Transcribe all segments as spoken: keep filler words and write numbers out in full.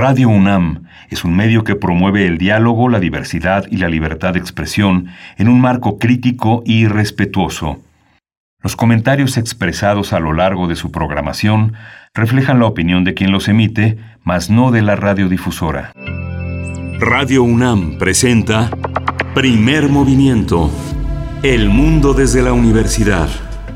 Radio UNAM es un medio que promueve el diálogo, la diversidad y la libertad de expresión en un marco crítico y respetuoso. Los comentarios expresados a lo largo de su programación reflejan la opinión de quien los emite, mas no de la radiodifusora. Radio UNAM presenta Primer Movimiento. El mundo desde la universidad.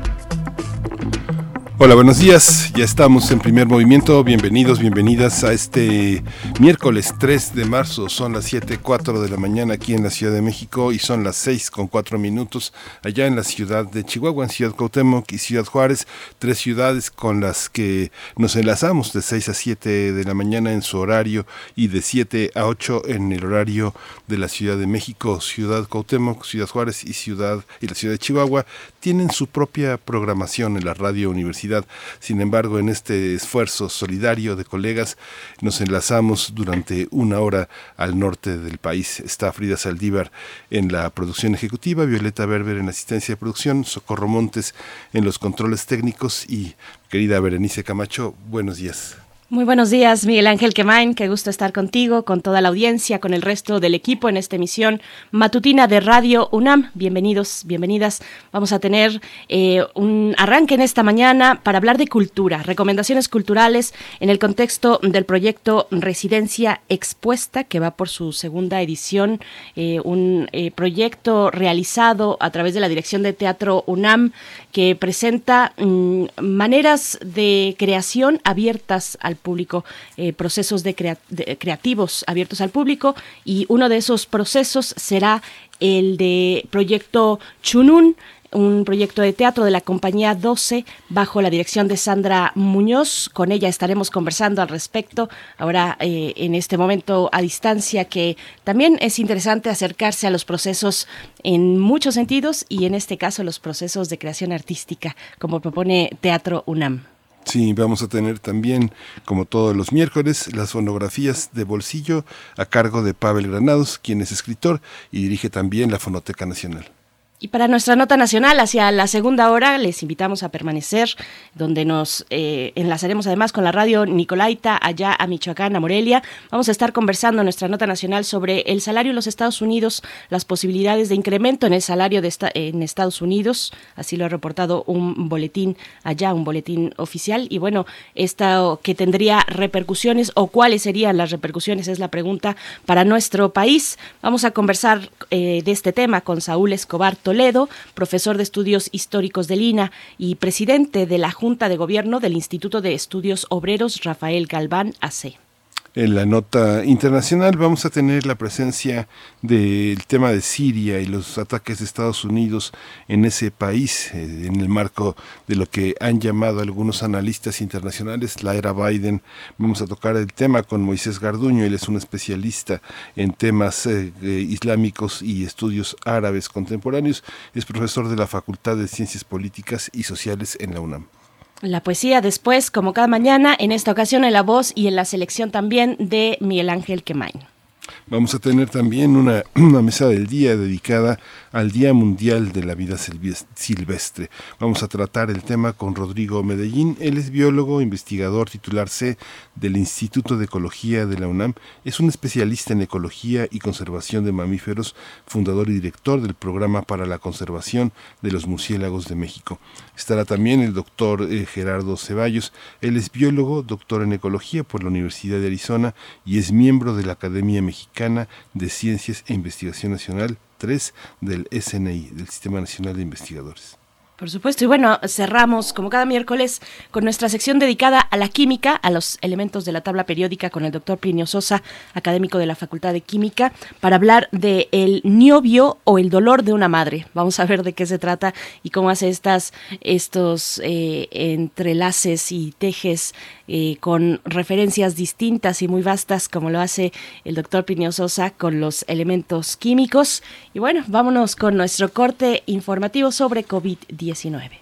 Hola, buenos días. Ya estamos en Primer Movimiento. Bienvenidos, bienvenidas a este miércoles tres de marzo. Son las siete cuatro de la mañana aquí en la Ciudad de México y son las seis con cuatro minutos allá en la ciudad de Chihuahua, en Ciudad Cuauhtémoc y Ciudad Juárez, tres ciudades con las que nos enlazamos de seis a siete de la mañana en su horario y de siete a ocho en el horario de la Ciudad de México. Ciudad Cuauhtémoc, Ciudad Juárez y Ciudad y la Ciudad de Chihuahua tienen su propia programación en la radio universidad. Sin embargo, en este esfuerzo solidario de colegas, nos enlazamos durante una hora al norte del país. Está Frida Saldívar en la producción ejecutiva, Violeta Berber en la asistencia de producción, Socorro Montes en los controles técnicos y querida Berenice Camacho, buenos días. Muy buenos días, Miguel Ángel Quemain, qué gusto estar contigo, con toda la audiencia, con el resto del equipo en esta emisión matutina de Radio UNAM. Bienvenidos, bienvenidas. Vamos a tener eh, un arranque en esta mañana para hablar de cultura, recomendaciones culturales en el contexto del proyecto Residencia Expuesta, que va por su segunda edición, eh, un eh, proyecto realizado a través de la Dirección de Teatro UNAM, que presenta mmm, maneras de creación abiertas al público, eh, procesos de, crea- de creativos abiertos al público, y uno de esos procesos será el de Proyecto Chunun, un proyecto de teatro de la compañía doce bajo la dirección de Sandra Muñoz. Con ella estaremos conversando al respecto ahora eh, en este momento a distancia, que también es interesante acercarse a los procesos en muchos sentidos y en este caso los procesos de creación artística como propone Teatro UNAM. Sí, vamos a tener también, como todos los miércoles, las fonografías de bolsillo a cargo de Pavel Granados, quien es escritor y dirige también la Fonoteca Nacional. Y para nuestra nota nacional, hacia la segunda hora, les invitamos a permanecer, donde nos eh, enlazaremos además con la radio Nicolaita, allá a Michoacán, a Morelia. Vamos a estar conversando en nuestra nota nacional sobre el salario en los Estados Unidos, las posibilidades de incremento en el salario de esta, en Estados Unidos. Así lo ha reportado un boletín allá, un boletín oficial. Y bueno, esto que tendría repercusiones, o cuáles serían las repercusiones, es la pregunta para nuestro país. Vamos a conversar eh, de este tema con Saúl Escobar Toledo, profesor de Estudios Históricos del I N A y presidente de la Junta de Gobierno del Instituto de Estudios Obreros Rafael Galván A C. En la nota internacional vamos a tener la presencia del tema de Siria y los ataques de Estados Unidos en ese país, eh, en el marco de lo que han llamado algunos analistas internacionales la era Biden. Vamos a tocar el tema con Moisés Garduño, él es un especialista en temas eh, eh, islámicos y estudios árabes contemporáneos, es profesor de la Facultad de Ciencias Políticas y Sociales en la UNAM. La poesía después, como cada mañana, en esta ocasión en la voz y en la selección también de Miguel Ángel Quemain. Vamos a tener también una, una mesa del día dedicada al Día Mundial de la Vida Silvestre. Vamos a tratar el tema con Rodrigo Medellín. Él es biólogo, investigador titular C del Instituto de Ecología de la UNAM. Es un especialista en ecología y conservación de mamíferos, fundador y director del Programa para la Conservación de los Murciélagos de México. Estará también el doctor eh, Gerardo Ceballos. Él es biólogo, doctor en ecología por la Universidad de Arizona y es miembro de la Academia Mexicana de Ciencias e Investigación Nacional tres del S N I, del Sistema Nacional de Investigadores. Por supuesto, y bueno, cerramos como cada miércoles con nuestra sección dedicada a la química, a los elementos de la tabla periódica con el doctor Plinio Sosa, académico de la Facultad de Química, para hablar de el niobio o el dolor de una madre. Vamos a ver de qué se trata y cómo hace estas, estos eh, entrelaces y tejes eh, con referencias distintas y muy vastas, como lo hace el doctor Plinio Sosa con los elementos químicos. Y bueno, vámonos con nuestro corte informativo sobre COVID diecinueve.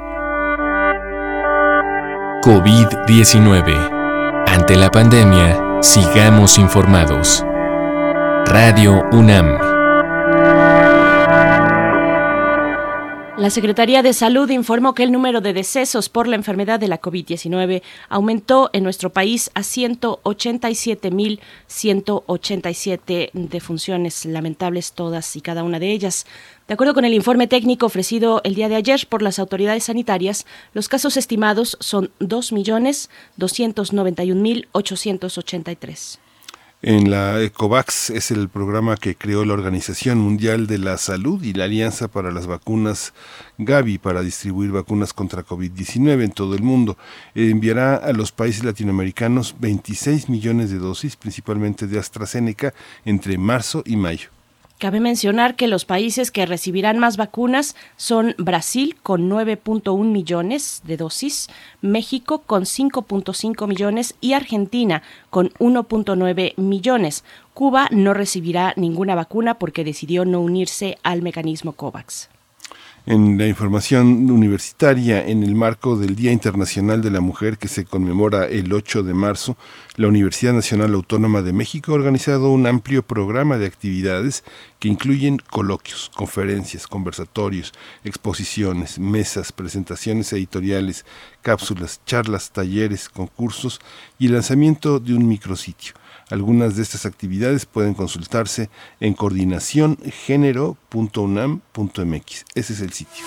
COVID diecinueve. Ante la pandemia, sigamos informados. Radio UNAM. La Secretaría de Salud informó que el número de decesos por la enfermedad de la COVID diecinueve aumentó en nuestro país a ciento ochenta y siete mil ciento ochenta y siete defunciones, lamentables todas y cada una de ellas. De acuerdo con el informe técnico ofrecido el día de ayer por las autoridades sanitarias, los casos estimados son dos millones doscientos noventa y un mil ochocientos ochenta y tres. En la COVAX es el programa que creó la Organización Mundial de la Salud y la Alianza para las Vacunas Gavi para distribuir vacunas contra COVID diecinueve en todo el mundo. Enviará a los países latinoamericanos veintiséis millones de dosis, principalmente de AstraZeneca, entre marzo y mayo. Cabe mencionar que los países que recibirán más vacunas son Brasil con nueve punto uno millones de dosis, México con cinco punto cinco millones y Argentina con uno punto nueve millones. Cuba no recibirá ninguna vacuna porque decidió no unirse al mecanismo COVAX. En la información universitaria, en el marco del Día Internacional de la Mujer que se conmemora el ocho de marzo, la Universidad Nacional Autónoma de México ha organizado un amplio programa de actividades que incluyen coloquios, conferencias, conversatorios, exposiciones, mesas, presentaciones editoriales, cápsulas, charlas, talleres, concursos y el lanzamiento de un micrositio. Algunas de estas actividades pueden consultarse en coordinación género punto unam punto mx. Ese es el sitio.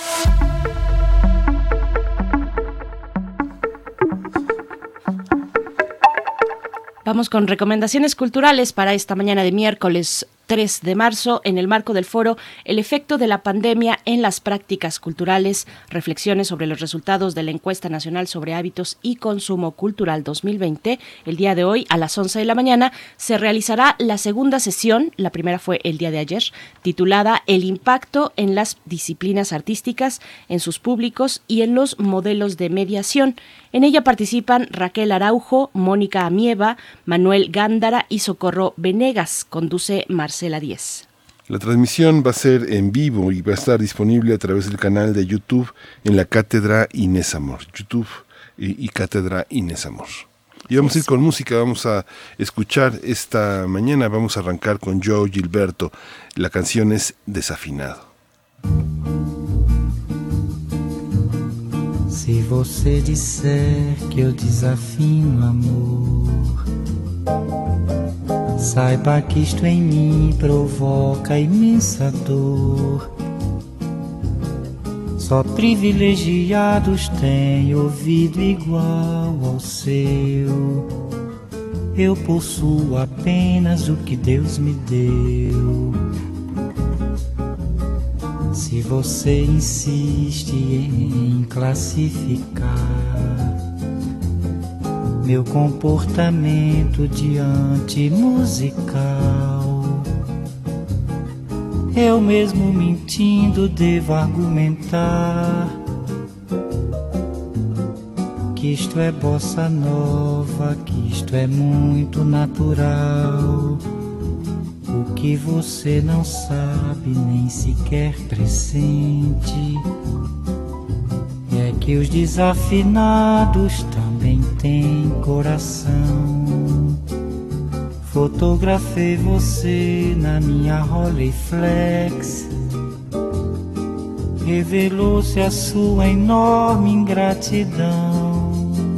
Vamos con recomendaciones culturales para esta mañana de miércoles tres de marzo, en el marco del foro El efecto de la pandemia en las prácticas culturales, reflexiones sobre los resultados de la Encuesta Nacional sobre Hábitos y Consumo Cultural dos mil veinte. El día de hoy, a las once de la mañana, se realizará la segunda sesión, la primera fue el día de ayer, titulada El impacto en las disciplinas artísticas, en sus públicos y en los modelos de mediación. En ella participan Raquel Araujo, Mónica Amieva, Manuel Gándara y Socorro Venegas. Conduce Marcela Díez. La transmisión va a ser en vivo y va a estar disponible a través del canal de YouTube en la Cátedra Inés Amor. YouTube y, y Cátedra Inés Amor. Y vamos a ir con música, vamos a escuchar esta mañana, vamos a arrancar con Joe Gilberto. La canción es Desafinado. Se você disser que eu desafino amor, saiba que isto em mim provoca imensa dor. Só privilegiados têm ouvido igual ao seu. Eu possuo apenas o que Deus me deu. Se você insiste em classificar meu comportamento diante musical, eu mesmo mentindo devo argumentar que isto é bossa nova, que isto é muito natural. O que você não sabe nem sequer pressente é que os desafinados também têm coração. Fotografei você na minha Rolleiflex, revelou-se a sua enorme ingratidão.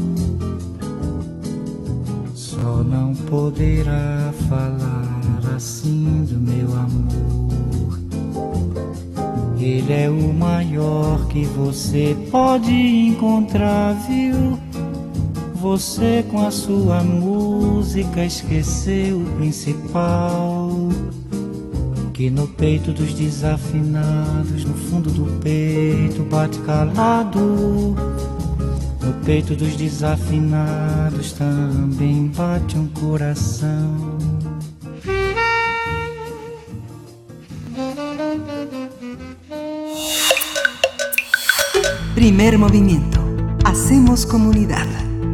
Só não poderá falar assim do meu amor. Ele é o maior que você pode encontrar, viu? Você com a sua música esqueceu o principal, que no peito dos desafinados, no fundo do peito bate calado. No peito dos desafinados também bate um coração. Primer movimiento. Hacemos comunidad.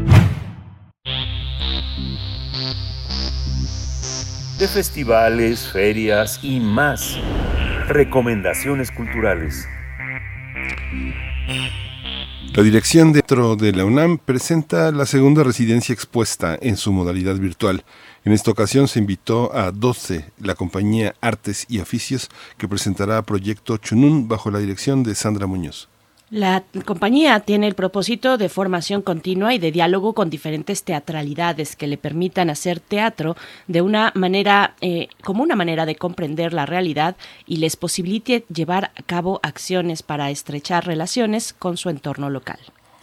De festivales, ferias y más. Recomendaciones culturales. La Dirección de Teatro de la UNAM presenta la segunda residencia expuesta en su modalidad virtual. En esta ocasión se invitó a doce, la compañía Artes y Oficios, que presentará Proyecto Chunún bajo la dirección de Sandra Muñoz. La compañía tiene el propósito de formación continua y de diálogo con diferentes teatralidades que le permitan hacer teatro de una manera, eh, como una manera de comprender la realidad y les posibilite llevar a cabo acciones para estrechar relaciones con su entorno local.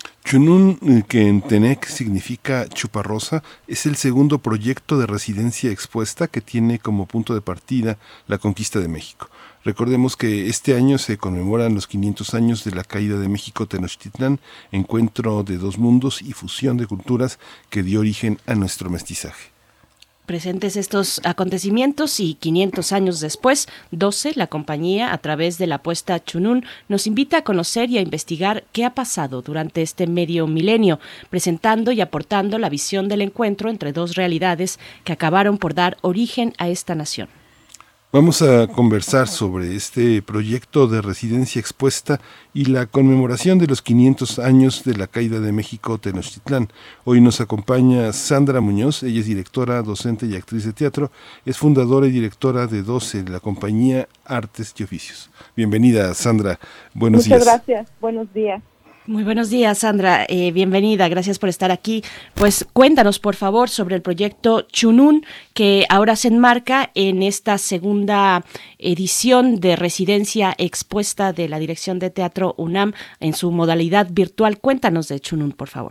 Chunún, que en Tenec significa chuparrosa, es el segundo proyecto de residencia expuesta que tiene como punto de partida la conquista de México. Recordemos que este año se conmemoran los quinientos años de la caída de México Tenochtitlán, encuentro de dos mundos y fusión de culturas que dio origen a nuestro mestizaje. Presentes estos acontecimientos y quinientos años después, doce, la compañía, a través de la apuesta Chunún, nos invita a conocer y a investigar qué ha pasado durante este medio milenio, presentando y aportando la visión del encuentro entre dos realidades que acabaron por dar origen a esta nación. Vamos a conversar sobre este proyecto de residencia expuesta y la conmemoración de los quinientos años de la caída de México Tenochtitlán. Hoy nos acompaña Sandra Muñoz, ella es directora, docente y actriz de teatro, es fundadora y directora de doce, la compañía Artes y Oficios. Bienvenida, Sandra, buenos días. Muchas días. gracias, buenos días. Muy buenos días, Sandra. Eh, bienvenida, gracias por estar aquí. Pues cuéntanos, por favor, sobre el proyecto Chunún, que ahora se enmarca en esta segunda edición de residencia expuesta de la Dirección de Teatro UNAM en su modalidad virtual. Cuéntanos de Chunún, por favor.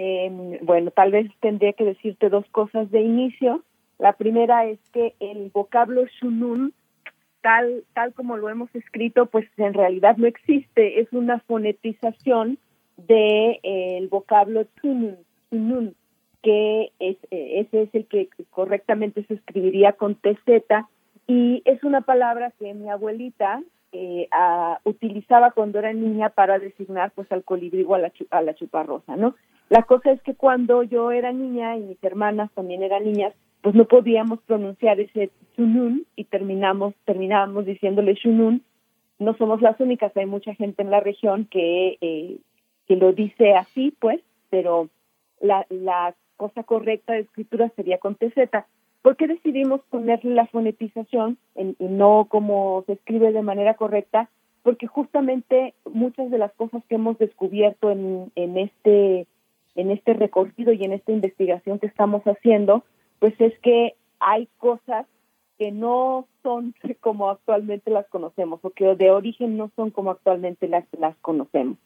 Eh, bueno, tal vez tendría que decirte dos cosas de inicio. La primera es que el vocablo Chunún, Tal, tal como lo hemos escrito, pues en realidad no existe, es una fonetización del de, eh, vocablo Chunun, Chunun, que es, eh, ese es el que correctamente se escribiría con T Z, y es una palabra que mi abuelita eh, a, utilizaba cuando era niña para designar pues al colibrí o a la, a la chuparrosa, ¿no? La cosa es que cuando yo era niña y mis hermanas también eran niñas, pues no podíamos pronunciar ese Chunún y terminamos terminábamos diciéndole Chunún. No somos las únicas, hay mucha gente en la región que eh, que lo dice así, pues, pero la, la cosa correcta de escritura sería con T Z. ¿Por qué decidimos ponerle la fonetización en, y no como se escribe de manera correcta? Porque justamente muchas de las cosas que hemos descubierto en, en este en este recorrido y en esta investigación que estamos haciendo, pues es que hay cosas que no son como actualmente las conocemos, o que de origen no son como actualmente las, las conocemos.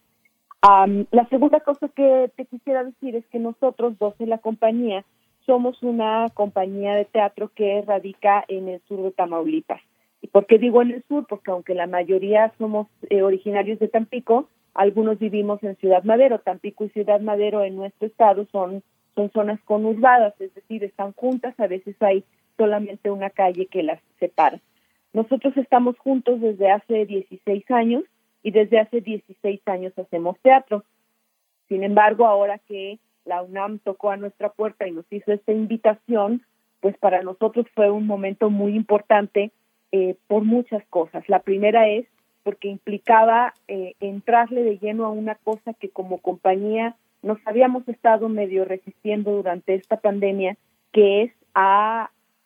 Um, la segunda cosa que te quisiera decir es que nosotros, doce, la compañía, somos una compañía de teatro que radica en el sur de Tamaulipas. ¿Y por qué digo en el sur? Porque aunque la mayoría somos eh, originarios de Tampico, algunos vivimos en Ciudad Madero. Tampico y Ciudad Madero en nuestro estado son son zonas conurbadas, es decir, están juntas, a veces hay solamente una calle que las separa. Nosotros estamos juntos desde hace dieciséis años y desde hace dieciséis años hacemos teatro. Sin embargo, ahora que la UNAM tocó a nuestra puerta y nos hizo esta invitación, pues para nosotros fue un momento muy importante eh, por muchas cosas. La primera es porque implicaba eh, entrarle de lleno a una cosa que como compañía nos habíamos estado medio resistiendo durante esta pandemia, que es a,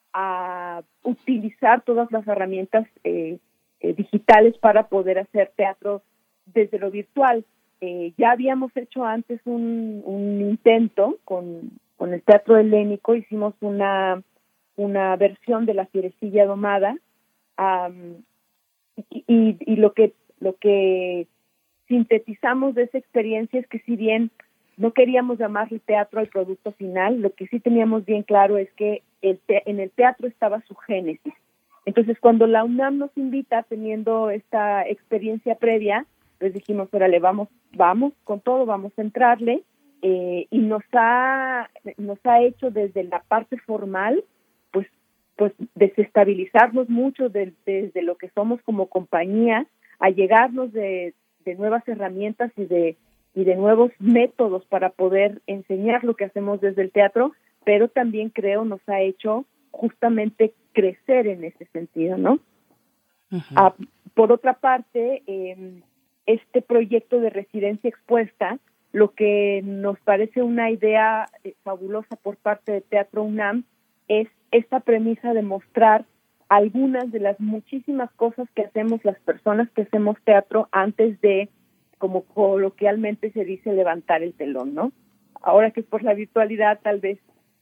a utilizar todas las herramientas eh, eh, digitales para poder hacer teatro desde lo virtual. Eh, ya habíamos hecho antes un, un intento con, con el teatro helénico, hicimos una, una versión de La Fierecilla Domada, um, y, y, y lo que, lo que sintetizamos de esa experiencia es que si bien no queríamos llamarle teatro al producto final, lo que sí teníamos bien claro es que el te- en el teatro estaba su génesis. Entonces, cuando la UNAM nos invita, teniendo esta experiencia previa, pues dijimos, órale, vamos, vamos con todo, vamos a entrarle, eh, y nos ha, nos ha hecho desde la parte formal, pues, pues desestabilizarnos mucho de, desde lo que somos como compañía, a llegarnos de, de nuevas herramientas y de y de nuevos métodos para poder enseñar lo que hacemos desde el teatro, pero también creo nos ha hecho justamente crecer en ese sentido, ¿no? Uh-huh. Ah, por otra parte, eh, este proyecto de residencia expuesta lo que nos parece una idea eh, fabulosa por parte de Teatro UNAM es esta premisa de mostrar algunas de las muchísimas cosas que hacemos las personas que hacemos teatro antes de, como coloquialmente se dice, levantar el telón, ¿no? Ahora que es por la virtualidad, tal vez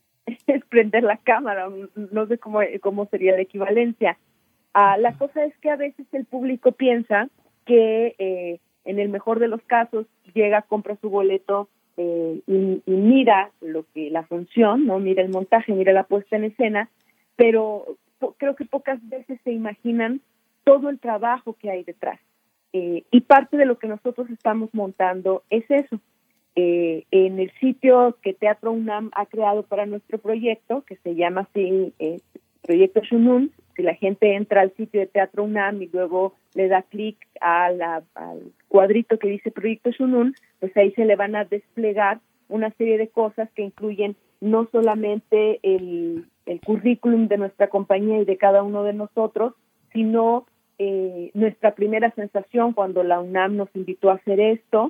es prender la cámara, no sé cómo, cómo sería la equivalencia. Ah, la cosa es que a veces el público piensa que eh, en el mejor de los casos llega, compra su boleto eh, y, y mira lo que la función, no mira el montaje, mira la puesta en escena, pero po- creo que pocas veces se imaginan todo el trabajo que hay detrás. Eh, y parte de lo que nosotros estamos montando es eso. Eh, en el sitio que Teatro UNAM ha creado para nuestro proyecto, que se llama así, eh, Proyecto Shunun, si la gente entra al sitio de Teatro UNAM y luego le da clic a la, al cuadrito que dice Proyecto Shunun, pues ahí se le van a desplegar una serie de cosas que incluyen no solamente el, el currículum de nuestra compañía y de cada uno de nosotros, sino eh, nuestra primera sensación cuando la UNAM nos invitó a hacer esto,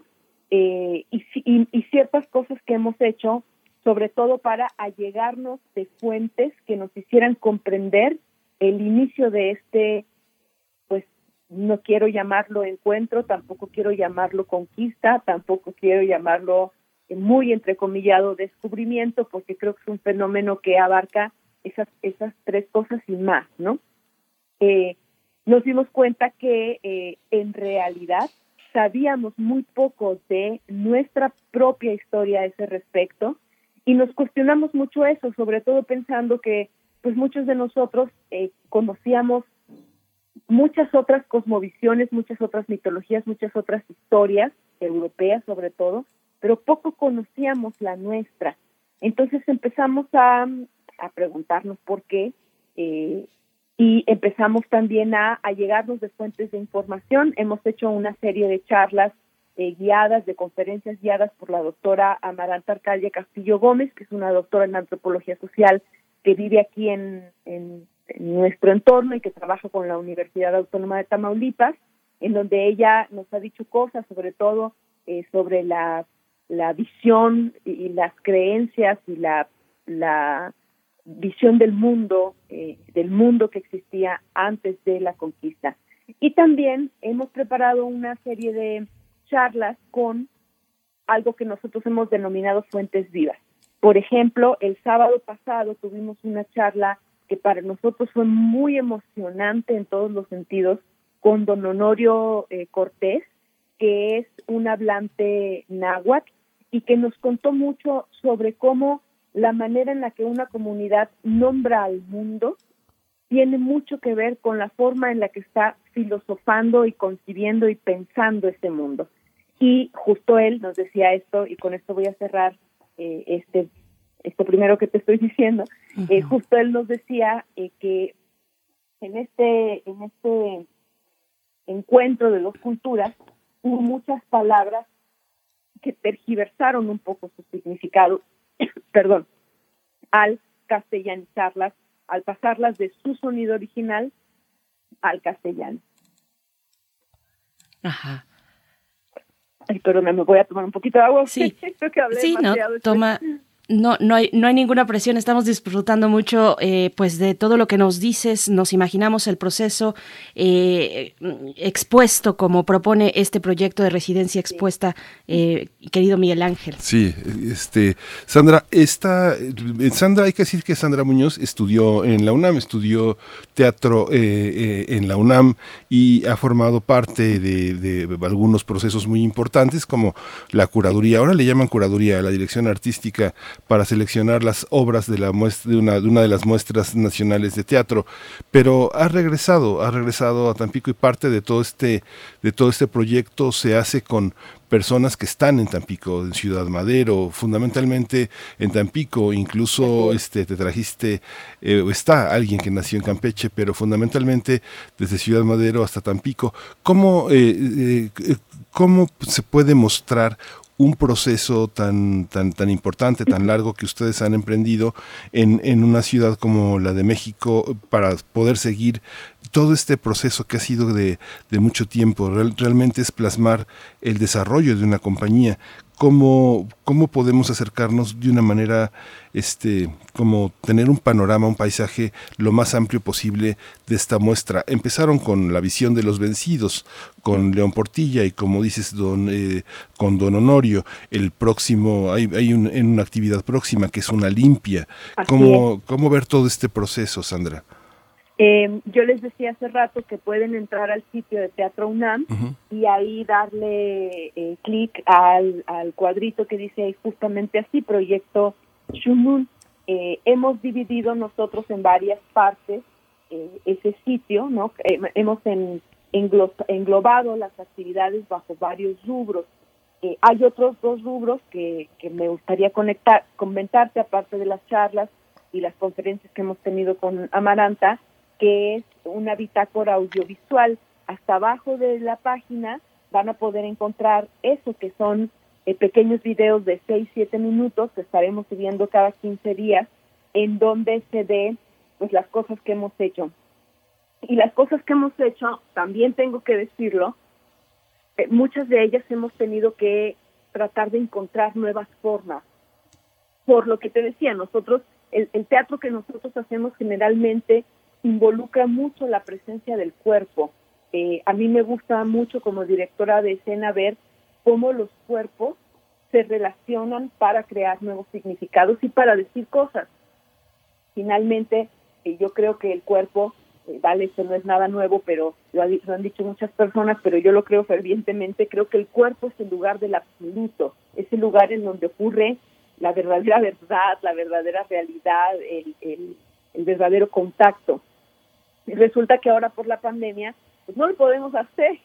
eh, y, y, y ciertas cosas que hemos hecho, sobre todo para allegarnos de fuentes que nos hicieran comprender el inicio de este, pues no quiero llamarlo encuentro, tampoco quiero llamarlo conquista, tampoco quiero llamarlo eh, muy entrecomillado descubrimiento, porque creo que es un fenómeno que abarca esas, esas tres cosas y más, ¿no? Eh, nos dimos cuenta que eh, en realidad sabíamos muy poco de nuestra propia historia a ese respecto y nos cuestionamos mucho eso, sobre todo pensando que pues muchos de nosotros eh, conocíamos muchas otras cosmovisiones, muchas otras mitologías, muchas otras historias, europeas sobre todo, pero poco conocíamos la nuestra. Entonces empezamos a, a preguntarnos por qué eh, y empezamos también a, a llegarnos de fuentes de información. Hemos hecho una serie de charlas eh, guiadas, de conferencias guiadas por la doctora Amaranta Arcadia Castillo Gómez, que es una doctora en antropología social que vive aquí en, en, en nuestro entorno y que trabaja con la Universidad Autónoma de Tamaulipas, en donde ella nos ha dicho cosas, sobre todo eh, sobre la, la visión y, y las creencias y la, la visión del mundo, eh, del mundo que existía antes de la conquista. Y también hemos preparado una serie de charlas con algo que nosotros hemos denominado fuentes vivas. Por ejemplo, el sábado pasado tuvimos una charla que para nosotros fue muy emocionante en todos los sentidos con don Honorio eh, Cortés, que es un hablante náhuatl y que nos contó mucho sobre cómo la manera en la que una comunidad nombra al mundo tiene mucho que ver con la forma en la que está filosofando y concibiendo y pensando ese mundo. Y justo él nos decía esto, y con esto voy a cerrar eh, este esto primero que te estoy diciendo. Uh-huh. Eh, justo él nos decía eh, que en este en este encuentro de dos culturas hubo muchas palabras que tergiversaron un poco su significado, perdón, al castellanizarlas, al pasarlas de su sonido original al castellano. Ajá. Ay, perdón, me voy a tomar un poquito de agua. Sí, Creo que hablé sí, no, demasiado. toma... No, no hay, no hay ninguna presión. Estamos disfrutando mucho, eh, pues, de todo lo que nos dices. Nos imaginamos el proceso eh, expuesto, como propone este proyecto de residencia expuesta, eh, querido Miguel Ángel. Sí, este, Sandra, esta, Sandra, hay que decir que Sandra Muñoz estudió en la UNAM, estudió teatro eh, eh, en la UNAM y ha formado parte de, de algunos procesos muy importantes, como la curaduría. Ahora le llaman curaduría a la dirección artística para seleccionar las obras de la muestra, de una de una de las muestras nacionales de teatro, pero ha regresado, ha regresado a Tampico y parte de todo este de todo este proyecto se hace con personas que están en Tampico, en Ciudad Madero, fundamentalmente en Tampico, incluso este te trajiste eh, está alguien que nació en Campeche, pero fundamentalmente desde Ciudad Madero hasta Tampico. ¿Cómo eh, eh, cómo se puede mostrar un proceso tan tan tan importante, tan largo que ustedes han emprendido en, en una ciudad como la de México para poder seguir todo este proceso que ha sido de, de mucho tiempo? Real, realmente es plasmar el desarrollo de una compañía. cómo, cómo podemos acercarnos de una manera, este, como tener un panorama, un paisaje lo más amplio posible de esta muestra. Empezaron con la visión de los vencidos, con León Portilla y como dices, don, eh, con don Honorio. El próximo, hay, hay un, en una actividad próxima que es una limpia. ¿Cómo, ¿Cómo ver todo este proceso, Sandra? Eh, yo les decía hace rato que pueden entrar al sitio de Teatro UNAM uh-huh. y ahí darle eh, clic al, al cuadrito que dice ahí justamente así, Proyecto Shunun. Eh, hemos dividido nosotros en varias partes eh, ese sitio, ¿no? Eh, hemos en, englo, englobado las actividades bajo varios rubros. Eh, hay otros dos rubros que, que me gustaría conectar, comentarte, aparte de las charlas y las conferencias que hemos tenido con Amaranta, que es una bitácora audiovisual. Hasta abajo de la página van a poder encontrar eso, que son eh, pequeños videos de seis, siete minutos que estaremos subiendo cada quince días, en donde se ve pues las cosas que hemos hecho. Y las cosas que hemos hecho, también tengo que decirlo, eh, muchas de ellas hemos tenido que tratar de encontrar nuevas formas. Por lo que te decía, nosotros, el, el teatro que nosotros hacemos generalmente involucra mucho la presencia del cuerpo. Eh, a mí me gusta mucho como directora de escena ver cómo los cuerpos se relacionan para crear nuevos significados y para decir cosas. Finalmente, eh, yo creo que el cuerpo, eh, vale, esto no es nada nuevo, pero lo, ha, lo han dicho muchas personas, pero yo lo creo fervientemente, creo que el cuerpo es el lugar del absoluto, es el lugar en donde ocurre la verdadera verdad, la verdadera realidad, el, el, el verdadero contacto. Y resulta que ahora por la pandemia pues no lo podemos hacer,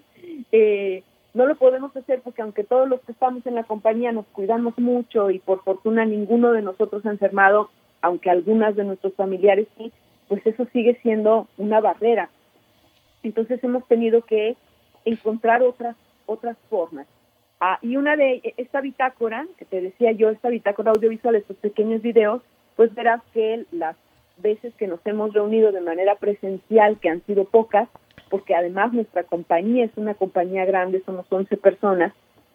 eh, no lo podemos hacer porque aunque todos los que estamos en la compañía nos cuidamos mucho y por fortuna ninguno de nosotros ha enfermado, aunque algunas de nuestros familiares sí, pues eso sigue siendo una barrera. Entonces hemos tenido que encontrar otras otras formas. Ah, y una de esta bitácora, que te decía yo, esta bitácora audiovisual, estos pequeños videos, pues verás que las veces que nos hemos reunido de manera presencial, que han sido pocas, porque además nuestra compañía es una compañía grande, somos once personas,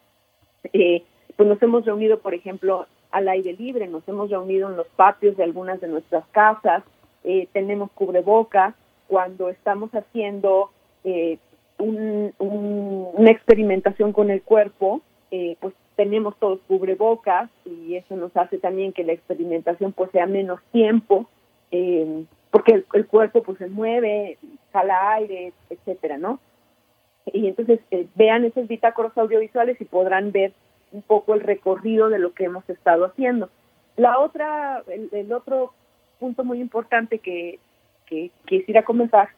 eh, pues nos hemos reunido, por ejemplo, al aire libre, nos hemos reunido en los patios de algunas de nuestras casas, eh, tenemos cubrebocas, cuando estamos haciendo eh, un, un, una experimentación con el cuerpo, eh, pues tenemos todos cubrebocas y eso nos hace también que la experimentación pues sea menos tiempo, eh, porque el, el cuerpo pues se mueve, jala aire, etcétera, ¿no? Y entonces eh, vean esos bitácoros audiovisuales y podrán ver un poco el recorrido de lo que hemos estado haciendo. La otra, el, el otro punto muy importante que, que quisiera comentar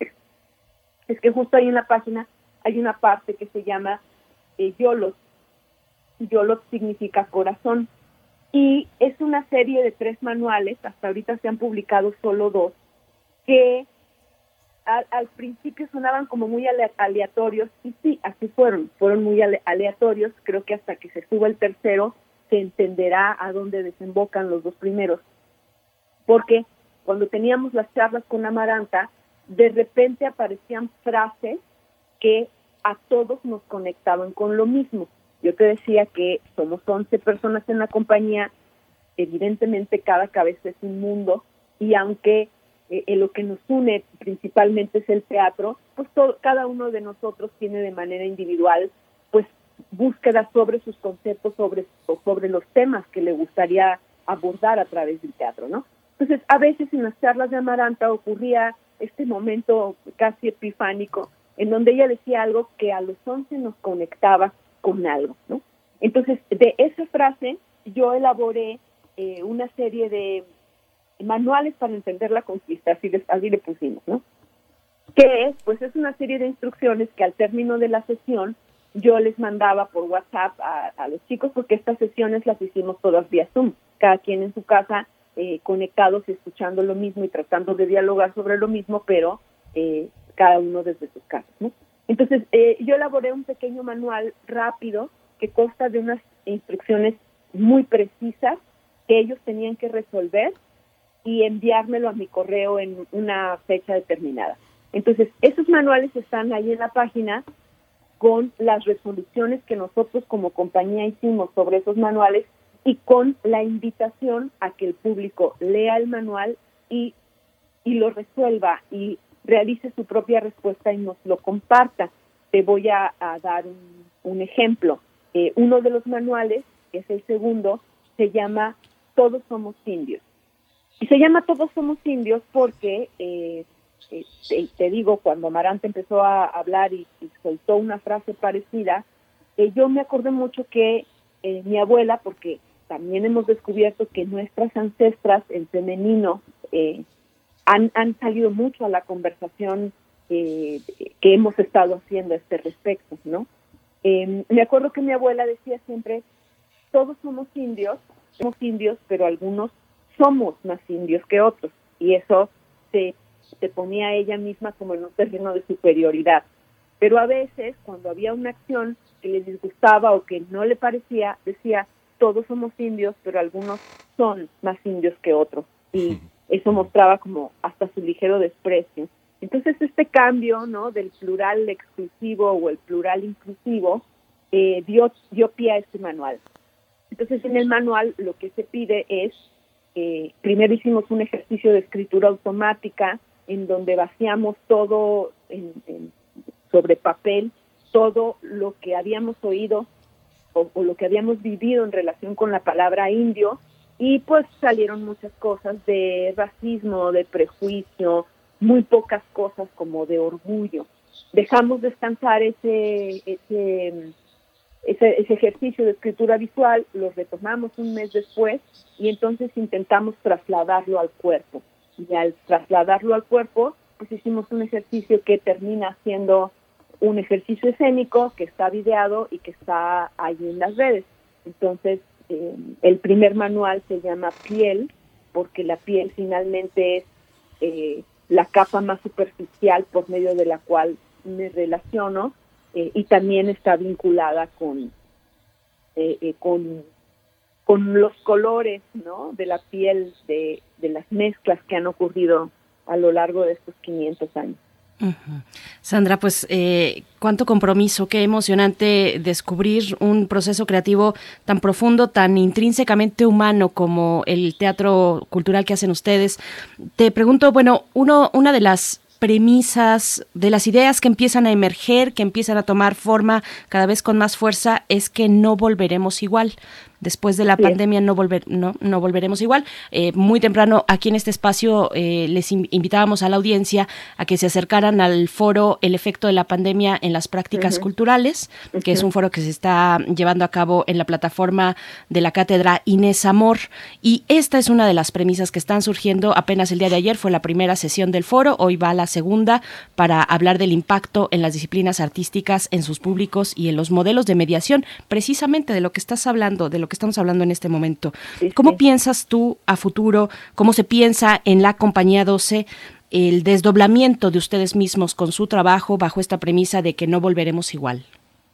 es que justo ahí en la página hay una parte que se llama eh, YOLOT. YOLOT significa corazón. Y es una serie de tres manuales, hasta ahorita se han publicado solo dos, que al, al principio sonaban como muy aleatorios, y sí, así fueron, fueron muy aleatorios. Creo que hasta que se suba el tercero se entenderá a dónde desembocan los dos primeros. Porque cuando teníamos las charlas con Amaranta, de repente aparecían frases que a todos nos conectaban con lo mismo. Yo te decía que somos once personas en la compañía, evidentemente cada cabeza es un mundo, y aunque eh, lo que nos une principalmente es el teatro, pues todo, cada uno de nosotros tiene de manera individual pues búsqueda sobre sus conceptos, sobre, sobre los temas que le gustaría abordar a través del teatro, ¿no? Entonces, a veces en las charlas de Amaranta ocurría este momento casi epifánico, en donde ella decía algo que a los once nos conectaba con algo, ¿no? Entonces, de esa frase yo elaboré eh, una serie de manuales para entender la conquista, así, de, así le pusimos, ¿no? ¿Qué es? Pues es una serie de instrucciones que al término de la sesión yo les mandaba por WhatsApp a, a los chicos, porque estas sesiones las hicimos todas vía Zoom, cada quien en su casa, eh, conectados, escuchando lo mismo y tratando de dialogar sobre lo mismo, pero eh, cada uno desde sus casas, ¿no? Entonces, eh, yo elaboré un pequeño manual rápido que consta de unas instrucciones muy precisas que ellos tenían que resolver y enviármelo a mi correo en una fecha determinada. Entonces, esos manuales están ahí en la página con las resoluciones que nosotros como compañía hicimos sobre esos manuales y con la invitación a que el público lea el manual y, y lo resuelva y realice su propia respuesta y nos lo comparta. Te voy a, a dar un, un ejemplo. Eh, uno de los manuales, que es el segundo, se llama Todos somos indios. Y se llama Todos somos indios porque, eh, eh, te, te digo, cuando Amaranta empezó a hablar y, y soltó una frase parecida, eh, yo me acordé mucho que eh, mi abuela, porque también hemos descubierto que nuestras ancestras en femenino eh, han, han salido mucho a la conversación eh, que hemos estado haciendo a este respecto, ¿no? Eh, me acuerdo que mi abuela decía siempre, todos somos indios, somos indios, pero algunos somos más indios que otros, y eso se, se ponía a ella misma como en un terreno de superioridad. Pero a veces, cuando había una acción que le disgustaba o que no le parecía, decía, todos somos indios, pero algunos son más indios que otros, y eso mostraba como hasta su ligero desprecio. Entonces este cambio, ¿no?, del plural exclusivo o el plural inclusivo eh, dio, dio pie a este manual. Entonces en el manual lo que se pide es, eh, primero hicimos un ejercicio de escritura automática en donde vaciamos todo en, en, sobre papel, todo lo que habíamos oído O, o lo que habíamos vivido en relación con la palabra indio, y pues salieron muchas cosas de racismo, de prejuicio, muy pocas cosas como de orgullo. Dejamos descansar ese ese ese, ese ejercicio de escritura visual, lo retomamos un mes después y entonces intentamos trasladarlo al cuerpo. Y al trasladarlo al cuerpo, pues hicimos un ejercicio que termina siendo un ejercicio escénico que está videado y que está ahí en las redes. Entonces, eh, el primer manual se llama Piel, porque la piel finalmente es eh, la capa más superficial por medio de la cual me relaciono, eh, y también está vinculada con, eh, eh, con, con los colores, ¿no?, de la piel, de, de las mezclas que han ocurrido a lo largo de estos quinientos años. Uh-huh. Sandra, pues eh, cuánto compromiso, qué emocionante descubrir un proceso creativo tan profundo, tan intrínsecamente humano como el teatro cultural que hacen ustedes. Te pregunto, bueno, uno, una de las premisas, de las ideas que empiezan a emerger, que empiezan a tomar forma cada vez con más fuerza, es que no volveremos igual. Después de la Bien. pandemia no, volver, no, no volveremos igual. Eh, muy temprano aquí en este espacio eh, les in- invitábamos a la audiencia a que se acercaran al foro El efecto de la pandemia en las prácticas uh-huh. culturales, que uh-huh. es un foro que se está llevando a cabo en la plataforma de la cátedra Inés Amor. Y esta es una de las premisas que están surgiendo. Apenas el día de ayer fue la primera sesión del foro, hoy va la segunda para hablar del impacto en las disciplinas artísticas, en sus públicos y en los modelos de mediación, precisamente de lo que estás hablando, de lo que estamos hablando en este momento. Sí, ¿Cómo sí. piensas tú a futuro? ¿Cómo se piensa en la compañía doce el desdoblamiento de ustedes mismos con su trabajo bajo esta premisa de que no volveremos igual?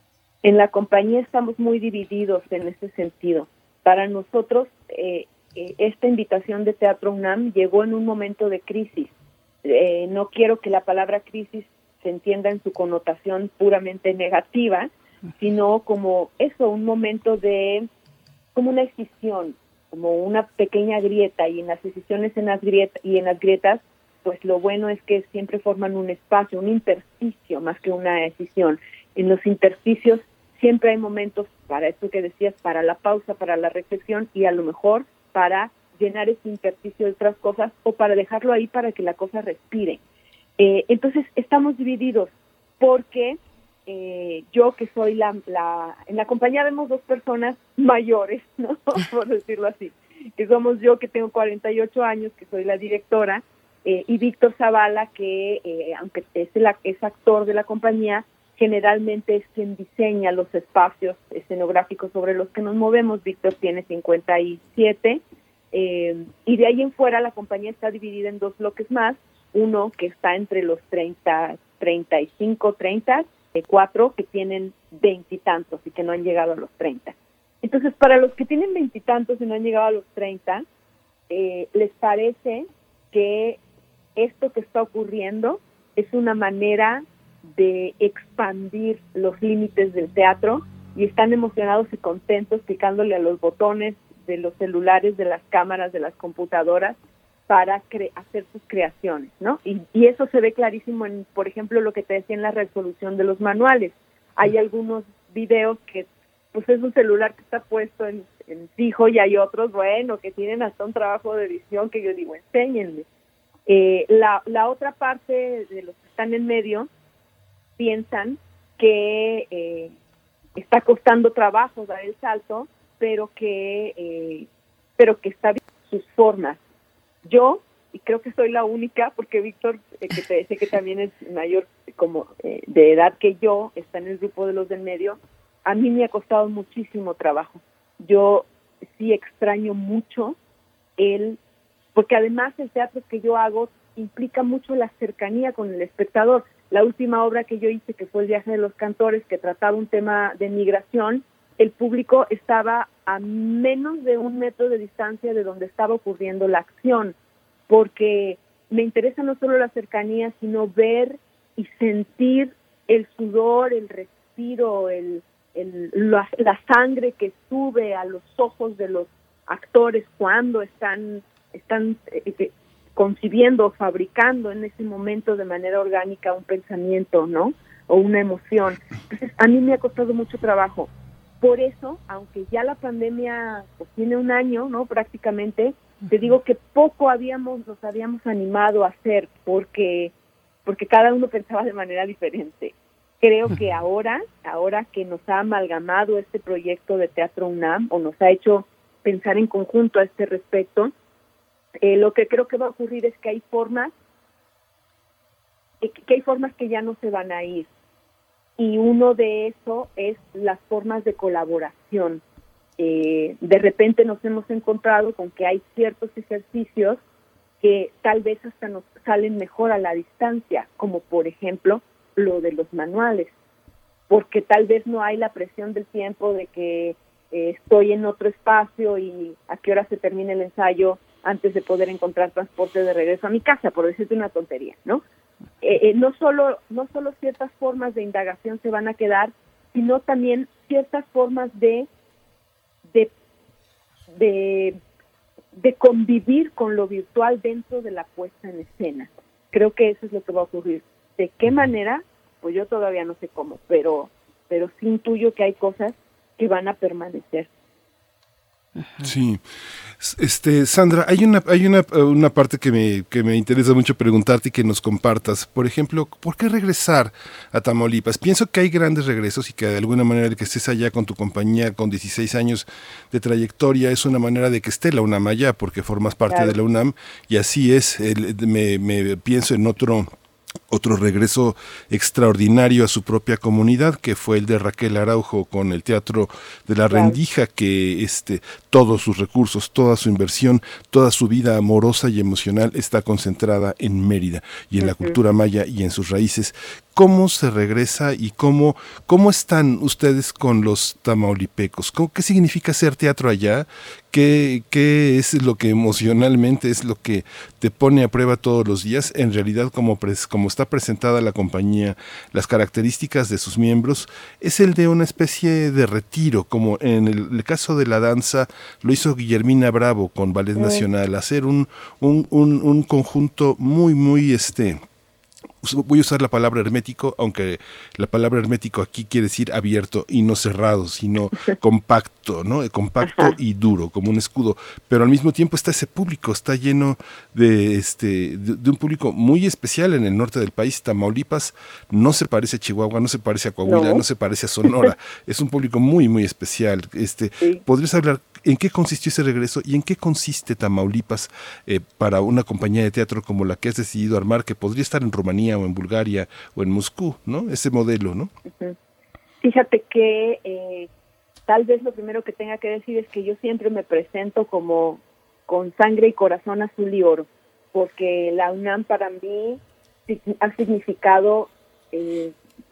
En la compañía estamos muy divididos en ese sentido. Para nosotros, eh, eh, esta invitación de Teatro UNAM llegó en un momento de crisis. Eh, no quiero que la palabra crisis se entienda en su connotación puramente negativa, sino como eso, un momento de como una escisión, como una pequeña grieta, y en las escisiones en las grietas y en las grietas, pues lo bueno es que siempre forman un espacio, un intersticio más que una escisión. En los intersticios siempre hay momentos para esto que decías, para la pausa, para la reflexión y a lo mejor para llenar ese intersticio de otras cosas o para dejarlo ahí para que la cosa respire. Eh, entonces estamos divididos porque Eh, yo que soy la, la... En la compañía vemos dos personas mayores, ¿no? Por decirlo así. Que somos yo, que tengo cuarenta y ocho años, que soy la directora, eh, y Víctor Zavala, que eh, aunque es, el, es actor de la compañía, generalmente es quien diseña los espacios escenográficos sobre los que nos movemos. Víctor tiene cincuenta y siete, eh, y de ahí en fuera la compañía está dividida en dos bloques más. Uno que está entre los treinta, treinta y cinco, treinta, cuatro que tienen veintitantos y que no han llegado a los treinta. Entonces, para los que tienen veintitantos y no han llegado a los treinta, eh, les parece que esto que está ocurriendo es una manera de expandir los límites del teatro y están emocionados y contentos picándole a los botones de los celulares, de las cámaras, de las computadoras para cre- hacer sus creaciones, ¿no? Y, y eso se ve clarísimo en, por ejemplo, lo que te decía en la resolución de los manuales. Hay algunos videos que, pues es un celular que está puesto en, en fijo y hay otros, bueno, que tienen hasta un trabajo de edición que yo digo, enséñenme. Eh, la, la otra parte de los que están en medio piensan que eh, está costando trabajo dar el salto, pero que, eh, pero que está bien sus formas. Yo, y creo que soy la única, porque Víctor, eh, que te decía que también es mayor como eh, de edad que yo, está en el grupo de los del medio, a mí me ha costado muchísimo trabajo. Yo sí extraño mucho el, porque además el teatro que yo hago implica mucho la cercanía con el espectador. La última obra que yo hice, que fue El viaje de los cantores, que trataba un tema de migración, el público estaba a menos de un metro de distancia de donde estaba ocurriendo la acción, porque me interesa no solo la cercanía, sino ver y sentir el sudor, el respiro, el, el, la, la sangre que sube a los ojos de los actores cuando están, están eh, concibiendo o fabricando en ese momento de manera orgánica un pensamiento, ¿no? O una emoción. Entonces, a mí me ha costado mucho trabajo. Por eso, aunque ya la pandemia pues, tiene un año, ¿no? Prácticamente, te digo que poco habíamos, nos habíamos animado a hacer porque, porque cada uno pensaba de manera diferente. Creo que ahora, ahora que nos ha amalgamado este proyecto de Teatro UNAM, o nos ha hecho pensar en conjunto a este respecto, eh, lo que creo que va a ocurrir es que hay formas, que, que hay formas que ya no se van a ir. Y uno de eso es las formas de colaboración. Eh, de repente nos hemos encontrado con que hay ciertos ejercicios que tal vez hasta nos salen mejor a la distancia, como por ejemplo lo de los manuales, porque tal vez no hay la presión del tiempo de que eh, estoy en otro espacio y a qué hora se termina el ensayo antes de poder encontrar transporte de regreso a mi casa, por decirte una tontería, ¿no? Eh, eh, no solo no solo ciertas formas de indagación se van a quedar, sino también ciertas formas de de de, de convivir con lo virtual dentro de la puesta en escena. Creo que eso es lo que va a ocurrir. ¿De qué manera? Pues yo todavía no sé cómo, pero pero sí intuyo que hay cosas que van a permanecer. Sí. Este, Sandra, hay una hay una, una parte que me que me interesa mucho preguntarte y que nos compartas. Por ejemplo, ¿por qué regresar a Tamaulipas? Pienso que hay grandes regresos y que de alguna manera el que estés allá con tu compañía con dieciséis años de trayectoria es una manera de que esté la UNAM allá porque formas parte claro. de la UNAM y así es. El, me, me pienso en otro Otro regreso extraordinario a su propia comunidad, que fue el de Raquel Araujo con el Teatro de la Rendija, que este, todos sus recursos, toda su inversión, toda su vida amorosa y emocional está concentrada en Mérida y en uh-huh. la cultura maya y en sus raíces. ¿Cómo se regresa y cómo, cómo están ustedes con los tamaulipecos? ¿Cómo, ¿Qué significa hacer teatro allá? ¿Qué, ¿Qué es lo que emocionalmente es lo que te pone a prueba todos los días? En realidad, como, pres, como está presentada la compañía, las características de sus miembros, es el de una especie de retiro, como en el, el caso de la danza lo hizo Guillermina Bravo con Ballet sí. Nacional, hacer un, un, un, un conjunto muy, muy... este voy a usar la palabra hermético, aunque la palabra hermético aquí quiere decir abierto y no cerrado, sino compacto, ¿no? Compacto Ajá. y duro, como un escudo. Pero al mismo tiempo está ese público, está lleno de este de, de un público muy especial en el norte del país. Tamaulipas no se parece a Chihuahua, no se parece a Coahuila, no, no se parece a Sonora. Es un público muy, muy especial. Este, sí. ¿Podrías hablar en qué consistió ese regreso y en qué consiste Tamaulipas eh, para una compañía de teatro como la que has decidido armar, que podría estar en Rumanía o en Bulgaria o en Moscú, ¿no? Ese modelo, ¿no? Uh-huh. Fíjate que eh, tal vez lo primero que tenga que decir es que yo siempre me presento como con sangre y corazón azul y oro, porque la UNAM para mí ha significado eh,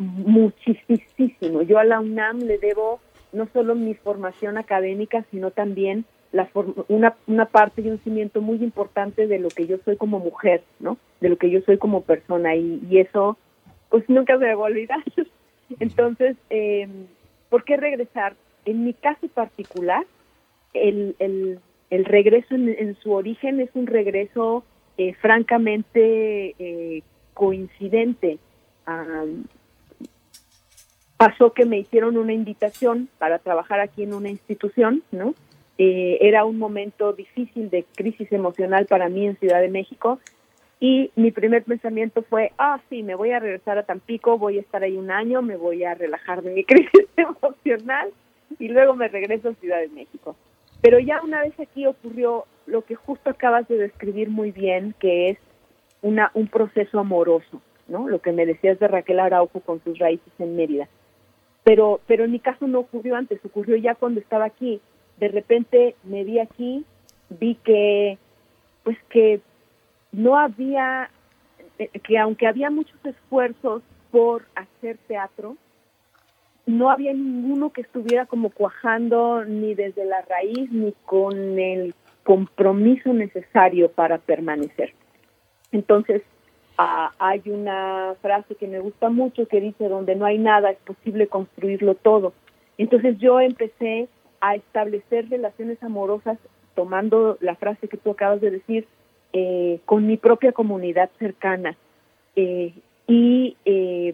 muchísimo. Yo a la UNAM le debo no solo mi formación académica, sino también la form- una, una parte y un cimiento muy importante de lo que yo soy como mujer, ¿no? De lo que yo soy como persona, y, y eso pues nunca se me va a olvidar. Entonces, eh, ¿por qué regresar? En mi caso particular, el, el, el regreso en, en su origen es un regreso eh, francamente eh, coincidente. Um, pasó que me hicieron una invitación para trabajar aquí en una institución, ¿no? Eh, era un momento difícil de crisis emocional para mí en Ciudad de México, y mi primer pensamiento fue, ah, sí, me voy a regresar a Tampico, voy a estar ahí un año, me voy a relajar de mi crisis emocional, y luego me regreso a Ciudad de México. Pero ya una vez aquí ocurrió lo que justo acabas de describir muy bien, que es una un proceso amoroso, ¿no? Lo que me decías de Raquel Araujo con sus raíces en Mérida. Pero, pero en mi caso no ocurrió antes, ocurrió ya cuando estaba aquí. De repente me vi aquí, vi que, pues que no había, que aunque había muchos esfuerzos por hacer teatro, no había ninguno que estuviera como cuajando ni desde la raíz ni con el compromiso necesario para permanecer. Entonces, uh, hay una frase que me gusta mucho que dice, donde no hay nada es posible construirlo todo. Entonces yo empecé a establecer relaciones amorosas, tomando la frase que tú acabas de decir, eh, con mi propia comunidad cercana. Eh, y eh,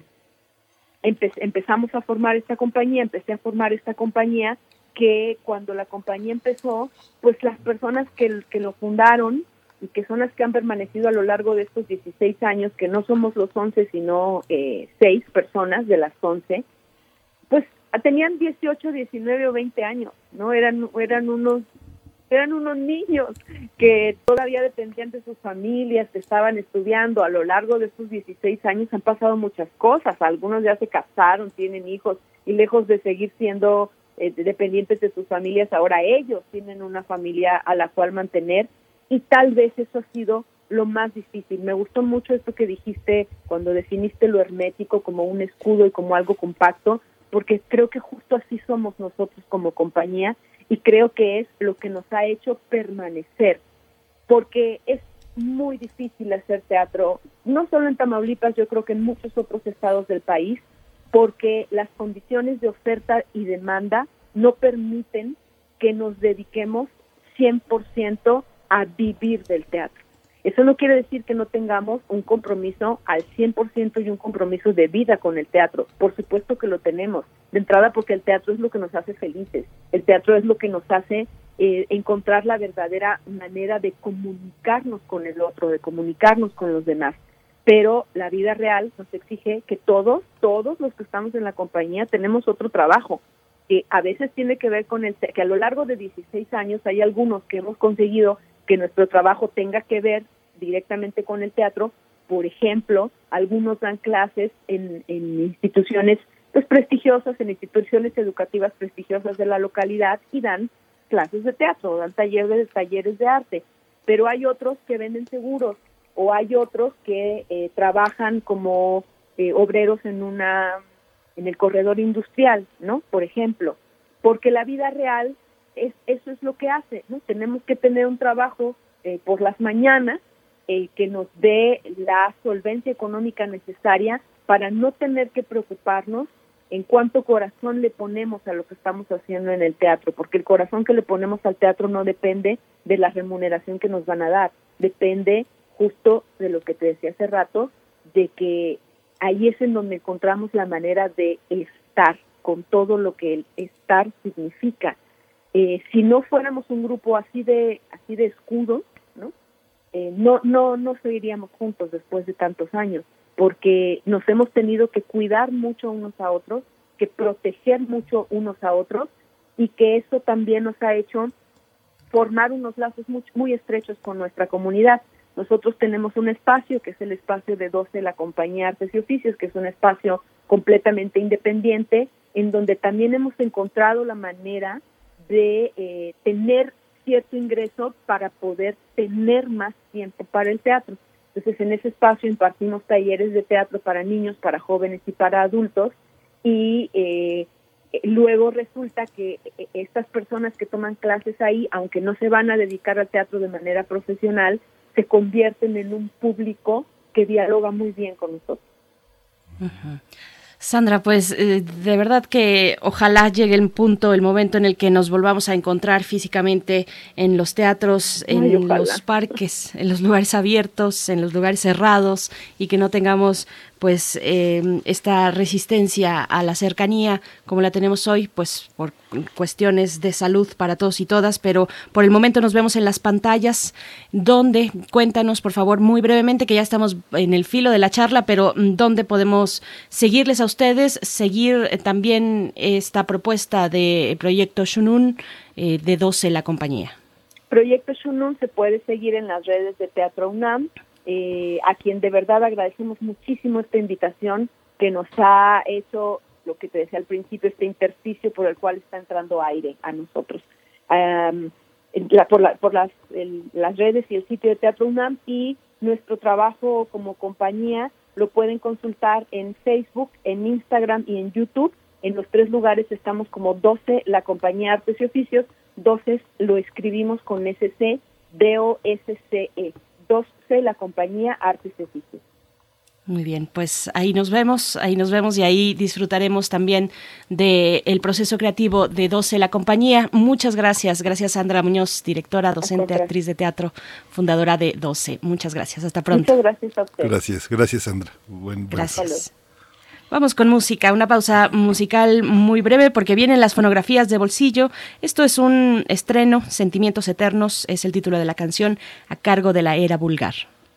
empe- empezamos a formar esta compañía, empecé a formar esta compañía que cuando la compañía empezó, pues las personas que, que lo fundaron y que son las que han permanecido a lo largo de estos dieciséis años, que no somos los once, sino eh, seis personas de las once, pues tenían dieciocho, diecinueve o veinte años, ¿no? Eran eran unos eran unos niños que todavía dependían de sus familias, que estaban estudiando. A lo largo de estos dieciséis años han pasado muchas cosas. Algunos ya se casaron, tienen hijos, y lejos de seguir siendo eh, dependientes de sus familias, ahora ellos tienen una familia a la cual mantener, y tal vez eso ha sido lo más difícil. Me gustó mucho esto que dijiste cuando definiste lo hermético como un escudo y como algo compacto, porque creo que justo así somos nosotros como compañía, y creo que es lo que nos ha hecho permanecer, porque es muy difícil hacer teatro, no solo en Tamaulipas, yo creo que en muchos otros estados del país, porque las condiciones de oferta y demanda no permiten que nos dediquemos cien por ciento a vivir del teatro. Eso no quiere decir que no tengamos un compromiso al cien por ciento y un compromiso de vida con el teatro. Por supuesto que lo tenemos. De entrada, porque el teatro es lo que nos hace felices. El teatro es lo que nos hace eh, encontrar la verdadera manera de comunicarnos con el otro, de comunicarnos con los demás. Pero la vida real nos exige que todos, todos los que estamos en la compañía tenemos otro trabajo, que a veces tiene que ver con el te- que a lo largo de dieciséis años hay algunos que hemos conseguido que nuestro trabajo tenga que ver directamente con el teatro. Por ejemplo, algunos dan clases en, en instituciones pues prestigiosas, en instituciones educativas prestigiosas de la localidad, y dan clases de teatro, dan talleres, talleres de arte. Pero hay otros que venden seguros, o hay otros que eh, trabajan como eh, obreros en una en el corredor industrial, ¿no? Por ejemplo, porque la vida real es eso es lo que hace, ¿no? Tenemos que tener un trabajo eh, por las mañanas eh, que nos dé la solvencia económica necesaria para no tener que preocuparnos en cuánto corazón le ponemos a lo que estamos haciendo en el teatro, porque el corazón que le ponemos al teatro no depende de la remuneración que nos van a dar, depende justo de lo que te decía hace rato, de que ahí es en donde encontramos la manera de estar, con todo lo que el estar significa. Eh, si no fuéramos un grupo así de así de escudo, ¿no? Eh, no no no seguiríamos juntos después de tantos años, porque nos hemos tenido que cuidar mucho unos a otros, que proteger mucho unos a otros, y que eso también nos ha hecho formar unos lazos muy, muy estrechos con nuestra comunidad. Nosotros tenemos un espacio que es el espacio de doce de la Compañía Artes y Oficios, que es un espacio completamente independiente, en donde también hemos encontrado la manera de eh, tener cierto ingreso para poder tener más tiempo para el teatro. Entonces, en ese espacio impartimos talleres de teatro para niños, para jóvenes y para adultos, y eh, luego resulta que estas personas que toman clases ahí, aunque no se van a dedicar al teatro de manera profesional, se convierten en un público que dialoga muy bien con nosotros. Uh-huh. Sandra, pues eh, de verdad que ojalá llegue el punto, el momento en el que nos volvamos a encontrar físicamente en los teatros, en Ay, los parques, en los lugares abiertos, en los lugares cerrados, y que no tengamos pues eh, esta resistencia a la cercanía como la tenemos hoy, pues por cuestiones de salud para todos y todas, pero por el momento nos vemos en las pantallas. ¿Dónde? Cuéntanos, por favor, muy brevemente, que ya estamos en el filo de la charla, pero ¿dónde podemos seguirles a ustedes, seguir eh, también esta propuesta de Proyecto Xunun eh, de doce la compañía? Proyecto Xunun se puede seguir en las redes de Teatro UNAM, eh, a quien de verdad agradecemos muchísimo esta invitación que nos ha hecho, lo que te decía al principio, este intersticio por el cual está entrando aire a nosotros. Um, la, por la, por las, el, las redes y el sitio de Teatro UNAM, y nuestro trabajo como compañía lo pueden consultar en Facebook, en Instagram y en YouTube. En los tres lugares estamos como doce, la compañía Artes y Oficios. doce lo escribimos con S C, D O S C E. doce, la compañía Artes y Oficios. Muy bien, pues ahí nos vemos, ahí nos vemos y ahí disfrutaremos también del proceso creativo de doce la compañía. Muchas gracias, gracias Sandra Muñoz, directora, docente, actriz de teatro, fundadora de doce. Muchas gracias, hasta pronto. Muchas gracias a usted. Gracias, gracias Sandra. Buen, gracias. Vamos con música, una pausa musical muy breve porque vienen las fonografías de bolsillo. Esto es un estreno, Sentimientos Eternos, es el título de la canción, a cargo de la Era Vulgar.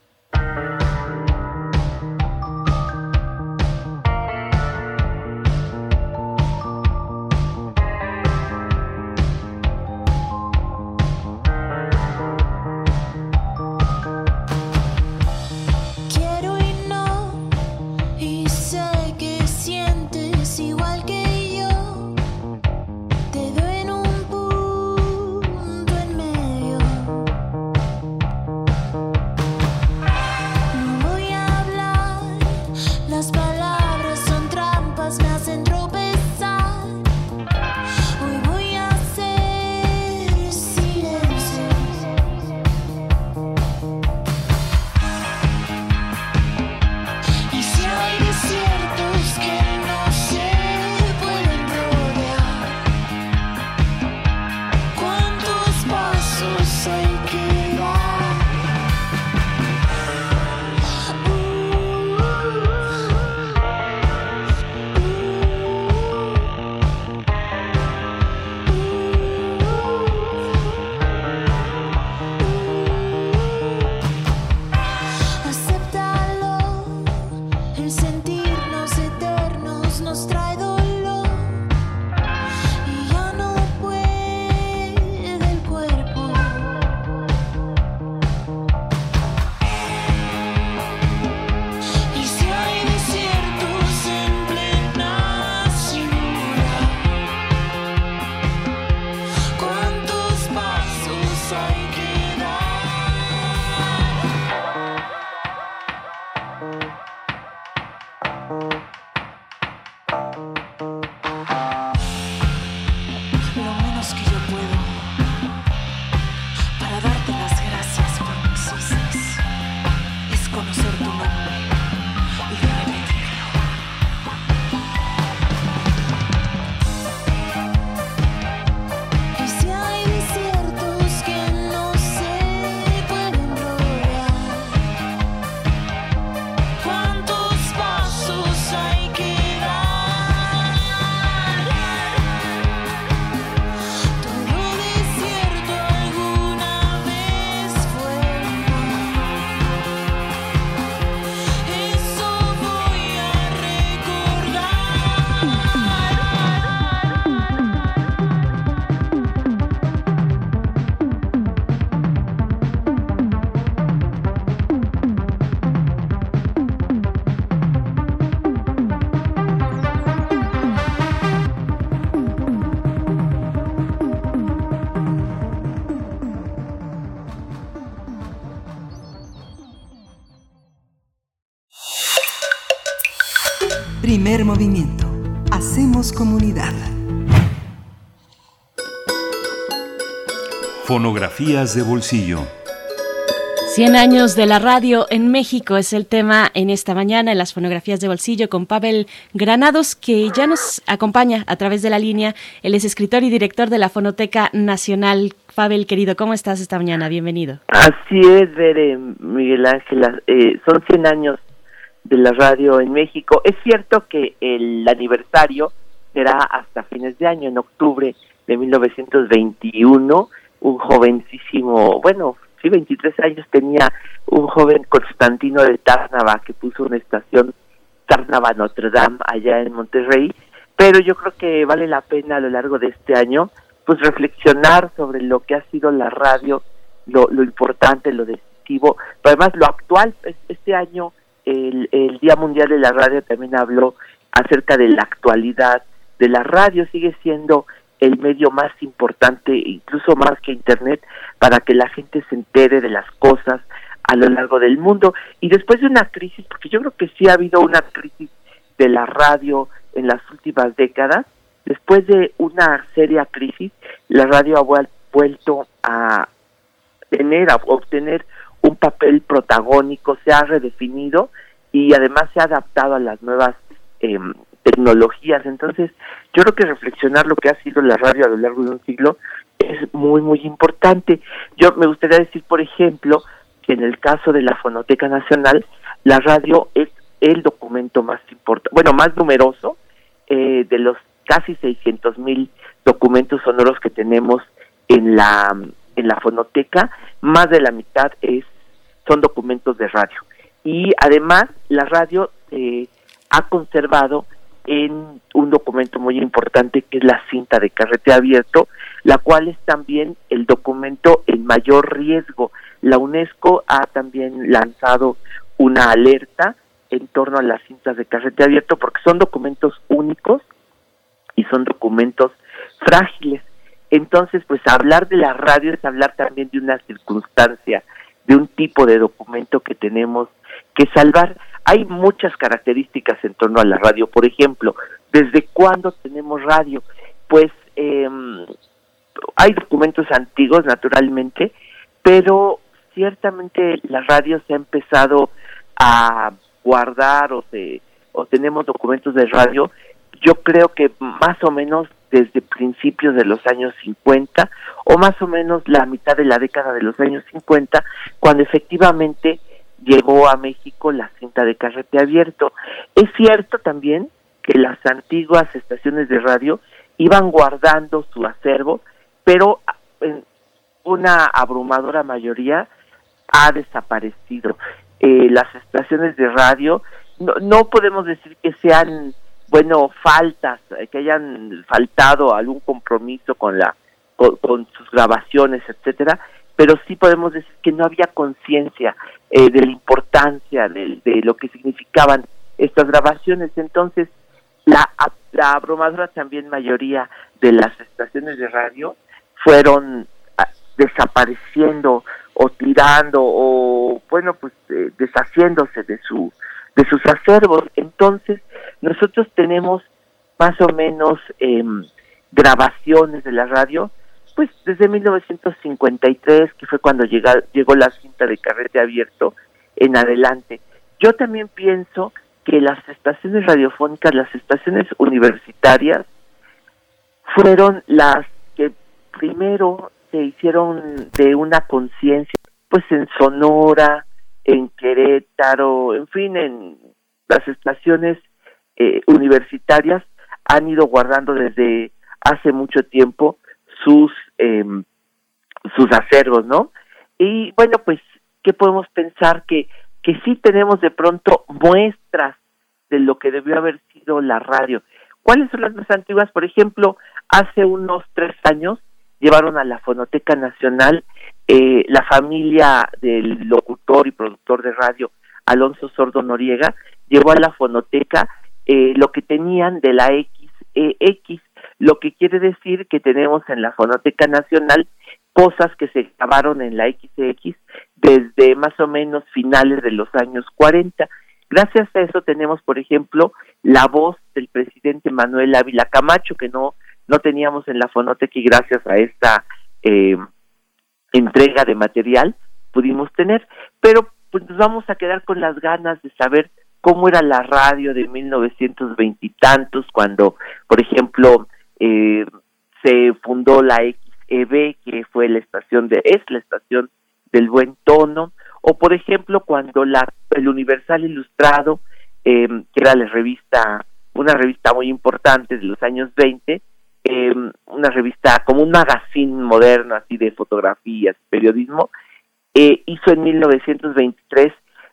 Primer movimiento. Hacemos comunidad. Fonografías de bolsillo. cien años de la radio en México es el tema en esta mañana en las fonografías de bolsillo con Pavel Granados, que ya nos acompaña a través de la línea. Él es escritor y director de la Fonoteca Nacional. Pavel, querido, ¿cómo estás esta mañana? Bienvenido. Así es, Bere, Miguel Ángel, eh, son cien años de la radio en México. Es cierto que el aniversario será hasta fines de año, en octubre de mil novecientos veintiuno, un jovencísimo, bueno, sí, veintitrés años tenía un joven Constantino de Tárnava que puso una estación Tárnava Notre Dame allá en Monterrey, pero yo creo que vale la pena a lo largo de este año pues reflexionar sobre lo que ha sido la radio, lo, lo importante, lo decisivo, pero además lo actual. Este año el, el Día Mundial de la Radio también habló acerca de la actualidad de la radio. Sigue siendo el medio más importante, incluso más que Internet, para que la gente se entere de las cosas a lo largo del mundo. Y después de una crisis, porque yo creo que sí ha habido una crisis de la radio en las últimas décadas, después de una seria crisis, la radio ha vuelto a tener, a obtener un papel protagónico, se ha redefinido y además se ha adaptado a las nuevas eh, tecnologías. Entonces, yo creo que reflexionar lo que ha sido la radio a lo largo de un siglo es muy, muy importante. Yo me gustaría decir, por ejemplo, que en el caso de la Fonoteca Nacional, la radio es el documento más importante, bueno, más numeroso, eh, de los casi seiscientos mil documentos sonoros que tenemos en la en la fonoteca. Más de la mitad es son documentos de radio. Y además, la radio eh, ha conservado en un documento muy importante que es la cinta de carrete abierto, la cual es también el documento en mayor riesgo. La UNESCO ha también lanzado una alerta en torno a las cintas de carrete abierto porque son documentos únicos y son documentos frágiles. Entonces, pues hablar de la radio es hablar también de una circunstancia, de un tipo de documento que tenemos que salvar. Hay muchas características en torno a la radio. Por ejemplo, ¿desde cuándo tenemos radio? Pues eh, hay documentos antiguos, naturalmente, pero ciertamente la radio se ha empezado a guardar o, se, o tenemos documentos de radio, yo creo que más o menos desde principios de los años cincuenta o más o menos la mitad de la década de los años cincuenta, cuando efectivamente llegó a México la cinta de carrete abierto. Es cierto también que las antiguas estaciones de radio iban guardando su acervo, pero en una abrumadora mayoría ha desaparecido. Eh, las estaciones de radio, no, no podemos decir que sean, bueno, faltas, que hayan faltado algún compromiso con la con, con sus grabaciones, etcétera, pero sí podemos decir que no había conciencia eh, de la importancia de, de lo que significaban estas grabaciones. Entonces, la, la abrumadora también mayoría de las estaciones de radio fueron a, desapareciendo o tirando o, bueno, pues eh, deshaciéndose de su de sus acervos. Entonces, nosotros tenemos más o menos eh, grabaciones de la radio, pues desde mil novecientos cincuenta y tres, que fue cuando llega, llegó la cinta de carrete abierto, en adelante. Yo también pienso que las estaciones radiofónicas, las estaciones universitarias, fueron las que primero se hicieron de una conciencia, pues en Sonora, en Querétaro, en fin, en las estaciones eh, universitarias han ido guardando desde hace mucho tiempo sus eh, sus acervos, ¿no? Y bueno, pues, ¿qué podemos pensar? Que, que sí tenemos de pronto muestras de lo que debió haber sido la radio. ¿Cuáles son las más antiguas? Por ejemplo, hace unos tres años llevaron a la Fonoteca Nacional eh, la familia del locutor y productor de radio Alonso Sordo Noriega, llevó a la fonoteca eh, lo que tenían de la X E X, lo que quiere decir que tenemos en la Fonoteca Nacional cosas que se grabaron en la X E X desde más o menos finales de los años cuarenta. Gracias a eso tenemos, por ejemplo, la voz del presidente Manuel Ávila Camacho, que no no teníamos en la fonoteca, y gracias a esta eh, entrega de material pudimos tener, pero pues nos vamos a quedar con las ganas de saber cómo era la radio de mil novecientos veinte y tantos, cuando, por ejemplo, eh, se fundó la X E B, que fue la estación de, es la estación del buen tono, o por ejemplo, cuando la el Universal Ilustrado, eh, que era la revista, una revista muy importante de los años veinte, eh, una revista como un magazine moderno, así de fotografías, periodismo, eh, hizo en mil novecientos veintitrés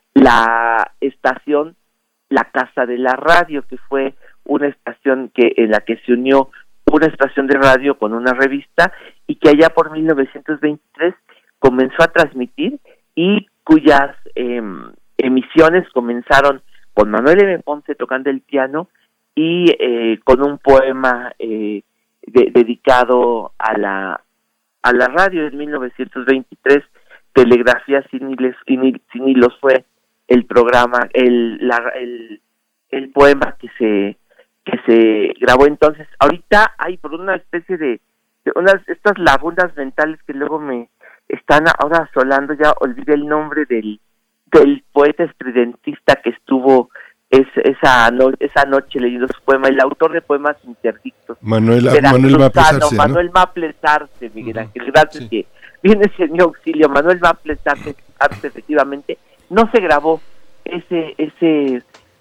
la estación La Casa de la Radio, que fue una estación que en la que se unió una estación de radio con una revista, y que allá por mil novecientos veintitrés comenzó a transmitir, y cuyas eh, emisiones comenzaron con Manuel M. Ponce tocando el piano y eh, con un poema eh, de, dedicado a la a la radio. En mil novecientos veintitrés, Telegrafía sin hilos, sin hilos fue el programa, el, la, el el poema que se que se grabó entonces. Ahorita hay por una especie de, de unas estas lagunas mentales que luego me están ahora asolando, ya olvidé el nombre del del poeta estridentista que estuvo es, esa no, esa noche leyendo su poema, el autor de Poemas Interdictos. Manuel, Manuel Maples Arce, ¿no? Manuel Maples Arce, Miguel Ángel, gracias, sí. Que viene ese mi auxilio. Manuel Maples Arce, Arce, efectivamente, no se grabó ese ese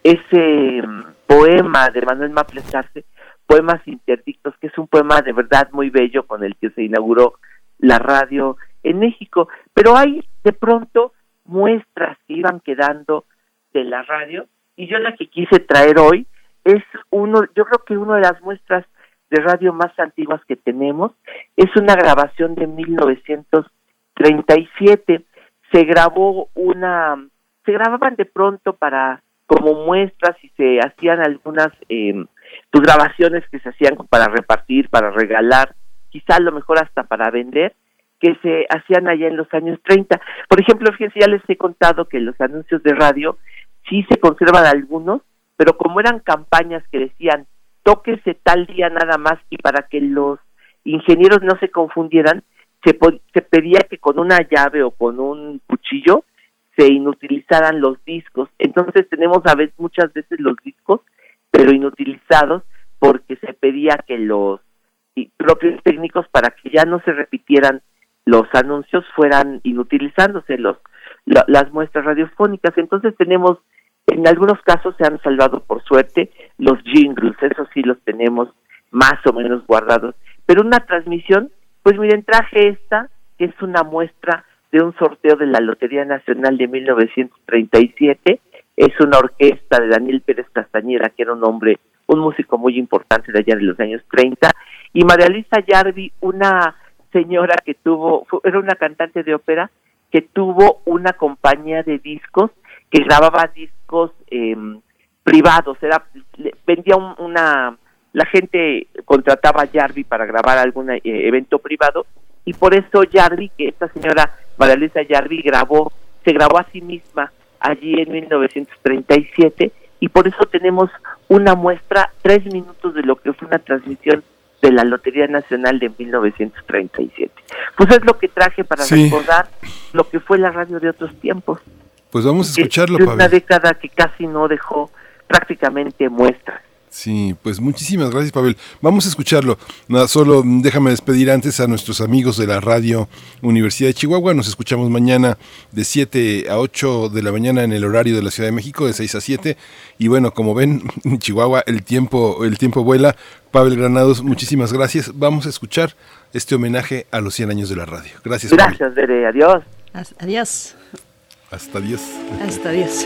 ese um, poema de Manuel Maples Arce, Poemas Interdictos, que es un poema de verdad muy bello con el que se inauguró la radio en México. Pero hay de pronto muestras que iban quedando de la radio, y yo la que quise traer hoy es uno, yo creo que una de las muestras de radio más antiguas que tenemos, es una grabación de mil novecientos treinta y siete. Se grabó una, se grababan de pronto para, como muestras, y se hacían algunas eh, pues, grabaciones que se hacían para repartir, para regalar, quizá a lo mejor hasta para vender, que se hacían allá en los años treinta. Por ejemplo, fíjense, ya les he contado que los anuncios de radio sí se conservan algunos, pero como eran campañas que decían, tóquese tal día nada más, y para que los ingenieros no se confundieran, se, se pedía que con una llave o con un cuchillo se inutilizaran los discos. Entonces tenemos a veces, muchas veces los discos, pero inutilizados, porque se pedía que los propios técnicos, para que ya no se repitieran los anuncios, fueran inutilizándose los la, las muestras radiofónicas. Entonces tenemos, en algunos casos se han salvado por suerte los jingles, esos sí los tenemos más o menos guardados. Pero una transmisión, pues miren, traje esta, que es una muestra de un sorteo de la Lotería Nacional de mil novecientos treinta y siete, es una orquesta de Daniel Pérez Castañeda, que era un hombre, un músico muy importante de allá de los años treinta, y María Luisa Yarvi, una señora que tuvo, era una cantante de ópera, que tuvo una compañía de discos, que grababa discos eh, privados, era vendía un, una, la gente contrataba a Yarvi para grabar algún eh, evento privado, y por eso Yarvi, que esta señora María Luisa Yarvi grabó, se grabó a sí misma allí en mil novecientos treinta y siete, y por eso tenemos una muestra, tres minutos de lo que fue una transmisión de la Lotería Nacional de mil novecientos treinta y siete. Pues es lo que traje para sí. recordar lo que fue la radio de otros tiempos. Pues vamos a escucharlo, Pavel. Es una década que casi no dejó prácticamente muestras. Sí, pues muchísimas gracias, Pavel. Vamos a escucharlo. Nada, solo déjame despedir antes a nuestros amigos de la Radio Universidad de Chihuahua. Nos escuchamos mañana de siete a ocho de la mañana en el horario de la Ciudad de México, de seis a siete. Y bueno, como ven, en Chihuahua el tiempo, el tiempo vuela. Pavel Granados, muchísimas gracias. Vamos a escuchar este homenaje a los cien años de la radio. Gracias, Pavel. Gracias, Bere. Adiós. Adiós. Hasta adiós. Hasta adiós.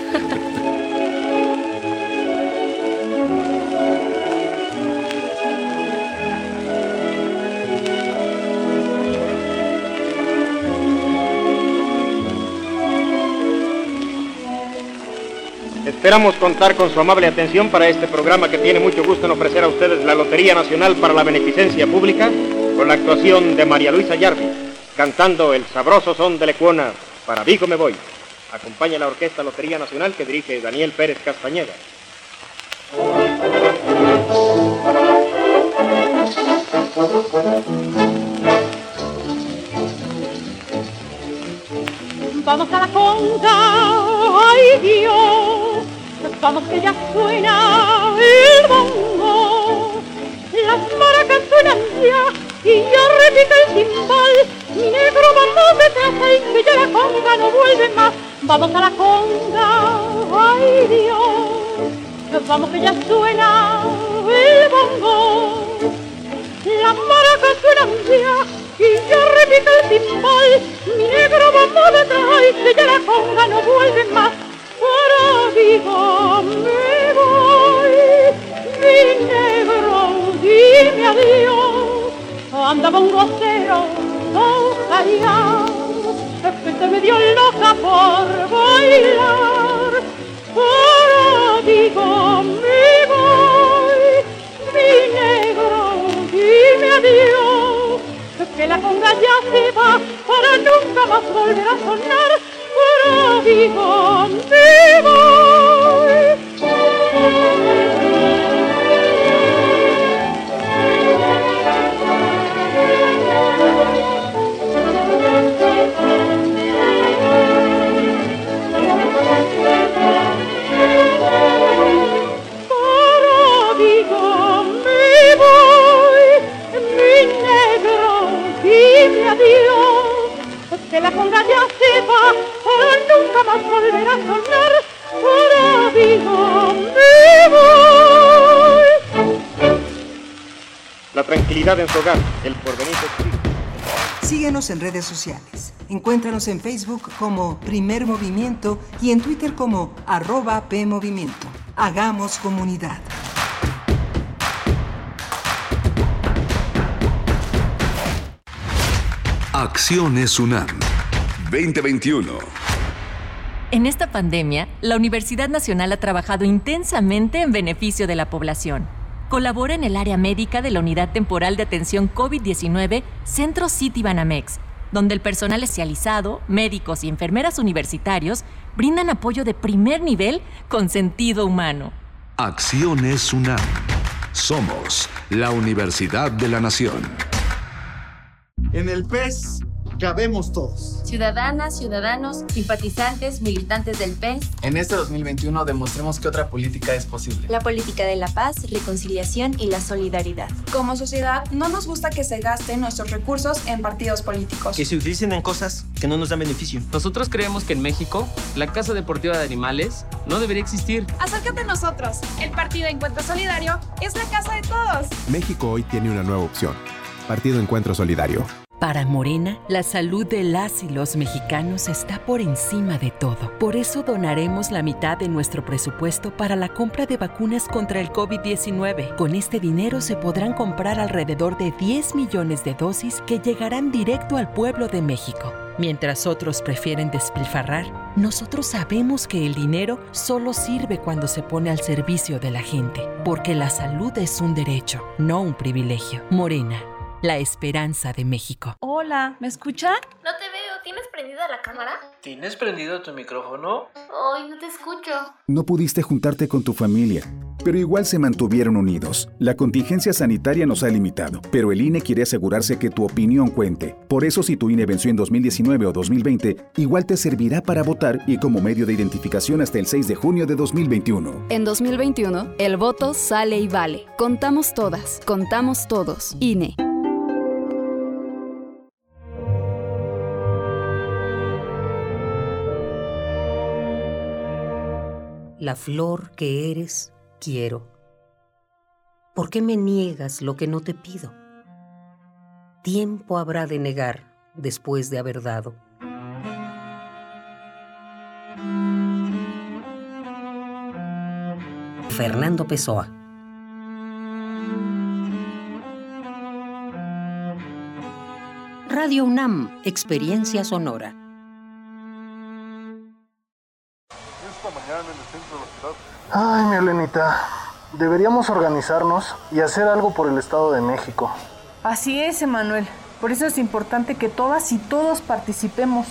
Esperamos contar con su amable atención para este programa que tiene mucho gusto en ofrecer a ustedes la Lotería Nacional para la Beneficencia Pública, con la actuación de María Luisa Yarvi, cantando el sabroso son de Lecuona, Para Vigo me voy. Acompaña la Orquesta Lotería Nacional que dirige Daniel Pérez Castañeda. vamos a la conga, ay Dios, vamos que ya suena el bongo, las maracas suenan ya y ya repite el timbal, mi negro vamos detrás, ay que ya la conga no vuelve más, vamos a la conga, ay Dios, vamos que ya suena el bongo, las maracas suenan ya y ya repite el timbal, mi negro vamos detrás, ay que ya la conga no vuelve más, para Vigo me voy, mi negro dime adiós, anda bongocero, ojalá, que te me dio loca por bailar, para Vigo me voy, mi negro dime adiós, que la conga ya se va para nunca más volver a sonar, para Vigo me voy. Para Vigo me voy, mi negro dime adiós, que la conga ya se va para nunca más volver a sonar, para Vigo me voy. La tranquilidad en su hogar, el porvenir existe. Síguenos en redes sociales. Encuéntranos en Facebook como Primer Movimiento y en Twitter como arroba PMovimiento. Hagamos comunidad. Acciones UNAM veinte veintiuno. En esta pandemia, la Universidad Nacional ha trabajado intensamente en beneficio de la población. Colabora en el área médica de la Unidad Temporal de Atención COVID diecinueve Centro City Banamex, donde el personal especializado, médicos y enfermeras universitarios brindan apoyo de primer nivel con sentido humano. Acciones UNAM. Somos la Universidad de la Nación. En el P E S cabemos todos. Ciudadanas, ciudadanos, simpatizantes, militantes del P E S. En este dos mil veintiuno demostremos que otra política es posible. La política de la paz, reconciliación y la solidaridad. Como sociedad, no nos gusta que se gasten nuestros recursos en partidos políticos. Que se utilicen en cosas que no nos dan beneficio. Nosotros creemos que en México, la Casa Deportiva de Animales no debería existir. Acércate a nosotros. El Partido Encuentro Solidario es la casa de todos. México hoy tiene una nueva opción. Partido Encuentro Solidario. Para Morena, la salud de las y los mexicanos está por encima de todo. Por eso donaremos la mitad de nuestro presupuesto para la compra de vacunas contra el COVID diecinueve. Con este dinero se podrán comprar alrededor de diez millones de dosis que llegarán directo al pueblo de México. Mientras otros prefieren despilfarrar, nosotros sabemos que el dinero solo sirve cuando se pone al servicio de la gente, porque la salud es un derecho, no un privilegio. Morena, la esperanza de México. Hola, ¿me escuchan? No te veo, ¿tienes prendida la cámara? ¿Tienes prendido tu micrófono? Ay, no te escucho. No pudiste juntarte con tu familia, pero igual se mantuvieron unidos. La contingencia sanitaria nos ha limitado, pero el I N E quiere asegurarse que tu opinión cuente. Por eso, si tu I N E venció en dos mil diecinueve o dos mil veinte, igual te servirá para votar y como medio de identificación hasta el seis de junio de dos mil veintiuno. En dos mil veintiuno, el voto sale y vale. Contamos todas, contamos todos. I N E. La flor que eres, quiero. ¿Por qué me niegas lo que no te pido? Tiempo habrá de negar después de haber dado. Fernando Pessoa. Radio UNAM, Experiencia Sonora. Ay, mi Elenita, deberíamos organizarnos y hacer algo por el Estado de México. Así es, Emanuel. Por eso es importante que todas y todos participemos.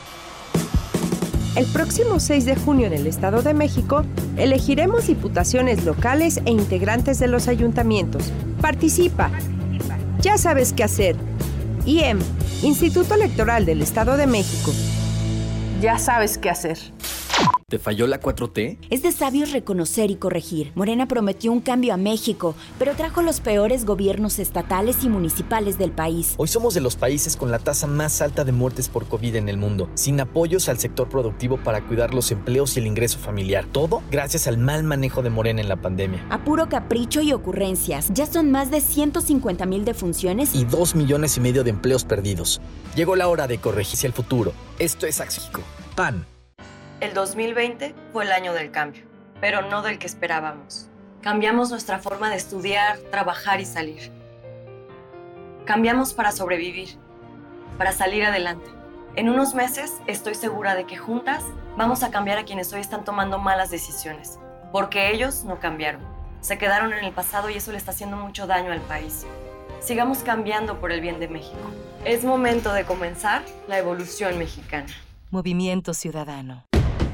El próximo seis de junio en el Estado de México, elegiremos diputaciones locales e integrantes de los ayuntamientos. Participa. Ya sabes qué hacer. I E M, Instituto Electoral del Estado de México. ya sabes qué hacer. ¿Te falló la cuatro T? Es de sabios reconocer y corregir. Morena prometió un cambio a México, pero trajo los peores gobiernos estatales y municipales del país. Hoy somos de los países con la tasa más alta de muertes por COVID en el mundo, sin apoyos al sector productivo para cuidar los empleos y el ingreso familiar. Todo gracias al mal manejo de Morena en la pandemia. A puro capricho y ocurrencias. Ya son más de ciento cincuenta mil defunciones y dos millones y medio de empleos perdidos. Llegó la hora de corregirse el futuro. Esto es Axico. P A N. El dos mil veinte fue el año del cambio, pero no del que esperábamos. Cambiamos nuestra forma de estudiar, trabajar y salir. Cambiamos para sobrevivir, para salir adelante. En unos meses estoy segura de que juntas vamos a cambiar a quienes hoy están tomando malas decisiones, porque ellos no cambiaron. Se quedaron en el pasado y eso le está haciendo mucho daño al país. Sigamos cambiando por el bien de México. Es momento de comenzar la evolución mexicana. Movimiento Ciudadano.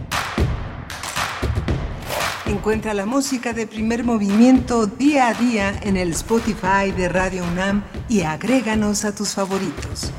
Encuentra la música de Primer Movimiento día a día en el Spotify de Radio UNAM y agréganos a tus favoritos.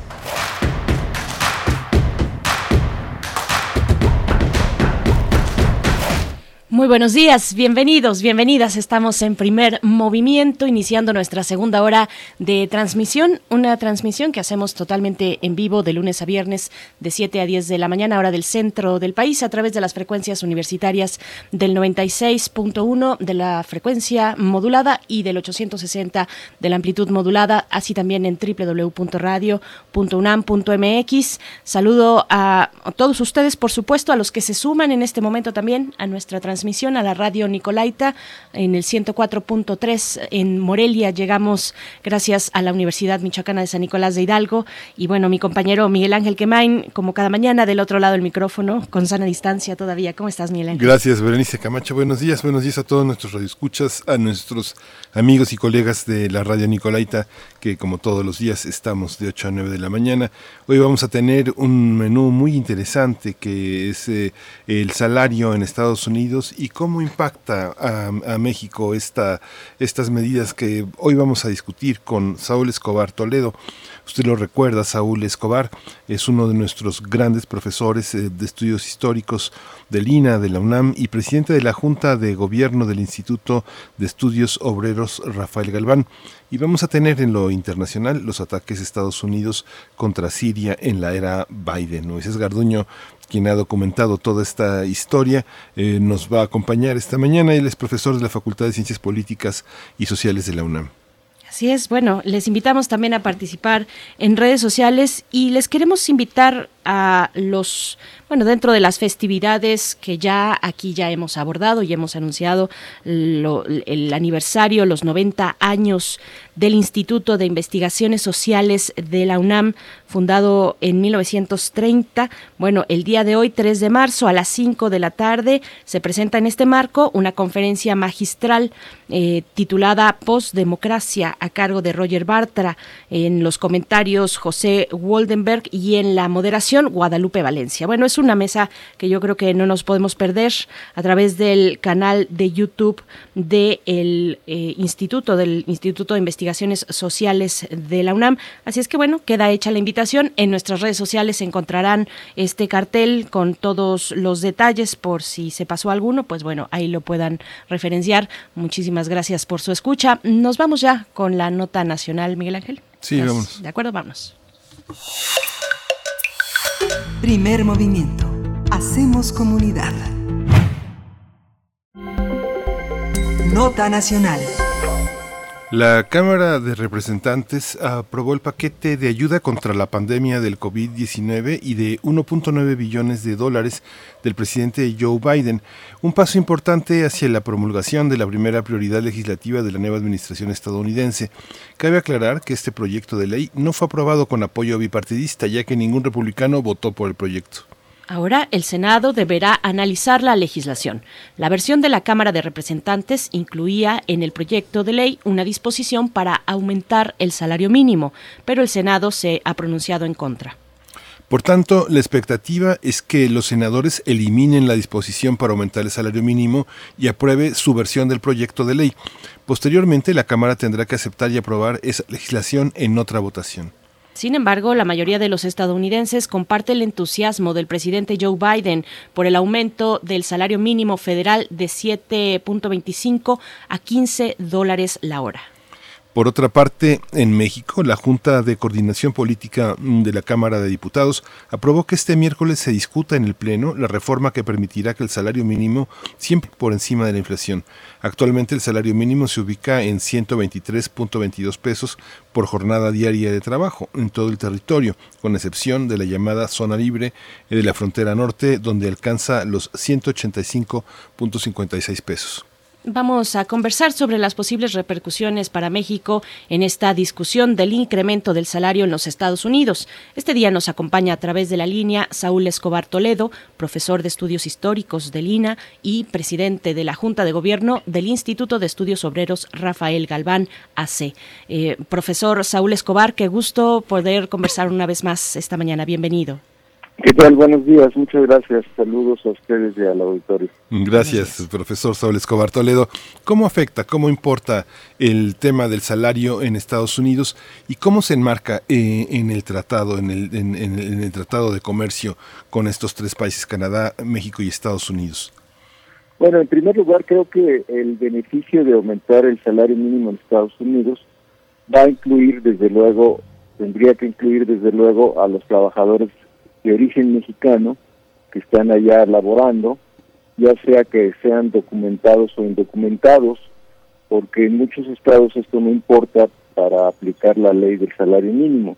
Muy buenos días, bienvenidos, bienvenidas. Estamos en Primer Movimiento, iniciando nuestra segunda hora de transmisión, una transmisión que hacemos totalmente en vivo de lunes a viernes de siete a diez de la mañana, hora del centro del país, a través de las frecuencias universitarias del noventa y seis punto uno de la frecuencia modulada y del ochocientos sesenta de la amplitud modulada, así también en doble u doble u doble u punto radio punto unam punto m x. Saludo a todos ustedes, por supuesto, a los que se suman en este momento también a nuestra transmisión a la radio Nicolaita en el ciento cuatro punto tres en Morelia. Llegamos gracias a la Universidad Michoacana de San Nicolás de Hidalgo y bueno, mi compañero Miguel Ángel Quemain, como cada mañana del otro lado del micrófono, con sana distancia todavía. ¿Cómo estás, Miguel Ángel? Gracias, Berenice Camacho. Buenos días, buenos días a todos nuestros radioescuchas, a nuestros amigos y colegas de la radio Nicolaita, que como todos los días estamos de ocho a nueve de la mañana. Hoy vamos a tener un menú muy interesante que es eh, el salario en Estados Unidos y cómo impacta a, a México esta, estas medidas que hoy vamos a discutir con Saúl Escobar Toledo. Usted lo recuerda, Saúl Escobar es uno de nuestros grandes profesores eh, de estudios históricos del I N A, de la UNAM, y presidente de la Junta de Gobierno del Instituto de Estudios Obreros Rafael Galván. Y vamos a tener en lo internacional los ataques de Estados Unidos contra Siria en la era Biden. Moisés Garduño, quien ha documentado toda esta historia, eh, nos va a acompañar esta mañana. Él es profesor de la Facultad de Ciencias Políticas y Sociales de la UNAM. Así es, bueno, les invitamos también a participar en redes sociales y les queremos invitar a los, bueno, dentro de las festividades que ya aquí ya hemos abordado y hemos anunciado lo, el aniversario, los noventa años del Instituto de Investigaciones Sociales de la UNAM, fundado en mil novecientos treinta. Bueno, el día de hoy, tres de marzo, a las cinco de la tarde, se presenta en este marco una conferencia magistral eh, titulada Postdemocracia, a cargo de Roger Bartra, en los comentarios José Woldenberg y en la moderación Guadalupe Valencia. Bueno, es una mesa que yo creo que no nos podemos perder a través del canal de YouTube del eh, Instituto, del Instituto de Investigaciones Sociales de la UNAM. Así es que bueno, queda hecha la invitación. En nuestras redes sociales encontrarán este cartel con todos los detalles por si se pasó alguno, pues bueno, ahí lo puedan referenciar. Muchísimas gracias por su escucha. Nos vamos ya con la nota nacional, Miguel Ángel. Sí, vamos. ¿De acuerdo? Vamos. Primer movimiento. Hacemos comunidad. Nota nacional. La Cámara de Representantes aprobó el paquete de ayuda contra la pandemia del COVID diecinueve y de uno punto nueve billones de dólares del presidente Joe Biden, un paso importante hacia la promulgación de la primera prioridad legislativa de la nueva administración estadounidense. Cabe aclarar que este proyecto de ley no fue aprobado con apoyo bipartidista, ya que ningún republicano votó por el proyecto. Ahora el Senado deberá analizar la legislación. La versión de la Cámara de Representantes incluía en el proyecto de ley una disposición para aumentar el salario mínimo, pero el Senado se ha pronunciado en contra. Por tanto, la expectativa es que los senadores eliminen la disposición para aumentar el salario mínimo y apruebe su versión del proyecto de ley. Posteriormente, la Cámara tendrá que aceptar y aprobar esa legislación en otra votación. Sin embargo, la mayoría de los estadounidenses comparte el entusiasmo del presidente Joe Biden por el aumento del salario mínimo federal de siete punto veinticinco a quince dólares la hora. Por otra parte, en México, la Junta de Coordinación Política de la Cámara de Diputados aprobó que este miércoles se discuta en el Pleno la reforma que permitirá que el salario mínimo siempre por encima de la inflación. Actualmente el salario mínimo se ubica en ciento veintitrés punto veintidós pesos por jornada diaria de trabajo en todo el territorio, con excepción de la llamada zona libre de la frontera norte, donde alcanza los ciento ochenta y cinco punto cincuenta y seis pesos. Vamos a conversar sobre las posibles repercusiones para México en esta discusión del incremento del salario en los Estados Unidos. Este día nos acompaña a través de la línea Saúl Escobar Toledo, profesor de Estudios Históricos del I N A y presidente de la Junta de Gobierno del Instituto de Estudios Obreros Rafael Galván A C. Eh, profesor Saúl Escobar, qué gusto poder conversar una vez más esta mañana. Bienvenido. ¿Qué tal? Buenos días, muchas gracias. Saludos a ustedes y al auditorio. Gracias, profesor Saúl Escobar Toledo. ¿Cómo afecta, cómo importa el tema del salario en Estados Unidos y cómo se enmarca eh, en el tratado, en el, en, en, en el tratado de comercio con estos tres países, Canadá, México y Estados Unidos? Bueno, en primer lugar, creo que el beneficio de aumentar el salario mínimo en Estados Unidos va a incluir, desde luego, tendría que incluir, desde luego, a los trabajadores de origen mexicano que están allá laborando, ya sea que sean documentados o indocumentados, porque en muchos estados esto no importa para aplicar la ley del salario mínimo.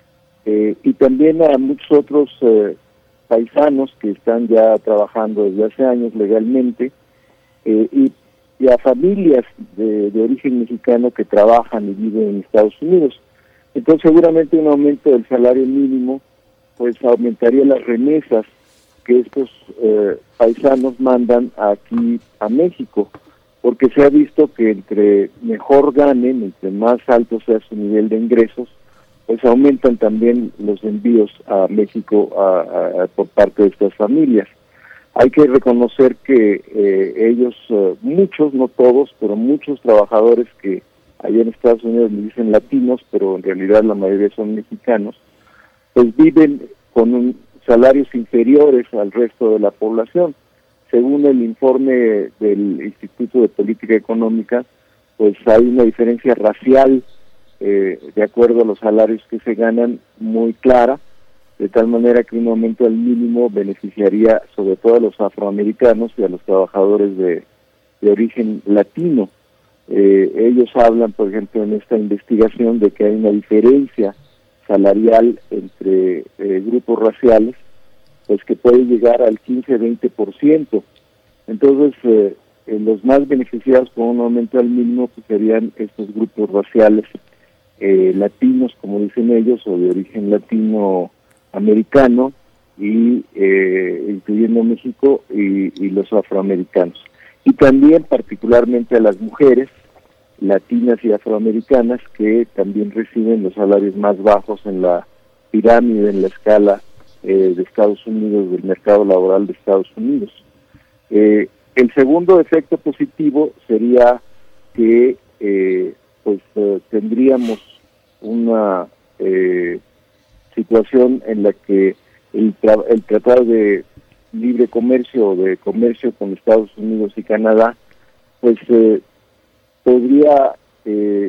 Eh, y también a muchos otros eh, paisanos que están ya trabajando desde hace años legalmente, eh, y, y a familias de, de origen mexicano que trabajan y viven en Estados Unidos. Entonces seguramente un aumento del salario mínimo pues aumentaría las remesas que estos eh, paisanos mandan aquí a México, porque se ha visto que entre mejor ganen, entre más alto sea su nivel de ingresos, pues aumentan también los envíos a México a, a, por parte de estas familias. Hay que reconocer que eh, ellos, eh, muchos, no todos, pero muchos trabajadores que allá en Estados Unidos le dicen latinos, pero en realidad la mayoría son mexicanos, pues viven con un, salarios inferiores al resto de la población. Según el informe del Instituto de Política Económica, pues hay una diferencia racial eh, de acuerdo a los salarios que se ganan muy clara, de tal manera que un aumento del mínimo beneficiaría sobre todo a los afroamericanos y a los trabajadores de, de origen latino. Eh, ellos hablan, por ejemplo, en esta investigación de que hay una diferencia salarial entre eh, grupos raciales, pues que puede llegar al quince a veinte por ciento. Entonces, eh, eh, los más beneficiados con un aumento al mínimo pues serían estos grupos raciales eh, latinos, como dicen ellos, o de origen latinoamericano, y eh, incluyendo México y, y los afroamericanos. Y también particularmente a las mujeres latinas y afroamericanas que también reciben los salarios más bajos en la pirámide, en la escala eh, de Estados Unidos, del mercado laboral de Estados Unidos. Eh, el segundo efecto positivo sería que eh, pues eh, tendríamos una eh, situación en la que el, tra- el tratado de libre comercio o de comercio con Estados Unidos y Canadá pues eh, podría eh,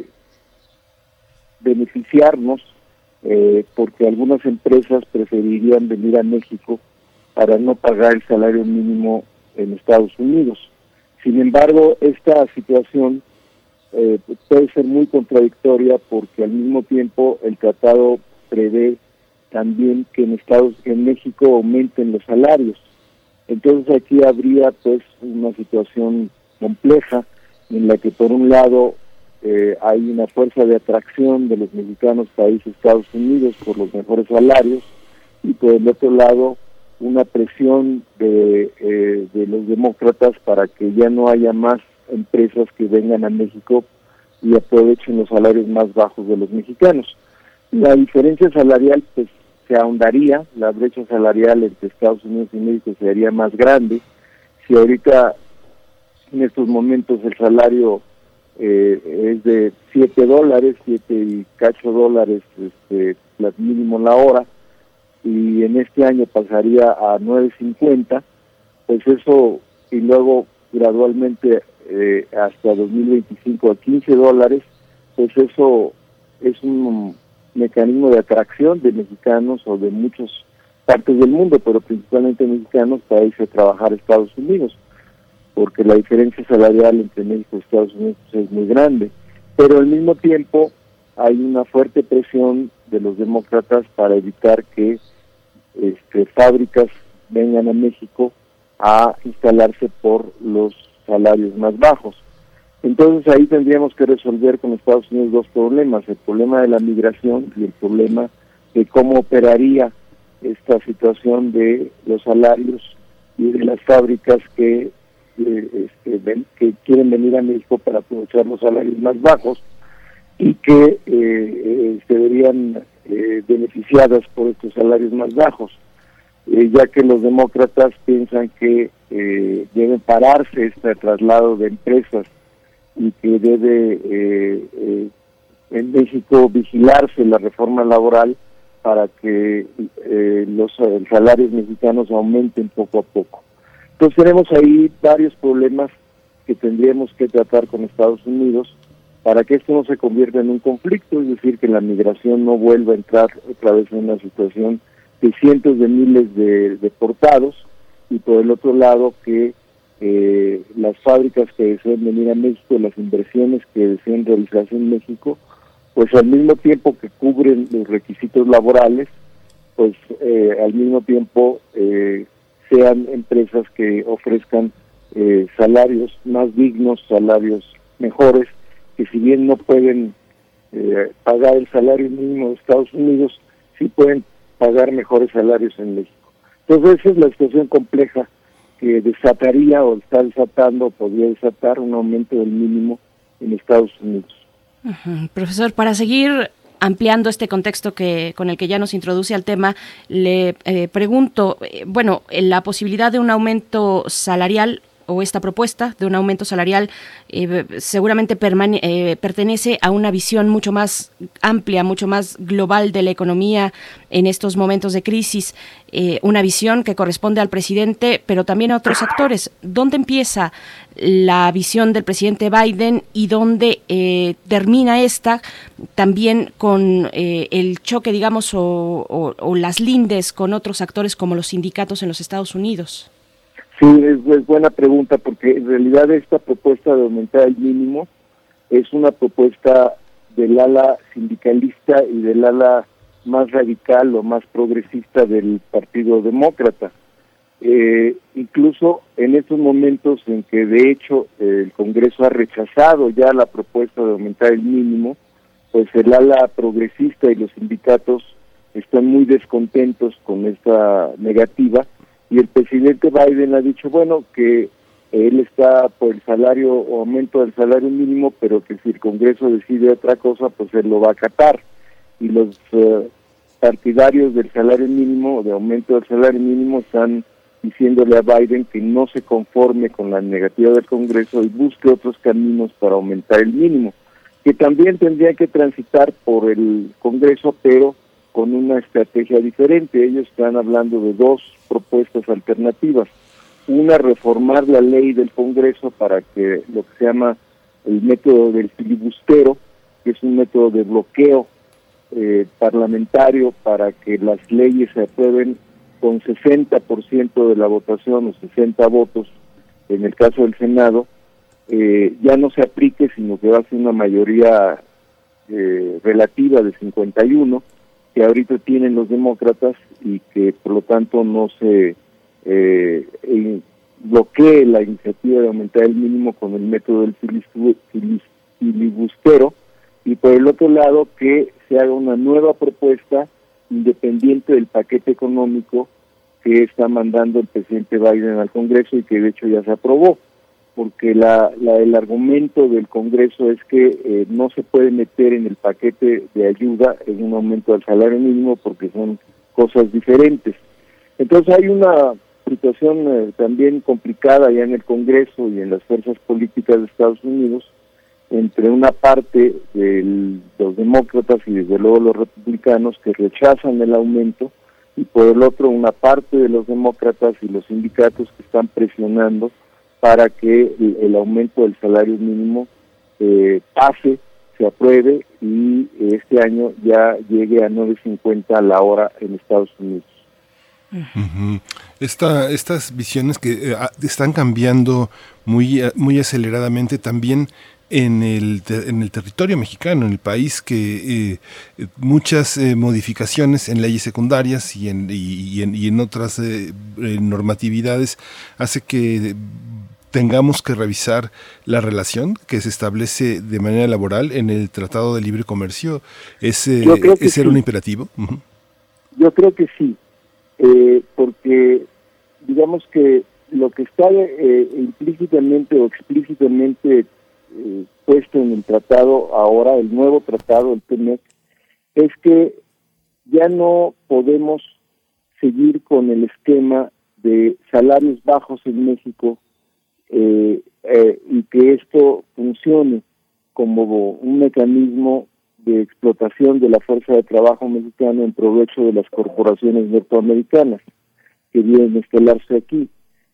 beneficiarnos eh, porque algunas empresas preferirían venir a México para no pagar el salario mínimo en Estados Unidos. Sin embargo, esta situación eh, puede ser muy contradictoria porque al mismo tiempo el tratado prevé también que en Estados en México aumenten los salarios. Entonces aquí habría pues una situación compleja en la que por un lado eh, hay una fuerza de atracción de los mexicanos para irse a Estados Unidos por los mejores salarios y por el otro lado una presión de, eh, de los demócratas para que ya no haya más empresas que vengan a México y aprovechen los salarios más bajos de los mexicanos. La diferencia salarial pues se ahondaría, la brecha salarial entre Estados Unidos y México sería más grande. Si ahorita en estos momentos el salario eh, es de siete dólares, siete y cacho dólares este, mínimo la hora, y en este año pasaría a nueve cincuenta, pues eso, y luego gradualmente eh, hasta dos mil veinticinco a quince dólares, pues eso es un mecanismo de atracción de mexicanos o de muchas partes del mundo, pero principalmente mexicanos, para irse a trabajar a Estados Unidos, porque la diferencia salarial entre México y Estados Unidos es muy grande. Pero al mismo tiempo hay una fuerte presión de los demócratas para evitar que este, fábricas vengan a México a instalarse por los salarios más bajos. Entonces ahí tendríamos que resolver con Estados Unidos dos problemas, el problema de la migración y el problema de cómo operaría esta situación de los salarios y de las fábricas que, eh, este, ven, que quieren venir a México para aprovechar los salarios más bajos y que eh, eh, se verían eh, beneficiadas por estos salarios más bajos, eh, ya que los demócratas piensan que eh, deben pararse este traslado de empresas y que debe eh, eh, en México vigilarse la reforma laboral para que eh, los eh, salarios mexicanos aumenten poco a poco. Entonces tenemos ahí varios problemas que tendríamos que tratar con Estados Unidos para que esto no se convierta en un conflicto, es decir, que la migración no vuelva a entrar otra vez en una situación de cientos de miles de deportados, y por el otro lado que eh, las fábricas que deseen venir a México, las inversiones que deseen realizarse en México, pues al mismo tiempo que cubren los requisitos laborales, pues eh, al mismo tiempo eh, sean empresas que ofrezcan eh, salarios más dignos, salarios mejores, que si bien no pueden eh, pagar el salario mínimo de Estados Unidos, sí pueden pagar mejores salarios en México. Entonces esa es la situación compleja que desataría o está desatando o podría desatar un aumento del mínimo en Estados Unidos. Uh-huh. Profesor, para seguir ampliando este contexto que con el que ya nos introduce al tema, le eh, pregunto, eh, bueno, la posibilidad de un aumento salarial o esta propuesta de un aumento salarial eh, seguramente permane- eh, pertenece a una visión mucho más amplia, mucho más global de la economía en estos momentos de crisis, eh, una visión que corresponde al presidente, pero también a otros actores. ¿Dónde empieza la visión del presidente Biden y dónde eh, termina esta, también con eh, el choque, digamos, o, o, o las lindes con otros actores como los sindicatos en los Estados Unidos? Sí, es, es buena pregunta, porque en realidad esta propuesta de aumentar el mínimo es una propuesta del ala sindicalista y del ala más radical o más progresista del Partido Demócrata. Eh, incluso en estos momentos en que de hecho eh, el Congreso ha rechazado ya la propuesta de aumentar el mínimo, pues el ala progresista y los sindicatos están muy descontentos con esta negativa. Y el presidente Biden ha dicho, bueno, que él está por el salario o aumento del salario mínimo, pero que si el Congreso decide otra cosa, pues él lo va a acatar. Y los uh, partidarios del salario mínimo, de aumento del salario mínimo, están diciéndole a Biden que no se conforme con la negativa del Congreso y busque otros caminos para aumentar el mínimo, que también tendría que transitar por el Congreso, pero con una estrategia diferente. Ellos están hablando de dos propuestas alternativas. Una, reformar la ley del Congreso para que lo que se llama el método del filibustero, que es un método de bloqueo eh, parlamentario para que las leyes se aprueben con sesenta por ciento de la votación o sesenta votos, en el caso del Senado, eh, ya no se aplique, sino que va a ser una mayoría eh, relativa de cincuenta y uno, que ahorita tienen los demócratas, y que por lo tanto no se eh, eh, bloquee la iniciativa de aumentar el mínimo con el método del filibustero, y por el otro lado que se haga una nueva propuesta independiente del paquete económico que está mandando el presidente Biden al Congreso y que de hecho ya se aprobó, porque la, la el argumento del Congreso es que eh, no se puede meter en el paquete de ayuda en un aumento del salario mínimo porque son cosas diferentes. Entonces hay una situación eh, también complicada ya en el Congreso y en las fuerzas políticas de Estados Unidos, entre una parte de los demócratas y desde luego los republicanos que rechazan el aumento, y por el otro una parte de los demócratas y los sindicatos que están presionando para que el, el aumento del salario mínimo eh, pase, se apruebe y este año ya llegue a nueve cincuenta la hora en Estados Unidos. Uh-huh. Esta, estas visiones que eh, están cambiando muy, muy aceleradamente también en el, en el territorio mexicano, en el país, que eh, muchas eh, modificaciones en leyes secundarias y en, y, y en, y en otras eh, normatividades hace que tengamos que revisar la relación que se establece de manera laboral en el Tratado de Libre Comercio. ¿Es, eh, ¿es ser sí. un imperativo? Uh-huh. Yo creo que sí, eh, porque digamos que lo que está eh, implícitamente o explícitamente eh, puesto en el tratado ahora, el nuevo tratado, el T M E C, es que ya no podemos seguir con el esquema de salarios bajos en México eh, eh, y que esto funcione como un mecanismo de explotación de la fuerza de trabajo mexicana en provecho de las corporaciones norteamericanas que vienen a instalarse aquí.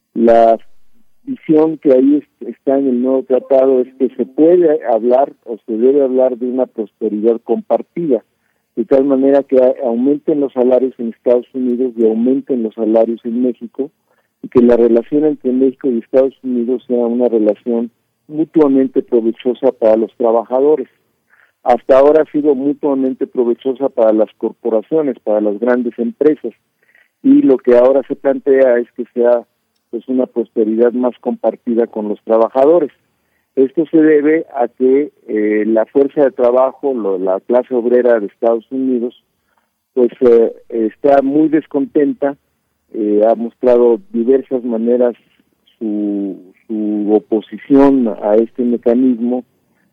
La visión que ahí está en el nuevo tratado es que se puede hablar o se debe hablar de una prosperidad compartida, de tal manera que aumenten los salarios en Estados Unidos y aumenten los salarios en México, y que la relación entre México y Estados Unidos sea una relación mutuamente provechosa para los trabajadores. Hasta ahora ha sido mutuamente provechosa para las corporaciones, para las grandes empresas, y lo que ahora se plantea es que sea pues una prosperidad más compartida con los trabajadores. Esto se debe a que eh, la fuerza de trabajo, lo, la clase obrera de Estados Unidos, pues eh, está muy descontenta, eh, ha mostrado diversas maneras su, su oposición a este mecanismo,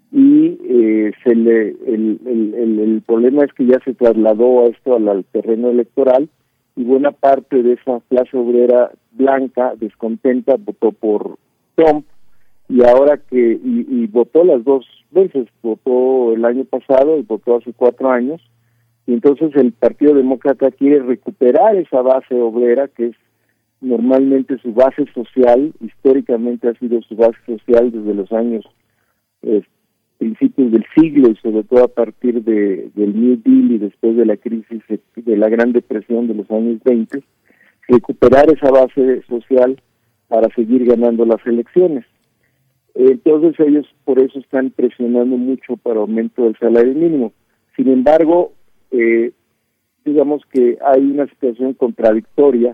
y eh, se le el, el, el, el problema es que ya se trasladó a esto al, al terreno electoral, y buena parte de esa clase obrera blanca descontenta votó por Trump, y ahora que y, y votó las dos veces, votó el año pasado y votó hace cuatro años, y entonces el Partido Demócrata quiere recuperar esa base obrera que es normalmente su base social, históricamente ha sido su base social desde los años eh, principios del siglo, y sobre todo a partir de, del New Deal y después de la crisis de la Gran Depresión de los años veinte, recuperar esa base social para seguir ganando las elecciones. Entonces ellos por eso están presionando mucho para aumento del salario mínimo. Sin embargo, eh, digamos que hay una situación contradictoria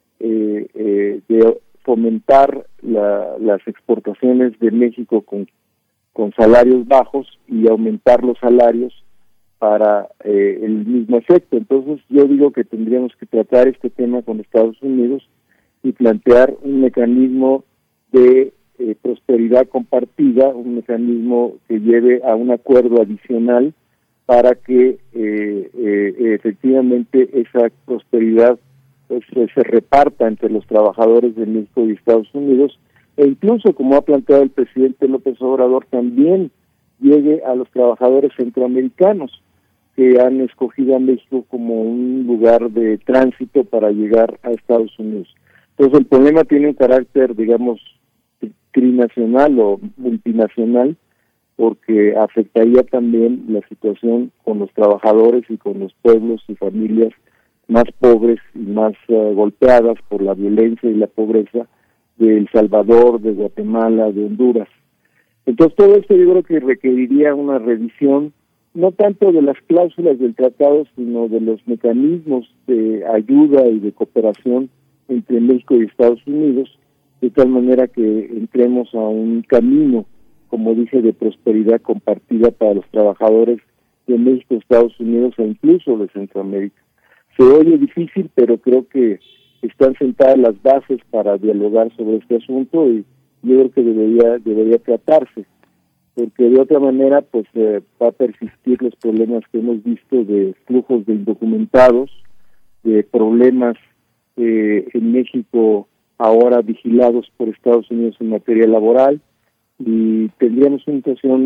eh, eh, de fomentar la, las exportaciones de México con con salarios bajos y aumentar los salarios para eh, el mismo efecto. Entonces yo digo que tendríamos que tratar este tema con Estados Unidos y plantear un mecanismo de eh, prosperidad compartida, un mecanismo que lleve a un acuerdo adicional para que eh, eh, efectivamente esa prosperidad pues, se reparta entre los trabajadores de México y Estados Unidos, e incluso, como ha planteado el presidente López Obrador, también llegue a los trabajadores centroamericanos que han escogido a México como un lugar de tránsito para llegar a Estados Unidos. Entonces el problema tiene un carácter, digamos, trinacional o multinacional, porque afectaría también la situación con los trabajadores y con los pueblos y familias más pobres y más uh, golpeadas por la violencia y la pobreza de El Salvador, de Guatemala, de Honduras. Entonces todo esto yo creo que requeriría una revisión, no tanto de las cláusulas del tratado, sino de los mecanismos de ayuda y de cooperación entre México y Estados Unidos, de tal manera que entremos a un camino, como dije, de prosperidad compartida para los trabajadores de México, Estados Unidos e incluso de Centroamérica. Se oye difícil, pero creo que están sentadas las bases para dialogar sobre este asunto, y yo creo que debería debería tratarse, porque de otra manera pues eh, va a persistir los problemas que hemos visto de flujos de indocumentados, de problemas eh, en México ahora vigilados por Estados Unidos en materia laboral, y tendríamos una situación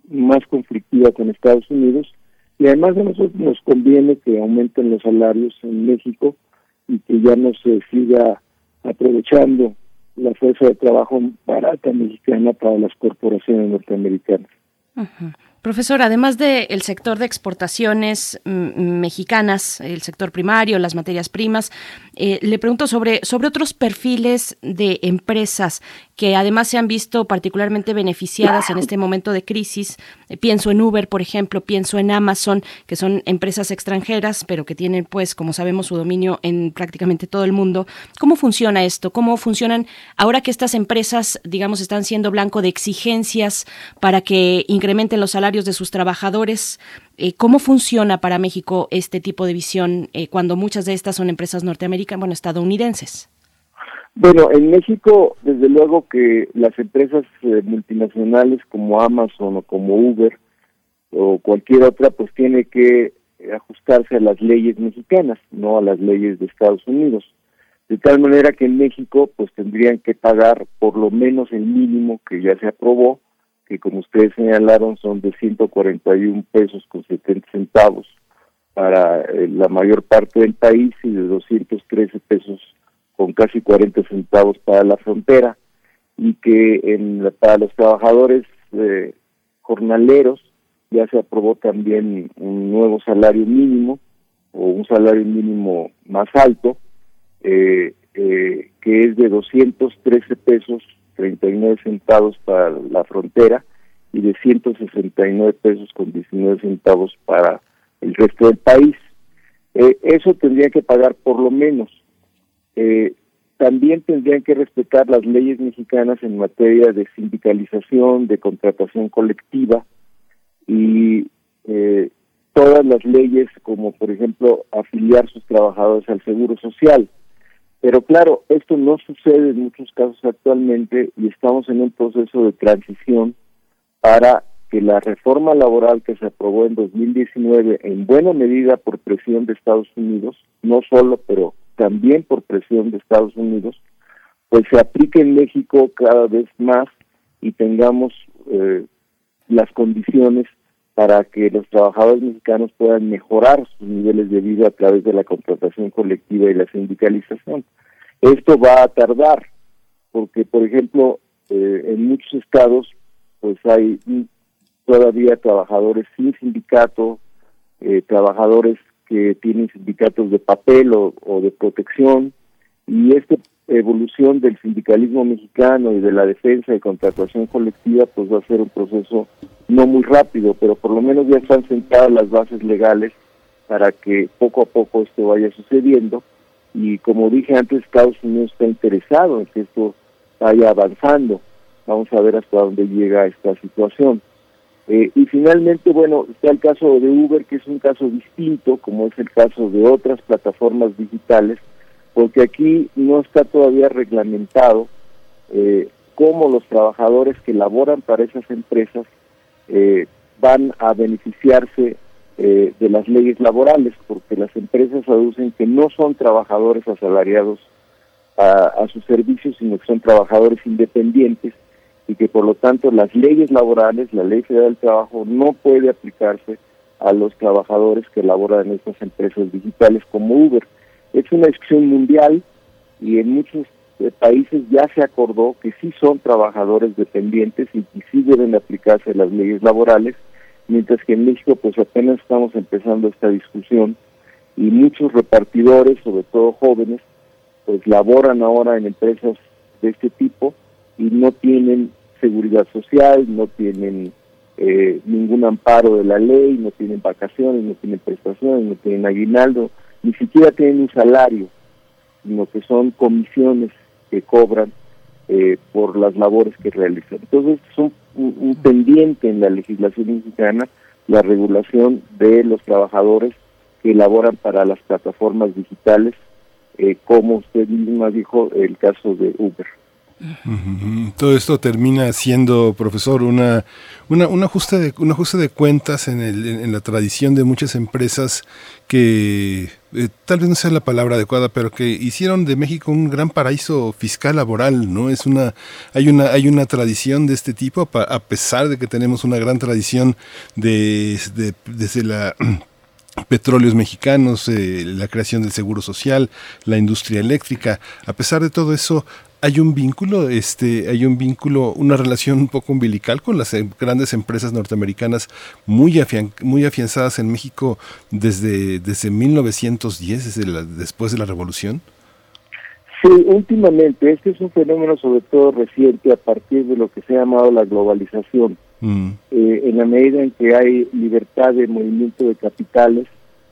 más conflictiva con Estados Unidos, y además a nosotros nos conviene que aumenten los salarios en México y que ya no se siga aprovechando la fuerza de trabajo barata mexicana para las corporaciones norteamericanas. Uh-huh. Profesor, además del sector de exportaciones m- mexicanas, el sector primario, las materias primas, eh, le pregunto sobre, sobre otros perfiles de empresas que además se han visto particularmente beneficiadas en este momento de crisis. Eh, pienso en Uber, por ejemplo, pienso en Amazon, que son empresas extranjeras, pero que tienen, pues, como sabemos, su dominio en prácticamente todo el mundo. ¿Cómo funciona esto? ¿Cómo funcionan ahora que estas empresas, digamos, están siendo blanco de exigencias para que incrementen los salarios de sus trabajadores? Eh, ¿Cómo funciona para México este tipo de visión eh, cuando muchas de estas son empresas norteamericanas, bueno, estadounidenses? Bueno, en México, desde luego que las empresas eh, multinacionales como Amazon o como Uber o cualquier otra, pues tiene que ajustarse a las leyes mexicanas, no a las leyes de Estados Unidos. De tal manera que en México, pues tendrían que pagar por lo menos el mínimo que ya se aprobó, que como ustedes señalaron son de ciento cuarenta y un pesos con setenta centavos para eh, la mayor parte del país y de doscientos trece pesos con casi cuarenta centavos para la frontera, y que en, para los trabajadores eh, jornaleros ya se aprobó también un nuevo salario mínimo o un salario mínimo más alto, eh, eh, que es de doscientos trece pesos treinta y nueve centavos para la frontera y de ciento sesenta y nueve pesos con diecinueve centavos para el resto del país. Eh, eso tendría que pagar por lo menos. Eh, también tendrían que respetar las leyes mexicanas en materia de sindicalización, de contratación colectiva y eh, todas las leyes como, por ejemplo, afiliar sus trabajadores al Seguro Social. Pero claro, esto no sucede en muchos casos actualmente y estamos en un proceso de transición para que la reforma laboral que se aprobó en dos mil diecinueve, en buena medida por presión de Estados Unidos, no solo, pero también por presión de Estados Unidos, pues se aplique en México cada vez más y tengamos eh, las condiciones para que los trabajadores mexicanos puedan mejorar sus niveles de vida a través de la contratación colectiva y la sindicalización. Esto va a tardar, porque, por ejemplo, eh, en muchos estados, pues hay todavía trabajadores sin sindicato, eh, trabajadores que tienen sindicatos de papel o, o de protección, y esta evolución del sindicalismo mexicano y de la defensa y contratación colectiva, pues va a ser un proceso no muy rápido, pero por lo menos ya están sentadas las bases legales para que poco a poco esto vaya sucediendo, y como dije antes, Estados Unidos está interesado en que esto vaya avanzando. Vamos a ver hasta dónde llega esta situación. Eh, y finalmente, bueno, está el caso de Uber, que es un caso distinto, como es el caso de otras plataformas digitales, porque aquí no está todavía reglamentado eh, cómo los trabajadores que laboran para esas empresas eh, van a beneficiarse eh, de las leyes laborales, porque las empresas aducen que no son trabajadores asalariados a, a sus servicios, sino que son trabajadores independientes, y que por lo tanto las leyes laborales, la Ley Federal del Trabajo, no puede aplicarse a los trabajadores que laboran en estas empresas digitales como Uber. Es una discusión mundial y en muchos eh, países ya se acordó que sí son trabajadores dependientes y que sí deben aplicarse las leyes laborales, mientras que en México pues apenas estamos empezando esta discusión y muchos repartidores, sobre todo jóvenes, pues laboran ahora en empresas de este tipo y no tienen seguridad social, no tienen eh, ningún amparo de la ley, no tienen vacaciones, no tienen prestaciones, no tienen aguinaldo, ni siquiera tienen un salario, sino que son comisiones que cobran eh, por las labores que realizan. Entonces es un, un, un pendiente en la legislación mexicana la regulación de los trabajadores que laboran para las plataformas digitales, eh, como usted misma dijo, el caso de Uber. Uh-huh. Todo esto termina siendo, profesor, una, una, un ajuste de, un ajuste de cuentas en, el, en, en la tradición de muchas empresas que eh, tal vez no sea la palabra adecuada, pero que hicieron de México un gran paraíso fiscal laboral, ¿no? Es una, hay una, hay una tradición de este tipo, a pesar de que tenemos una gran tradición de, de desde la petróleos mexicanos, eh, la creación del seguro social, la industria eléctrica. A pesar de todo eso, hay un vínculo, este, hay un vínculo, una relación un poco umbilical con las grandes empresas norteamericanas muy afian, muy afianzadas en México desde desde mil novecientos diez, desde la, después de la Revolución. Sí, últimamente este es un fenómeno sobre todo reciente a partir de lo que se ha llamado la globalización. Mm. Eh, en la medida en que hay libertad de movimiento de capitales,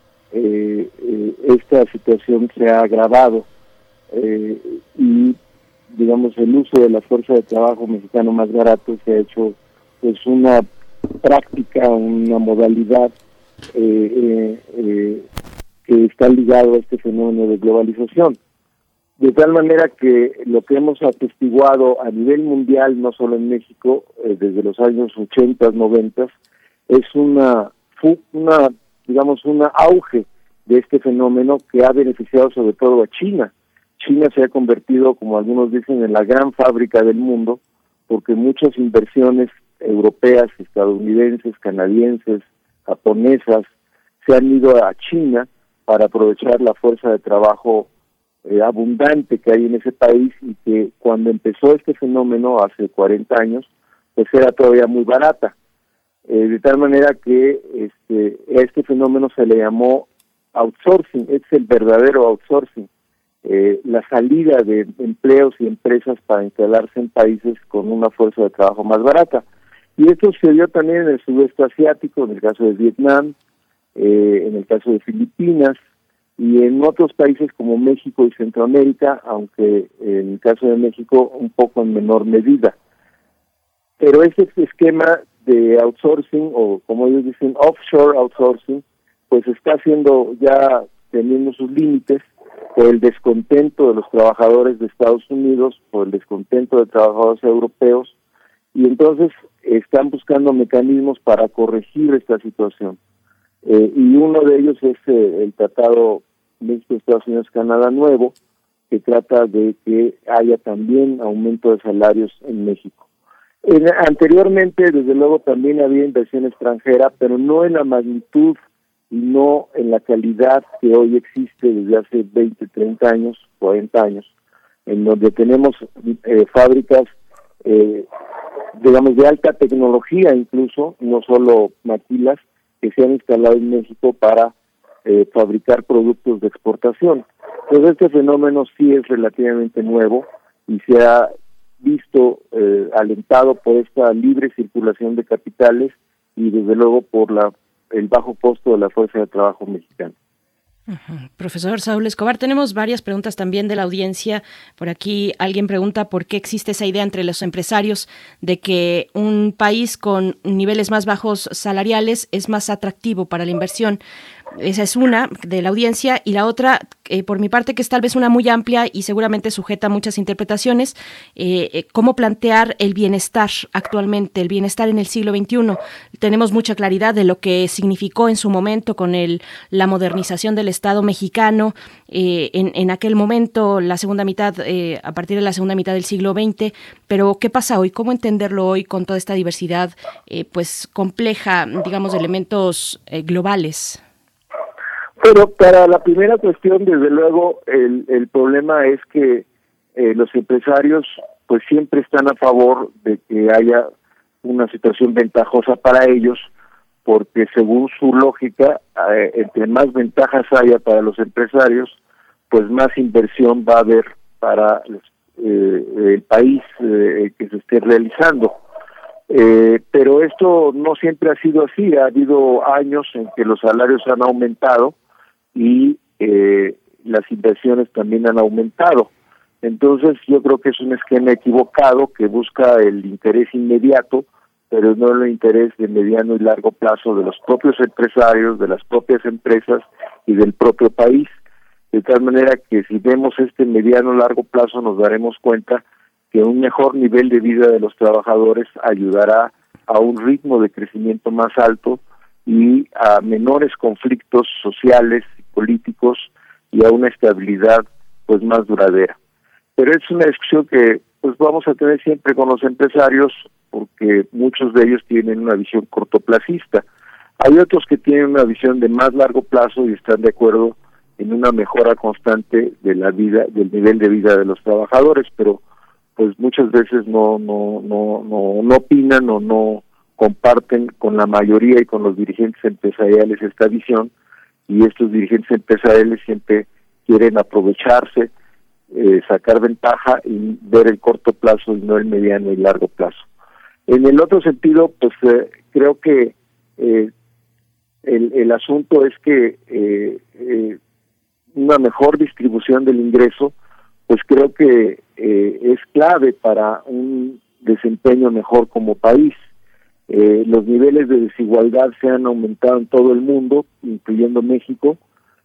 eh, eh, esta situación se ha agravado eh, y digamos el uso de la fuerza de trabajo mexicano más barato se ha hecho pues una práctica, una modalidad eh, eh, eh, que está ligado a este fenómeno de globalización. De tal manera que lo que hemos atestiguado a nivel mundial, no solo en México, eh, desde los años ochenta, noventa, es una, una, digamos, un auge de este fenómeno que ha beneficiado sobre todo a China. China se ha convertido, como algunos dicen, en la gran fábrica del mundo, porque muchas inversiones europeas, estadounidenses, canadienses, japonesas, se han ido a China para aprovechar la fuerza de trabajo Eh, abundante que hay en ese país y que cuando empezó este fenómeno hace cuarenta años pues era todavía muy barata, eh, de tal manera que este este fenómeno se le llamó outsourcing. Es el verdadero outsourcing, eh, la salida de empleos y empresas para instalarse en países con una fuerza de trabajo más barata, y esto se dio también en el sudeste asiático, en el caso de Vietnam, eh, en el caso de Filipinas y en otros países como México y Centroamérica, aunque en el caso de México un poco en menor medida. Pero ese esquema de outsourcing, o como ellos dicen, offshore outsourcing, pues está haciendo ya teniendo sus límites por el descontento de los trabajadores de Estados Unidos, por el descontento de trabajadores europeos, y entonces están buscando mecanismos para corregir esta situación. Eh, y uno de ellos es eh, el Tratado México, Estados Unidos, Canadá Nuevo, que trata de que haya también aumento de salarios en México. En, anteriormente, desde luego, también había inversión extranjera, pero no en la magnitud y no en la calidad que hoy existe desde hace veinte, treinta años, cuarenta años, en donde tenemos eh, fábricas, eh, digamos, de alta tecnología incluso, no solo maquilas, que se han instalado en México para eh, fabricar productos de exportación. Entonces este fenómeno sí es relativamente nuevo y se ha visto eh, alentado por esta libre circulación de capitales y desde luego por la el bajo costo de la fuerza de trabajo mexicana. Uh-huh. Profesor Saúl Escobar, tenemos varias preguntas también de la audiencia. Por aquí alguien pregunta por qué existe esa idea entre los empresarios de que un país con niveles más bajos salariales es más atractivo para la inversión. Esa es una de la audiencia, y la otra, eh, por mi parte, que es tal vez una muy amplia y seguramente sujeta a muchas interpretaciones, eh, eh, cómo plantear el bienestar actualmente, el bienestar en el siglo veintiuno. Tenemos mucha claridad de lo que significó en su momento con el, la modernización del Estado mexicano, eh, en, en aquel momento, la segunda mitad, eh, a partir de la segunda mitad del siglo veinte, pero ¿qué pasa hoy? ¿Cómo entenderlo hoy con toda esta diversidad eh, pues compleja, digamos, de elementos eh, globales? Pero para la primera cuestión, desde luego, el, el problema es que eh, los empresarios pues siempre están a favor de que haya una situación ventajosa para ellos, porque según su lógica, eh, entre más ventajas haya para los empresarios, pues más inversión va a haber para los, eh, el país eh, que se esté realizando. Eh, pero esto no siempre ha sido así. Ha habido años en que los salarios han aumentado y eh, las inversiones también han aumentado. Entonces yo creo que es un esquema equivocado que busca el interés inmediato, pero no el interés de mediano y largo plazo de los propios empresarios, de las propias empresas y del propio país. De tal manera que si vemos este mediano y largo plazo nos daremos cuenta que un mejor nivel de vida de los trabajadores ayudará a un ritmo de crecimiento más alto y a menores conflictos sociales y políticos y a una estabilidad pues más duradera. Pero es una discusión que pues vamos a tener siempre con los empresarios, porque muchos de ellos tienen una visión cortoplacista. Hay otros que tienen una visión de más largo plazo y están de acuerdo en una mejora constante de la vida, del nivel de vida de los trabajadores, pero pues muchas veces no no no no no opinan o no comparten con la mayoría y con los dirigentes empresariales esta visión, y estos dirigentes empresariales siempre quieren aprovecharse, eh, sacar ventaja y ver el corto plazo y no el mediano y largo plazo. En el otro sentido, pues eh, creo que eh, el, el asunto es que eh, eh, una mejor distribución del ingreso, pues creo que eh, es clave para un desempeño mejor como país. Eh, los niveles de desigualdad se han aumentado en todo el mundo, incluyendo México,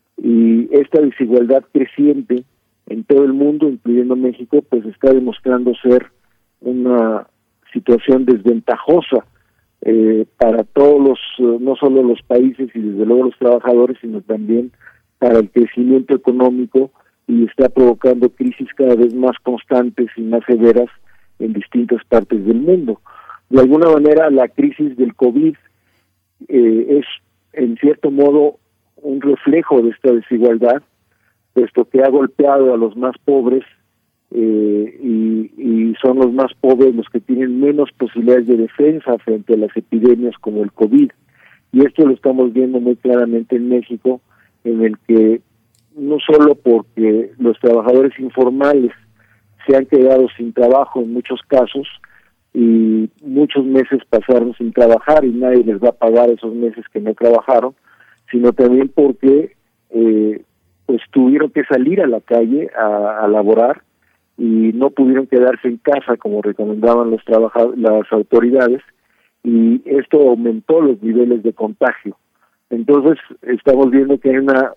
y esta desigualdad creciente en todo el mundo, incluyendo México, pues está demostrando ser una situación desventajosa eh, para todos los, uh, no solo los países y desde luego los trabajadores, sino también para el crecimiento económico, y está provocando crisis cada vez más constantes y más severas en distintas partes del mundo. De alguna manera, la crisis del COVID eh, es, en cierto modo, un reflejo de esta desigualdad, puesto que ha golpeado a los más pobres eh, y, y son los más pobres los que tienen menos posibilidades de defensa frente a las epidemias como el COVID. Y esto lo estamos viendo muy claramente en México, en el que no solo porque los trabajadores informales se han quedado sin trabajo en muchos casos, y muchos meses pasaron sin trabajar y nadie les va a pagar esos meses que no trabajaron, sino también porque eh, pues tuvieron que salir a la calle a, a laborar y no pudieron quedarse en casa como recomendaban los trabajadores, las autoridades, y esto aumentó los niveles de contagio. Entonces estamos viendo que hay una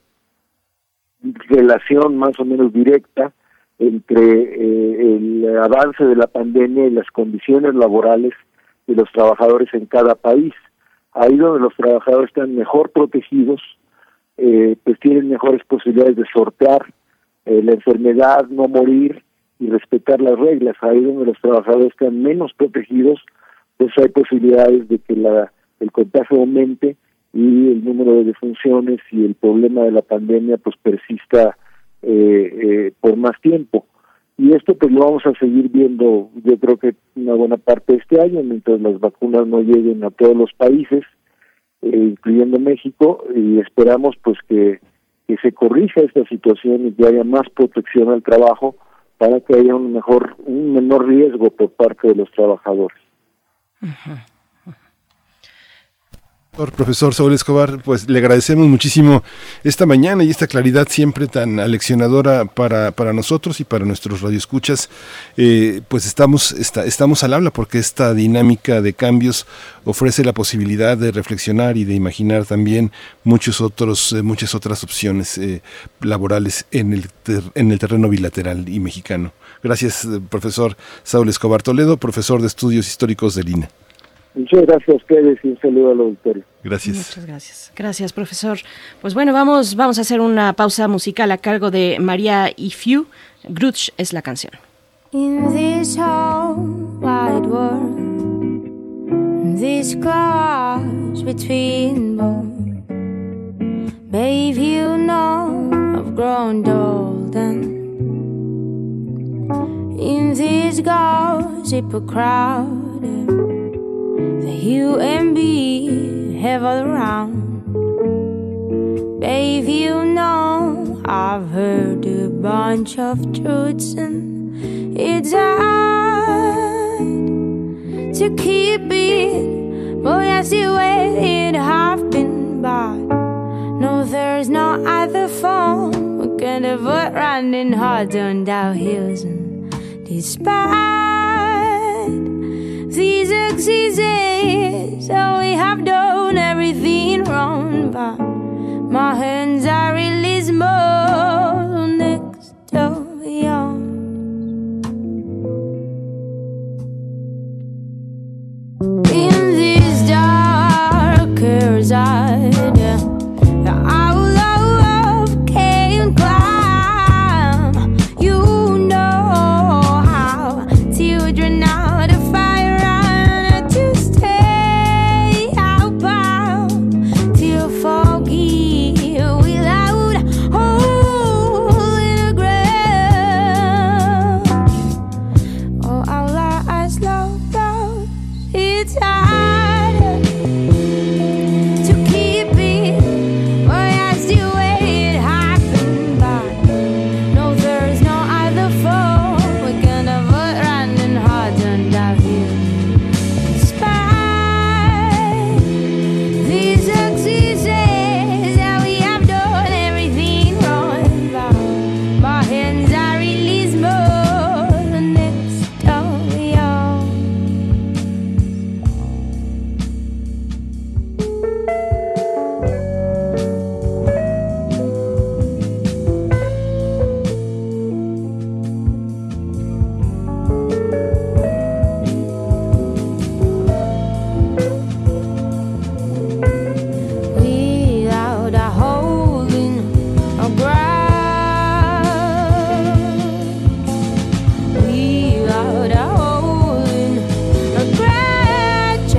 relación más o menos directa entre eh, el avance de la pandemia y las condiciones laborales de los trabajadores en cada país. Ahí donde los trabajadores están mejor protegidos, eh, pues tienen mejores posibilidades de sortear eh, la enfermedad, no morir y respetar las reglas. Ahí donde los trabajadores están menos protegidos, pues hay posibilidades de que la, el contagio aumente y el número de defunciones y el problema de la pandemia pues persista Eh, eh, por más tiempo. Y esto pues lo vamos a seguir viendo, yo creo que una buena parte de este año, mientras las vacunas no lleguen a todos los países, eh, incluyendo México, y esperamos pues que, que se corrija esta situación y que haya más protección al trabajo para que haya un mejor, un menor riesgo por parte de los trabajadores. Uh-huh. Profesor Saúl Escobar, pues le agradecemos muchísimo esta mañana y esta claridad siempre tan aleccionadora para, para nosotros y para nuestros radioescuchas. Eh, pues estamos, está, estamos al habla porque esta dinámica de cambios ofrece la posibilidad de reflexionar y de imaginar también muchos otros, eh, muchas otras opciones eh, laborales en el, ter, en el terreno bilateral y mexicano. Gracias, profesor Saúl Escobar Toledo, profesor de Estudios Históricos del I N E. Muchas gracias a ustedes y un saludo al auditorio. Gracias. Muchas gracias. Gracias, profesor. Pues bueno, vamos, vamos a hacer una pausa musical a cargo de María Ifiu. Grudge es la canción. In this whole wide world, this clash between both, babe, you know I've grown old, and in this gossip crowd that you and me have all around, babe, you know I've heard a bunch of truths, and it's hard to keep it, but that's the way it have been. But no, there's no other form we can avoid running hard on downhills, and despite these excuses, so we have done everything wrong, but my hands are really small next to yours. inside. Yeah. Our love can't climb. You know how children out of fire and to stay outbound to forgive without holding a grudge. Oh, our lives slow down. It's harder to keep it, or as the way it happened. But no, there's no other fault. We're gonna avoid running hard and out here. Despite these successes, that we have done everything wrong. But my hands are released more the next story on. Without a holding a ground, without a holding a grudge,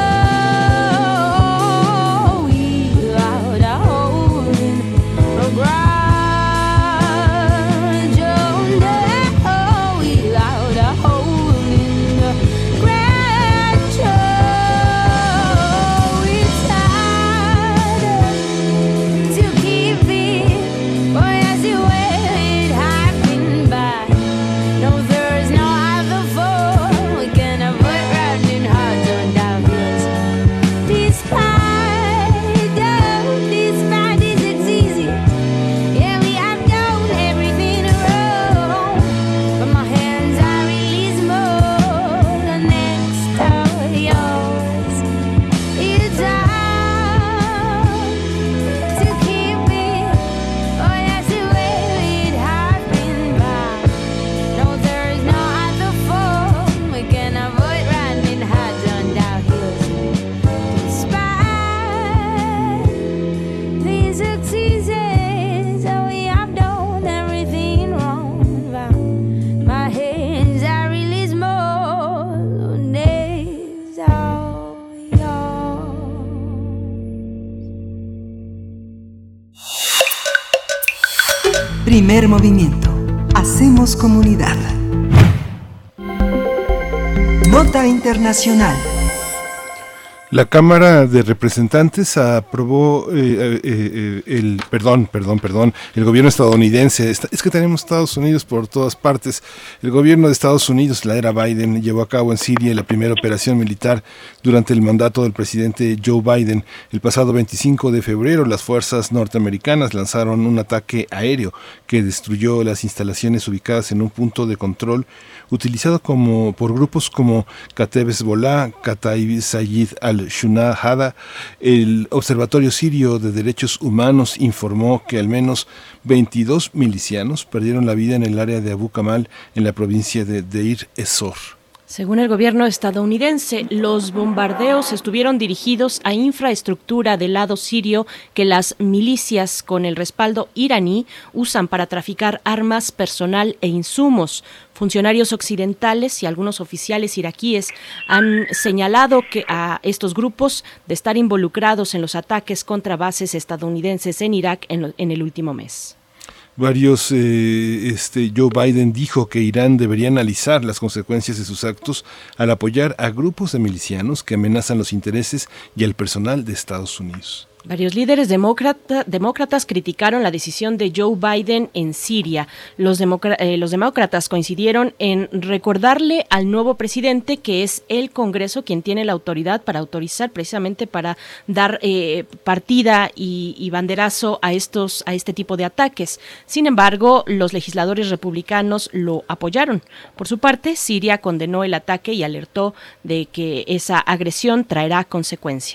oh, without a holding a grudge, oh, no, without a holding a grudge, oh, it's harder to keep it, boy, as the way it happened. But no, there's no other fault. We can avoid running hard on downhill. Despite, oh, despite this, it's easy. Yeah, we have done everything wrong, but my hands are released more the next of yours. It's hard to keep it, oh, that's the way it happened. But no, there's no other fault. We can avoid running hard on downhill. Despite these successes, oh, we have done everything wrong. But my hands are released more the next of yours. Primer movimiento. Hacemos comunidad. Nota internacional. La Cámara de Representantes aprobó eh, eh, eh, el, perdón, perdón, perdón, el gobierno estadounidense, está- es que tenemos Estados Unidos por todas partes, el gobierno de Estados Unidos, la era Biden, llevó a cabo en Siria la primera operación militar durante el mandato del presidente Joe Biden. El pasado veinticinco de febrero, las fuerzas norteamericanas lanzaron un ataque aéreo que destruyó las instalaciones ubicadas en un punto de control utilizado como, por grupos como Kateb Hezbollah, Kataib Sayyid al-Shunahada. El Observatorio Sirio de Derechos Humanos informó que al menos veintidós milicianos perdieron la vida en el área de Abu Kamal, en la provincia de Deir ez-Zor. Según el gobierno estadounidense, los bombardeos estuvieron dirigidos a infraestructura del lado sirio que las milicias con el respaldo iraní usan para traficar armas, personal e insumos. Funcionarios occidentales y algunos oficiales iraquíes han señalado que a estos grupos de estar involucrados en los ataques contra bases estadounidenses en Irak en, lo, en el último mes. Varios, eh, este, Joe Biden dijo que Irán debería analizar las consecuencias de sus actos al apoyar a grupos de milicianos que amenazan los intereses y el personal de Estados Unidos. Varios líderes demócrata, demócratas criticaron la decisión de Joe Biden en Siria. Los, democr- eh, los demócratas coincidieron en recordarle al nuevo presidente que es el Congreso quien tiene la autoridad para autorizar, precisamente para dar eh, partida y, y banderazo a estos a este tipo de ataques. Sin embargo, los legisladores republicanos lo apoyaron. Por su parte, Siria condenó el ataque y alertó de que esa agresión traerá consecuencias.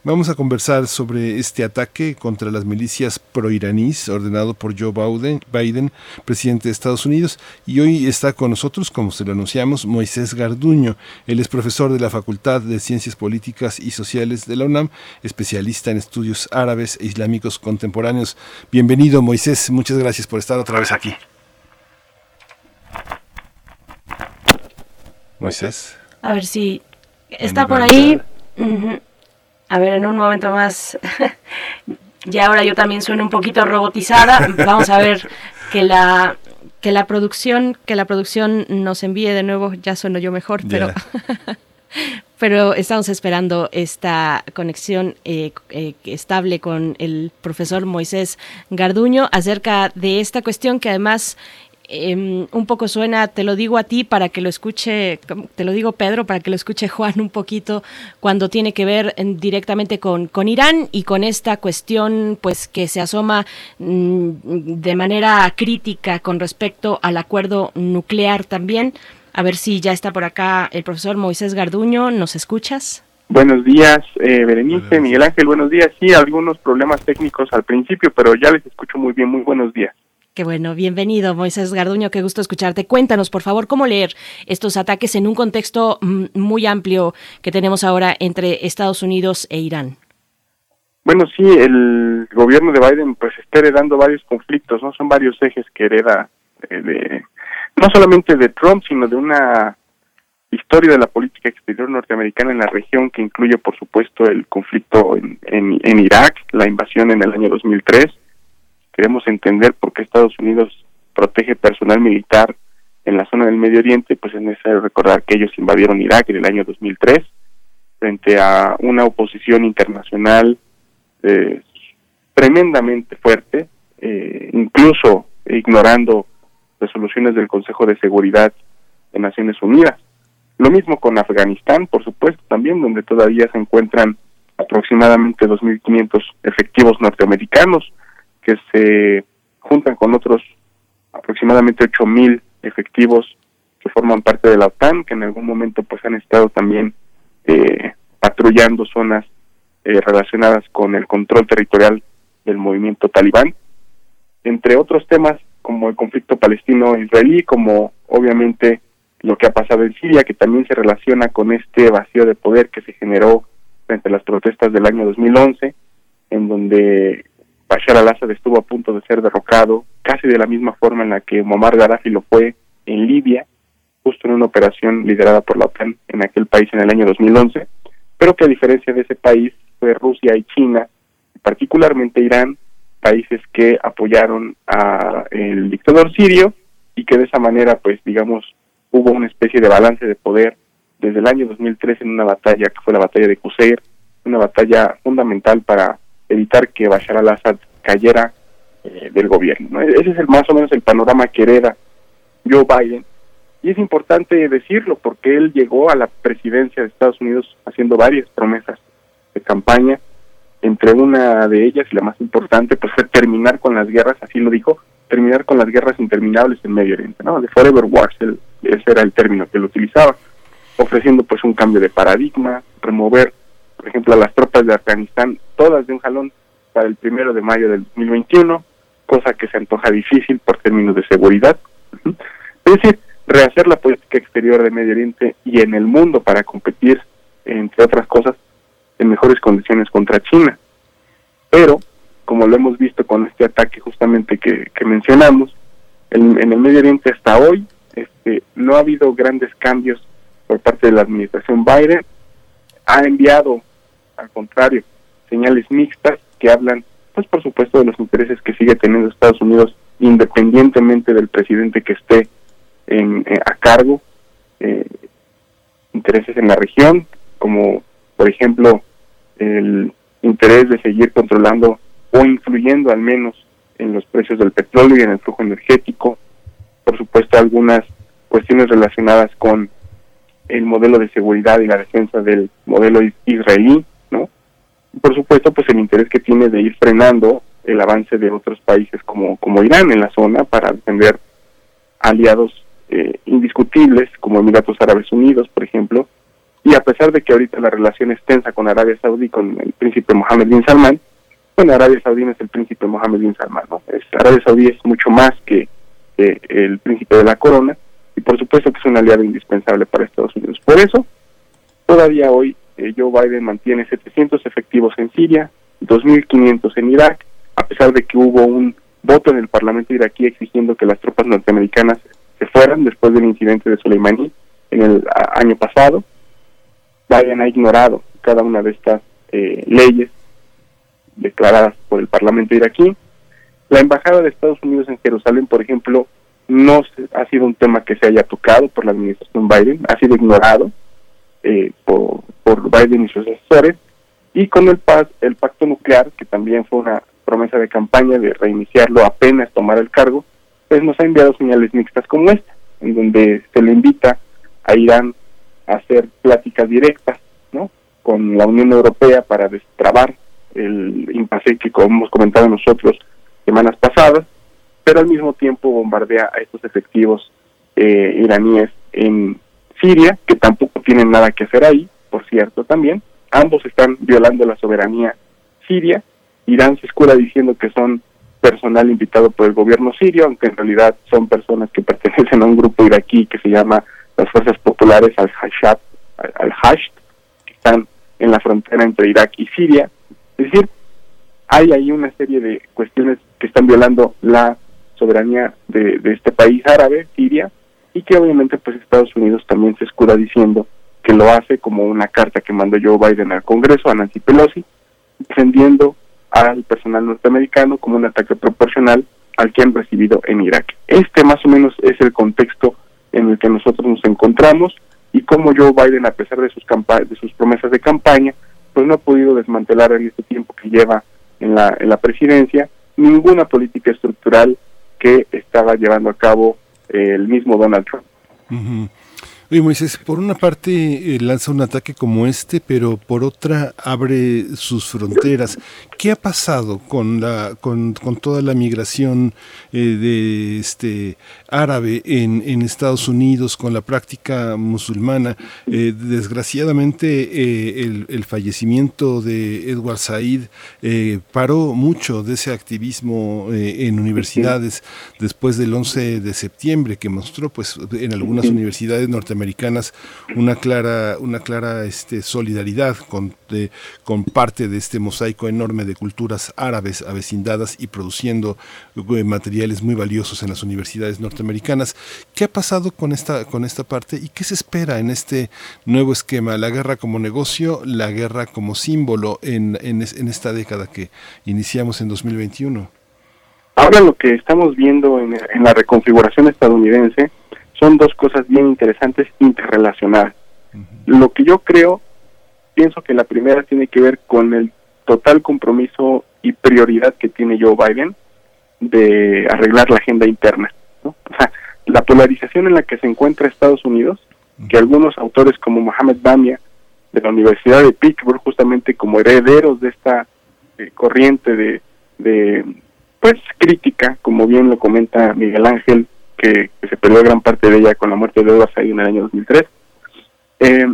Vamos a conversar sobre este ataque contra las milicias proiraníes ordenado por Joe Biden, Biden, presidente de Estados Unidos, y hoy está con nosotros, como se lo anunciamos, Moisés Garduño. Él es profesor de la Facultad de Ciencias Políticas y Sociales de la UNAM, especialista en estudios árabes e islámicos contemporáneos. Bienvenido, Moisés, muchas gracias por estar otra vez aquí. Moisés. A ver si está por ahí. Uh-huh. A ver, en un momento más. Ya ahora yo también sueno un poquito robotizada. Vamos a ver que la que la producción que la producción nos envíe de nuevo. Ya sueno yo mejor, pero yeah. Pero estamos esperando esta conexión eh, eh, estable con el profesor Moisés Garduño acerca de esta cuestión que además Eh, un poco suena, te lo digo a ti para que lo escuche, te lo digo Pedro, para que lo escuche Juan un poquito, cuando tiene que ver en, directamente con, con Irán y con esta cuestión pues que se asoma mmm, de manera crítica con respecto al acuerdo nuclear también. A ver si ya está por acá el profesor Moisés Garduño, ¿nos escuchas? Buenos días, eh, Berenice, Miguel Ángel, buenos días. Sí, algunos problemas técnicos al principio, pero ya les escucho muy bien, muy buenos días. Qué bueno, bienvenido Moisés Garduño, qué gusto escucharte. Cuéntanos, por favor, cómo leer estos ataques en un contexto muy amplio que tenemos ahora entre Estados Unidos e Irán. Bueno, sí, el gobierno de Biden pues está heredando varios conflictos, ¿no? Son varios ejes que hereda eh, de, no solamente de Trump, sino de una historia de la política exterior norteamericana en la región que incluye, por supuesto, el conflicto en, en, en Irak, la invasión en el año dos mil tres. Queremos entender por qué Estados Unidos protege personal militar en la zona del Medio Oriente, pues es necesario recordar que ellos invadieron Irak en el año dos mil tres frente a una oposición internacional eh, tremendamente fuerte, eh, incluso ignorando resoluciones del Consejo de Seguridad de Naciones Unidas. Lo mismo con Afganistán, por supuesto, también, donde todavía se encuentran aproximadamente dos mil quinientos efectivos norteamericanos, que se juntan con otros aproximadamente ocho mil efectivos que forman parte de la OTAN, que en algún momento pues han estado también eh, patrullando zonas eh, relacionadas con el control territorial del movimiento talibán, entre otros temas como el conflicto palestino-israelí, como obviamente lo que ha pasado en Siria, que también se relaciona con este vacío de poder que se generó frente a las protestas del año dos mil once, en donde Bashar al-Assad estuvo a punto de ser derrocado, casi de la misma forma en la que Muammar Gaddafi lo fue en Libia, justo en una operación liderada por la OTAN en aquel país en el año dos mil once, pero que a diferencia de ese país fue Rusia y China, particularmente Irán, países que apoyaron al dictador sirio y que de esa manera, pues digamos, hubo una especie de balance de poder desde el año dos mil tres en una batalla que fue la batalla de Qusair, una batalla fundamental para evitar que Bashar al-Assad cayera eh, del gobierno, ¿no? Ese es el, más o menos el panorama que hereda Joe Biden, y es importante decirlo porque él llegó a la presidencia de Estados Unidos haciendo varias promesas de campaña, entre una de ellas y la más importante pues fue terminar con las guerras, así lo dijo, terminar con las guerras interminables en Medio Oriente, ¿no? The Forever Wars, el, ese era el término que él utilizaba, ofreciendo pues un cambio de paradigma, remover por ejemplo, a las tropas de Afganistán, todas de un jalón para el primero de mayo del dos mil veintiuno, cosa que se antoja difícil por términos de seguridad. Es decir, rehacer la política exterior de Medio Oriente y en el mundo para competir, entre otras cosas, en mejores condiciones contra China. Pero, como lo hemos visto con este ataque justamente que, que mencionamos, en, en el Medio Oriente hasta hoy este, no ha habido grandes cambios por parte de la administración Biden. Ha enviado, al contrario, señales mixtas que hablan, pues por supuesto, de los intereses que sigue teniendo Estados Unidos, independientemente del presidente que esté en, eh, a cargo, eh, intereses en la región, como por ejemplo el interés de seguir controlando o influyendo al menos en los precios del petróleo y en el flujo energético, por supuesto algunas cuestiones relacionadas con el modelo de seguridad y la defensa del modelo israelí, ¿no? Por supuesto, pues el interés que tiene de ir frenando el avance de otros países como, como Irán en la zona para defender aliados eh, indiscutibles como Emiratos Árabes Unidos, por ejemplo, Y a pesar de que ahorita la relación es tensa con Arabia Saudí, con el príncipe Mohammed bin Salman, bueno, Arabia Saudí no es el príncipe Mohammed bin Salman, ¿no? Es, Arabia Saudí es mucho más que eh, el príncipe de la corona, y por supuesto que es un aliado indispensable para Estados Unidos. Por eso, todavía hoy eh, Joe Biden mantiene setecientos efectivos en Siria, dos mil quinientos en Irak, a pesar de que hubo un voto en el Parlamento iraquí exigiendo que las tropas norteamericanas se fueran después del incidente de Soleimani en el a, año pasado. Biden ha ignorado cada una de estas eh, leyes declaradas por el Parlamento iraquí. La Embajada de Estados Unidos en Jerusalén, por ejemplo, no se, ha sido un tema que se haya tocado por la administración Biden, ha sido ignorado eh, por, por Biden y sus asesores, y con el paz, el pacto nuclear, que también fue una promesa de campaña de reiniciarlo apenas tomar el cargo, pues nos ha enviado señales mixtas como esta, en donde se le invita a Irán a hacer pláticas directas, ¿no?, con la Unión Europea para destrabar el impasse que, como hemos comentado nosotros semanas pasadas, pero al mismo tiempo bombardea a estos efectivos eh, iraníes en Siria, que tampoco tienen nada que hacer ahí, por cierto, también. Ambos están violando la soberanía siria. Irán se escuda diciendo que son personal invitado por el gobierno sirio, aunque en realidad son personas que pertenecen a un grupo iraquí que se llama las Fuerzas Populares al-Hashtag, al-Hasht, que están en la frontera entre Irak y Siria. Es decir, hay ahí una serie de cuestiones que están violando la soberanía de, de este país árabe, Siria, y que obviamente pues Estados Unidos también se escuda diciendo que lo hace como una carta que mandó Joe Biden al Congreso, a Nancy Pelosi, defendiendo al personal norteamericano como un ataque proporcional al que han recibido en Irak. Este más o menos es el contexto en el que nosotros nos encontramos, y cómo Joe Biden, a pesar de sus campa- de sus promesas de campaña, pues no ha podido desmantelar en este tiempo que lleva en la, en la presidencia ninguna política estructural que estaba llevando a cabo eh, el mismo Donald Trump. Uh-huh. Oye, Moisés, por una parte eh, lanza un ataque como este, pero por otra abre sus fronteras. ¿Qué ha pasado con la con, con toda la migración eh, de este árabe en, en Estados Unidos, con la práctica musulmana? Eh, desgraciadamente eh, el, el fallecimiento de Edward Said eh, paró mucho de ese activismo eh, en universidades después del once de septiembre, que mostró pues en algunas universidades norteamericanas americanas una clara una clara este solidaridad con de, con parte de este mosaico enorme de culturas árabes avecindadas y produciendo eh, materiales muy valiosos en las universidades norteamericanas. ¿Qué ha pasado con esta con esta parte y qué se espera en este nuevo esquema? La guerra como negocio, la guerra como símbolo en en, en esta década que iniciamos en dos mil veintiuno. Ahora lo que estamos viendo en, en la reconfiguración estadounidense son dos cosas bien interesantes interrelacionadas. Uh-huh. Lo que yo creo, pienso que la primera tiene que ver con el total compromiso y prioridad que tiene Joe Biden de arreglar la agenda interna, ¿no? O sea, la polarización en la que se encuentra Estados Unidos, uh-huh, que algunos autores como Mohamed Bamia de la Universidad de Pittsburgh, justamente como herederos de esta eh, corriente de, de pues crítica, como bien lo comenta Miguel Ángel, Que, que se perdió gran parte de ella con la muerte de Edward Said en el año dos mil tres. Eh,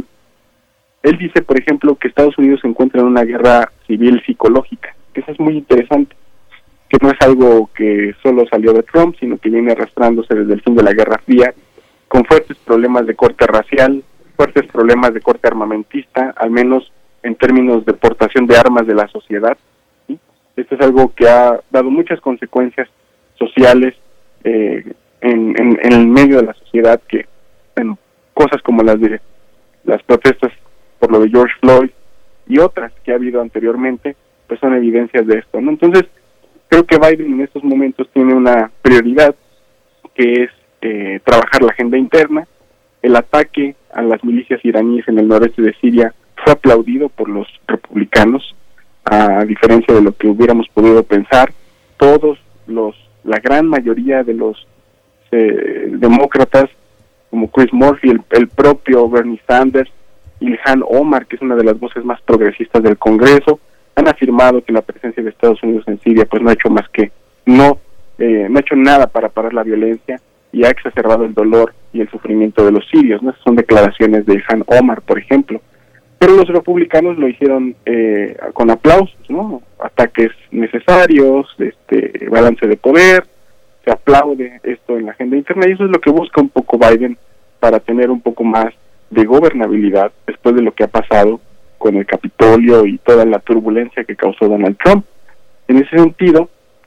él dice, por ejemplo, que Estados Unidos se encuentra en una guerra civil psicológica, que eso es muy interesante, que no es algo que solo salió de Trump, sino que viene arrastrándose desde el fin de la Guerra Fría, con fuertes problemas de corte racial, fuertes problemas de corte armamentista, al menos en términos de portación de armas de la sociedad, ¿sí? Esto es algo que ha dado muchas consecuencias sociales eh, En, en, en el medio de la sociedad, que bueno, cosas como las de las protestas por lo de George Floyd y otras que ha habido anteriormente, pues son evidencias de esto, ¿no? Entonces, creo que Biden en estos momentos tiene una prioridad que es eh, trabajar la agenda interna. El ataque a las milicias iraníes en el noreste de Siria fue aplaudido por los republicanos, a diferencia de lo que hubiéramos podido pensar. Todos los, la gran mayoría de los Eh, demócratas como Chris Murphy, el, el propio Bernie Sanders, Ilhan Omar, que es una de las voces más progresistas del Congreso, han afirmado que la presencia de Estados Unidos en Siria pues no ha hecho más que no eh, no ha hecho nada para parar la violencia, y ha exacerbado el dolor y el sufrimiento de los sirios, ¿no? Esas son declaraciones de Ilhan Omar, por ejemplo. Pero los republicanos lo hicieron eh, con aplausos, ¿no? Ataques necesarios, este balance de poder, se aplaude esto en la agenda interna, y eso es lo que busca un poco Biden para tener un poco más de gobernabilidad después de lo que ha pasado con el Capitolio y toda la turbulencia que causó Donald Trump. En ese sentido,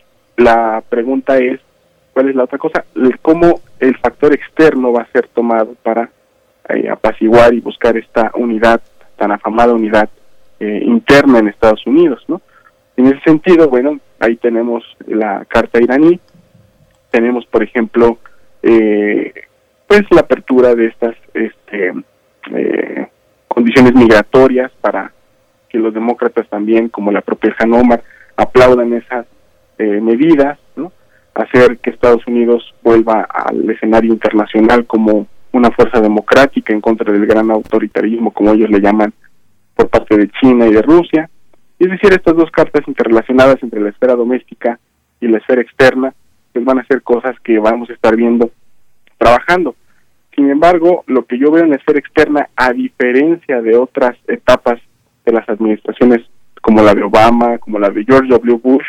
la pregunta es, ¿cuál es la otra cosa? ¿Cómo el factor externo va a ser tomado para eh, apaciguar y buscar esta unidad, tan afamada unidad eh, interna en Estados Unidos, ¿no? En ese sentido, bueno, ahí tenemos la carta iraní, tenemos, por ejemplo, eh, pues la apertura de estas este, eh, condiciones migratorias para que los demócratas también, como la propia Ilhan Omar, aplaudan esas eh, medidas, ¿no? Hacer que Estados Unidos vuelva al escenario internacional como una fuerza democrática en contra del gran autoritarismo, como ellos le llaman, por parte de China y de Rusia. Es decir, estas dos cartas interrelacionadas entre la esfera doméstica y la esfera externa, pues van a ser cosas que vamos a estar viendo trabajando. Sin embargo, lo que yo veo en la esfera externa, a diferencia de otras etapas de las administraciones como la de Obama, como la de George W. Bush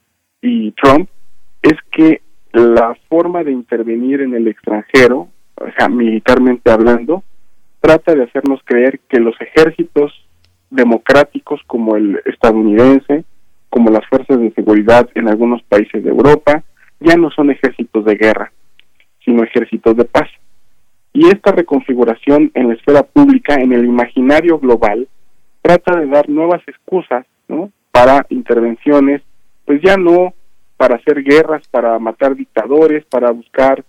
y Trump, es que la forma de intervenir en el extranjero, o sea, militarmente hablando, trata de hacernos creer que los ejércitos democráticos como el estadounidense, como las fuerzas de seguridad en algunos países de Europa, ya no son ejércitos de guerra, sino ejércitos de paz. Y esta reconfiguración en la esfera pública, en el imaginario global, trata de dar nuevas excusas, ¿no?, para intervenciones, pues ya no para hacer guerras, para matar dictadores, para buscar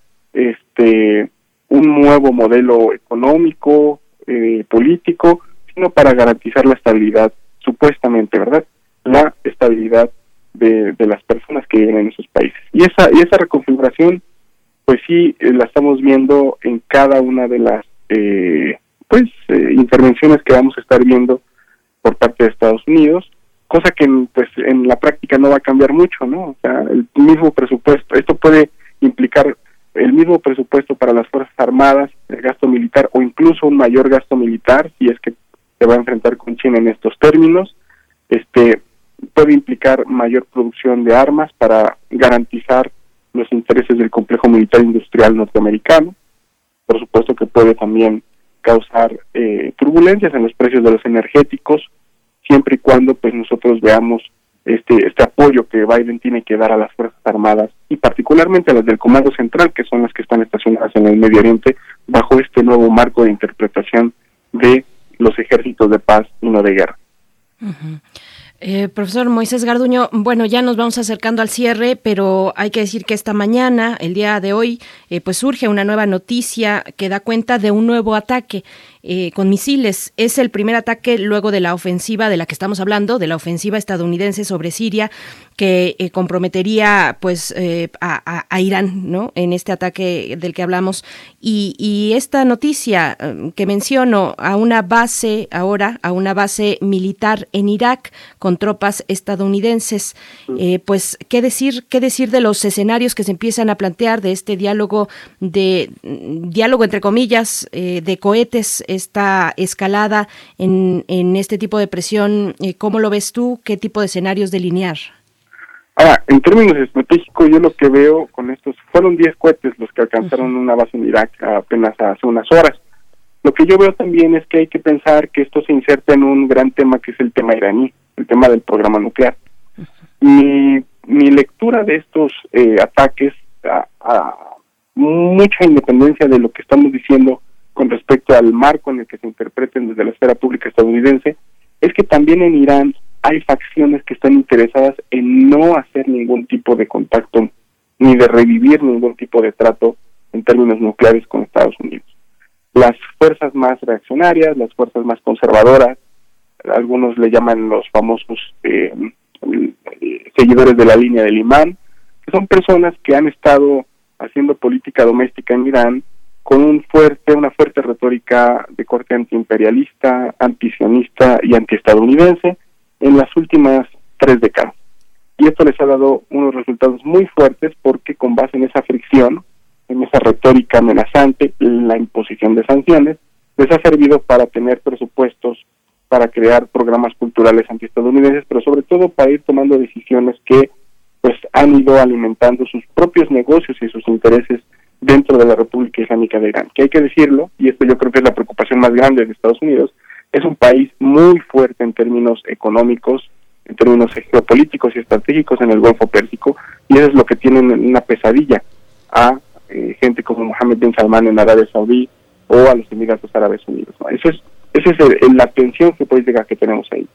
este un nuevo modelo económico, eh, político, sino para garantizar la estabilidad, supuestamente, ¿verdad?, la estabilidad de, de las personas que viven en esos países. Y esa y esa reconfiguración, pues sí, eh, la estamos viendo en cada una de las eh, pues eh, intervenciones que vamos a estar viendo por parte de Estados Unidos, cosa que pues en la práctica no va a cambiar mucho, ¿no? O sea, el mismo presupuesto, esto puede implicar el mismo presupuesto para las Fuerzas Armadas, el gasto militar, o incluso un mayor gasto militar, si es que se va a enfrentar con China en estos términos. Este puede implicar mayor producción de armas para garantizar los intereses del complejo militar industrial norteamericano. Por supuesto que puede también causar eh, turbulencias en los precios de los energéticos, siempre y cuando pues nosotros veamos este este apoyo que Biden tiene que dar a las Fuerzas Armadas, y particularmente a las del Comando Central, que son las que están estacionadas en el Medio Oriente, bajo este nuevo marco de interpretación de los ejércitos de paz y no de guerra. Uh-huh. Eh, profesor Moisés Garduño, bueno, ya nos vamos acercando al cierre, pero hay que decir que esta mañana, el día de hoy, eh, pues surge una nueva noticia que da cuenta de un nuevo ataque eh, con misiles. Es el primer ataque luego de la ofensiva de la que estamos hablando, de la ofensiva estadounidense sobre Siria, que eh, comprometería pues eh, a, a, a Irán, ¿no?, en este ataque del que hablamos. Y, y esta noticia eh, que menciono, a una base ahora, a una base militar en Irak con tropas estadounidenses, eh, pues qué decir, qué decir de los escenarios que se empiezan a plantear de este diálogo, de diálogo entre comillas, eh, de cohetes, esta escalada en, en este tipo de presión. Eh, ¿cómo lo ves tú? ¿Qué tipo de escenarios delinear? Ahora, en términos estratégicos, yo lo que veo con estos, fueron diez cohetes los que alcanzaron uh-huh. una base en Irak apenas hace unas horas. Lo que yo veo también es que hay que pensar que esto se inserta en un gran tema que es el tema iraní, el tema del programa nuclear. Uh-huh. Mi, mi lectura de estos eh, ataques, a, a mucha independencia de lo que estamos diciendo con respecto al marco en el que se interpreten desde la esfera pública estadounidense, es que también en Irán hay facciones que están interesadas en no hacer ningún tipo de contacto, ni de revivir ningún tipo de trato en términos nucleares con Estados Unidos. Las fuerzas más reaccionarias, las fuerzas más conservadoras, algunos le llaman los famosos eh, seguidores de la línea del imán, que son personas que han estado haciendo política doméstica en Irán con un fuerte, una fuerte retórica de corte antiimperialista, antisionista y antiestadounidense en las últimas tres décadas. Y esto les ha dado unos resultados muy fuertes porque con base en esa fricción en esa retórica amenazante, la imposición de sanciones, les ha servido para tener presupuestos, para crear programas culturales antiestadounidenses, pero sobre todo para ir tomando decisiones que pues han ido alimentando sus propios negocios y sus intereses dentro de la República Islámica de Irán, que hay que decirlo, y esto yo creo que es la preocupación más grande de Estados Unidos, es un país muy fuerte en términos económicos, en términos geopolíticos y estratégicos en el Golfo Pérsico, y eso es lo que tienen una pesadilla a eh, gente como Mohammed bin Salman en Arabia Saudí o a los Emiratos Árabes Unidos, ¿no? Eso es, esa es el, el, la tensión geopolítica que tenemos ahí.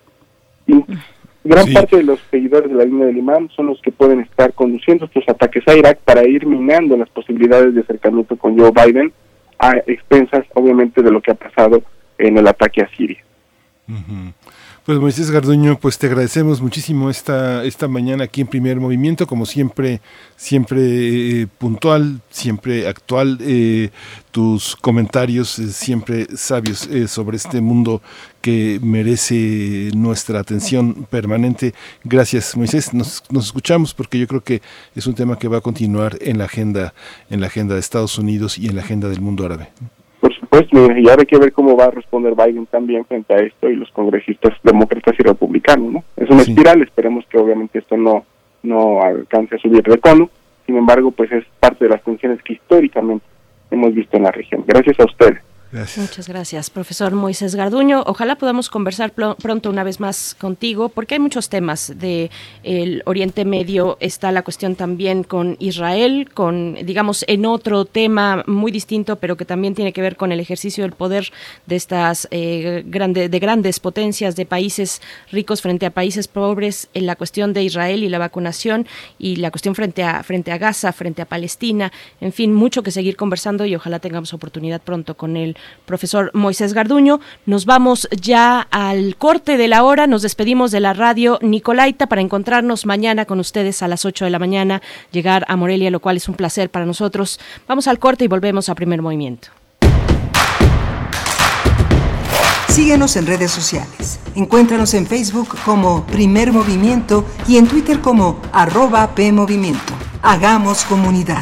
Y gran sí. parte de los seguidores de la línea del imam son los que pueden estar conduciendo estos ataques a Irak para ir minando las posibilidades de acercamiento con Joe Biden, a expensas obviamente de lo que ha pasado en el ataque a Siria. Uh-huh. Pues Moisés Garduño, pues te agradecemos muchísimo esta esta mañana aquí en Primer Movimiento, como siempre, siempre eh, puntual, siempre actual, eh, tus comentarios eh, siempre sabios eh, sobre este mundo que merece nuestra atención permanente. Gracias, Moisés. Nos, nos escuchamos porque yo creo que es un tema que va a continuar en la agenda, en la agenda de Estados Unidos y en la agenda del mundo árabe. Por supuesto, y ahora hay que ver cómo va a responder Biden también frente a esto y los congresistas demócratas y republicanos, ¿no? Es una sí. espiral, esperemos que obviamente esto no no alcance a subir de tono, sin embargo, pues es parte de las tensiones que históricamente hemos visto en la región. Gracias a ustedes. Gracias. Muchas gracias, profesor Moisés Garduño. Ojalá podamos conversar pl- pronto una vez más contigo, porque hay muchos temas de el Oriente Medio. Está la cuestión también con Israel, con, digamos, en otro tema muy distinto, pero que también tiene que ver con el ejercicio del poder de estas eh, grande, de grandes potencias, de países ricos frente a países pobres, en la cuestión de Israel y la vacunación, y la cuestión frente a frente a Gaza, frente a Palestina. En fin, mucho que seguir conversando y ojalá tengamos oportunidad pronto con él. Profesor Moisés Garduño, nos vamos ya al corte de la hora, nos despedimos de la radio Nicolaita para encontrarnos mañana con ustedes a las ocho de la mañana, llegar a Morelia, lo cual es un placer para nosotros. Vamos al corte y volvemos a Primer Movimiento. Síguenos en redes sociales. Encuéntranos en Facebook como Primer Movimiento y en Twitter como arroba PMovimiento. Hagamos comunidad.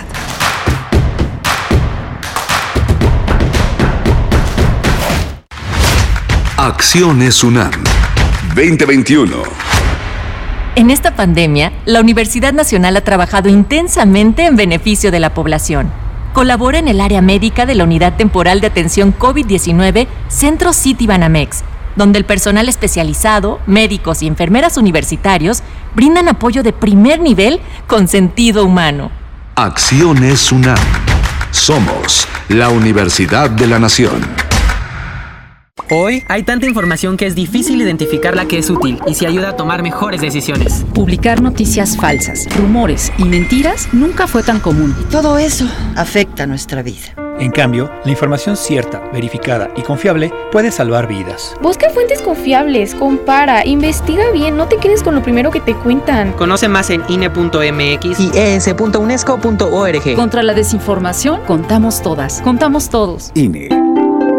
Acciones UNAM veinte veintiuno. En esta pandemia, la Universidad Nacional ha trabajado intensamente en beneficio de la población. Colabora en el área médica de la Unidad Temporal de Atención COVID diecinueve Centro City Banamex, donde el personal especializado, médicos y enfermeras universitarios brindan apoyo de primer nivel con sentido humano. Acciones UNAM. Somos la Universidad de la Nación. Hoy hay tanta información que es difícil identificar la que es útil y si ayuda a tomar mejores decisiones. Publicar noticias falsas, rumores y mentiras nunca fue tan común. Y todo eso afecta nuestra vida. En cambio, la información cierta, verificada y confiable puede salvar vidas. Busca fuentes confiables, compara, investiga bien, no te quedes con lo primero que te cuentan. Conoce más en I N E punto M X y E S punto unesco punto org. Contra la desinformación, contamos todas, contamos todos. I N E.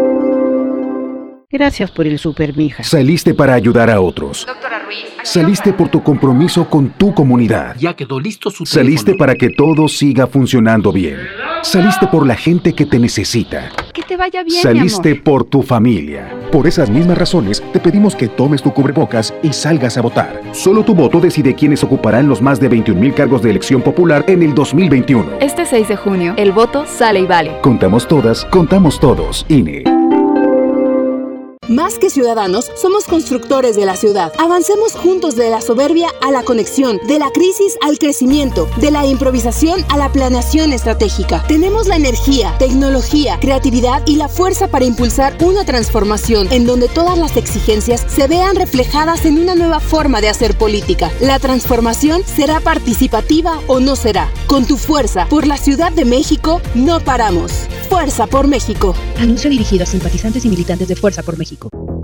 Gracias por el súper, mija. Saliste para ayudar a otros. Doctora Ruiz. Saliste por tu compromiso con tu comunidad. Ya quedó listo su Saliste teléfono. Para que todo siga funcionando bien. Saliste por la gente que te necesita. Que te vaya bien, Saliste mi amor. por tu familia. Por esas mismas razones, te pedimos que tomes tu cubrebocas y salgas a votar. Solo tu voto decide quiénes ocuparán los más de veintiún mil cargos de elección popular en el dos mil veintiuno. Este seis de junio, el voto sale y vale. Contamos todas, contamos todos. I N E. Más que ciudadanos, somos constructores de la ciudad. Avancemos juntos de la soberbia a la conexión, de la crisis al crecimiento, de la improvisación a la planeación estratégica. Tenemos la energía, tecnología, creatividad y la fuerza para impulsar una transformación en donde todas las exigencias se vean reflejadas en una nueva forma de hacer política. La transformación será participativa o no será. Con tu fuerza por la Ciudad de México, no paramos. Fuerza por México. Anuncio dirigido a simpatizantes y militantes de Fuerza por México.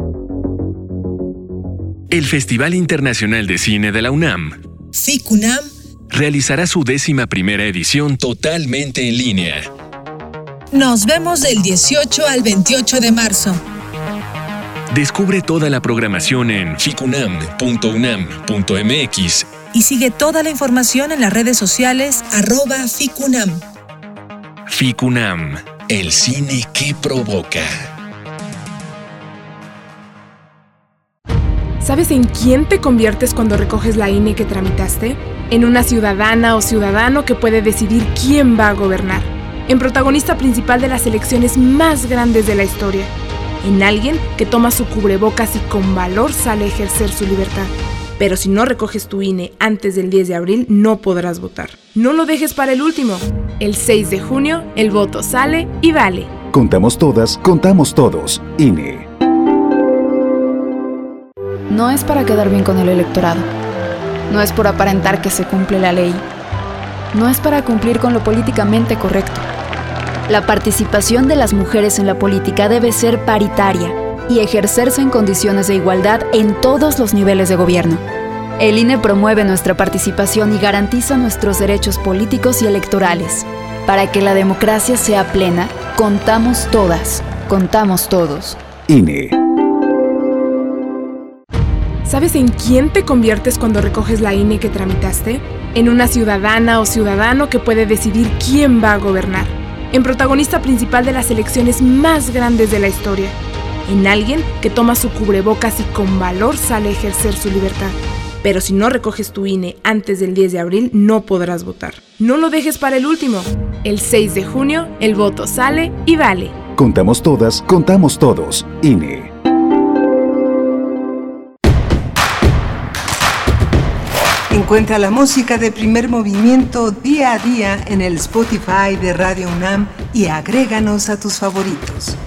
El Festival Internacional de Cine de la UNAM, FICUNAM, realizará su décima primera edición totalmente en línea. Nos vemos del dieciocho al veintiocho de marzo. Descubre toda la programación en ficunam punto unam punto m x y sigue toda la información en las redes sociales arroba FICUNAM. FICUNAM, el cine que provoca. ¿Sabes en quién te conviertes cuando recoges la I N E que tramitaste? En una ciudadana o ciudadano que puede decidir quién va a gobernar. En protagonista principal de las elecciones más grandes de la historia. En alguien que toma su cubrebocas y con valor sale a ejercer su libertad. Pero si no recoges tu I N E antes del diez de abril, no podrás votar. No lo dejes para el último. El seis de junio, el voto sale y vale. Contamos todas, contamos todos. I N E. No es para quedar bien con el electorado. No es por aparentar que se cumple la ley. No es para cumplir con lo políticamente correcto. La participación de las mujeres en la política debe ser paritaria y ejercerse en condiciones de igualdad en todos los niveles de gobierno. El I N E promueve nuestra participación y garantiza nuestros derechos políticos y electorales. Para que la democracia sea plena, contamos todas, contamos todos. I N E. ¿Sabes en quién te conviertes cuando recoges la I N E que tramitaste? En una ciudadana o ciudadano que puede decidir quién va a gobernar. En protagonista principal de las elecciones más grandes de la historia. En alguien que toma su cubrebocas y con valor sale a ejercer su libertad. Pero si no recoges tu I N E antes del diez de abril, no podrás votar. No lo dejes para el último. El seis de junio, el voto sale y vale. Contamos todas, contamos todos. I N E. Encuentra la música de Primer Movimiento día a día en el Spotify de Radio UNAM y agréganos a tus favoritos.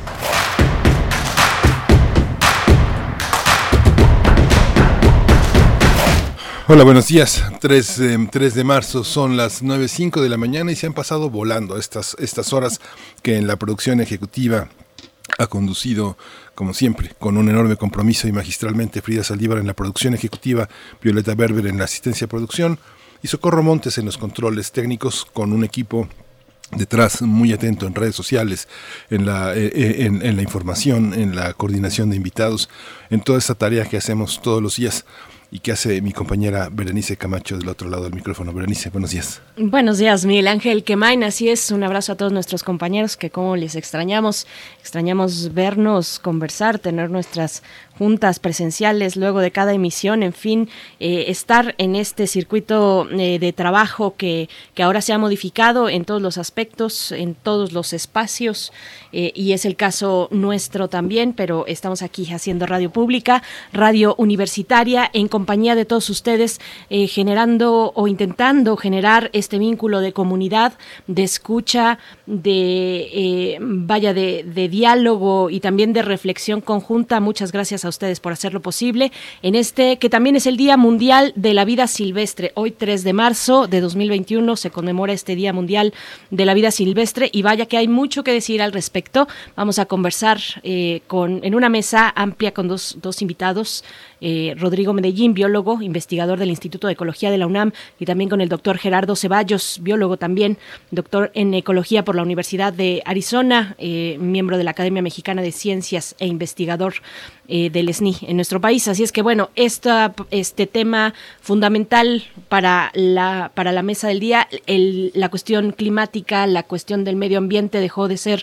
Hola, buenos días. tres de marzo, son las nueve cinco de la mañana y se han pasado volando estas, estas horas que en la producción ejecutiva ha conducido, como siempre, con un enorme compromiso y magistralmente Frida Saldívar en la producción ejecutiva, Violeta Berber en la asistencia de producción y Socorro Montes en los controles técnicos, con un equipo detrás muy atento en redes sociales, en la, eh, en, en la información, en la coordinación de invitados, en toda esta tarea que hacemos todos los días y que hace mi compañera Berenice Camacho del otro lado del micrófono. Berenice, buenos días. Buenos días, Miguel Ángel Quemain, así es, un abrazo a todos nuestros compañeros que como les extrañamos, extrañamos vernos, conversar, tener nuestras juntas presenciales luego de cada emisión, en fin, eh, estar en este circuito eh, de trabajo que, que ahora se ha modificado en todos los aspectos, en todos los espacios, eh, y es el caso nuestro también, pero estamos aquí haciendo radio pública, radio universitaria, en compañía de todos ustedes, eh, generando o intentando generar este vínculo de comunidad, de escucha, de eh, vaya de, de diálogo y también de reflexión conjunta. Muchas gracias a ustedes por hacerlo posible en este que también es el Día Mundial de la Vida Silvestre. Hoy tres de marzo de dos mil veintiuno se conmemora este Día Mundial de la Vida Silvestre y vaya que hay mucho que decir al respecto. Vamos a conversar eh, con en una mesa amplia con dos, dos invitados. Eh, Rodrigo Medellín, biólogo, investigador del Instituto de Ecología de la UNAM, y también con el doctor Gerardo Ceballos, biólogo también, doctor en Ecología por la Universidad de Arizona, eh, miembro de la Academia Mexicana de Ciencias e investigador eh, del S N I en nuestro país. Así es que bueno, esta, este tema fundamental para la, para la mesa del día, el, la cuestión climática, la cuestión del medio ambiente dejó de ser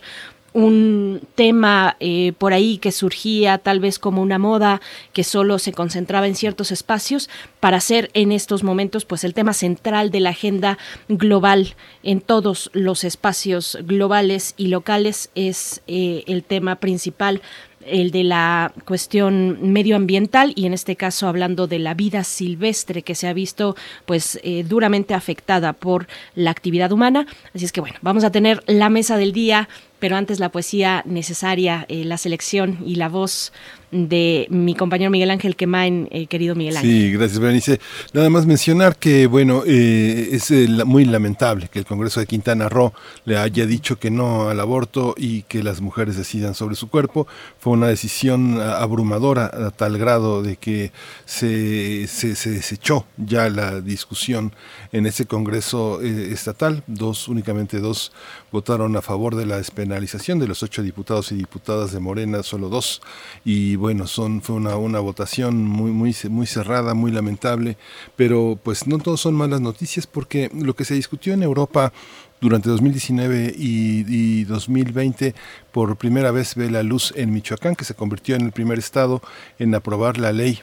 un tema eh, por ahí que surgía tal vez como una moda que solo se concentraba en ciertos espacios para ser en estos momentos pues el tema central de la agenda global en todos los espacios globales y locales. Es eh, el tema principal, el de la cuestión medioambiental y en este caso hablando de la vida silvestre que se ha visto pues eh, duramente afectada por la actividad humana. Así es que bueno, vamos a tener la mesa del día, pero antes la poesía necesaria, eh, la selección y la voz de mi compañero Miguel Ángel Quemain, eh, querido Miguel Ángel. Sí, gracias, Berenice. Nada más mencionar que, bueno, eh, es eh, muy lamentable que el Congreso de Quintana Roo le haya dicho que no al aborto y que las mujeres decidan sobre su cuerpo. Fue una decisión abrumadora a tal grado de que se, se, se desechó ya la discusión en ese Congreso eh, estatal. Dos, únicamente dos votaron a favor de la despenalización. De los ocho diputados y diputadas de Morena, solo dos. Y bueno, son fue una, una votación muy, muy, muy cerrada, muy lamentable, pero pues no todos son malas noticias, porque lo que se discutió en Europa durante dos mil diecinueve y, y dos mil veinte por primera vez ve la luz en Michoacán, que se convirtió en el primer estado en aprobar la ley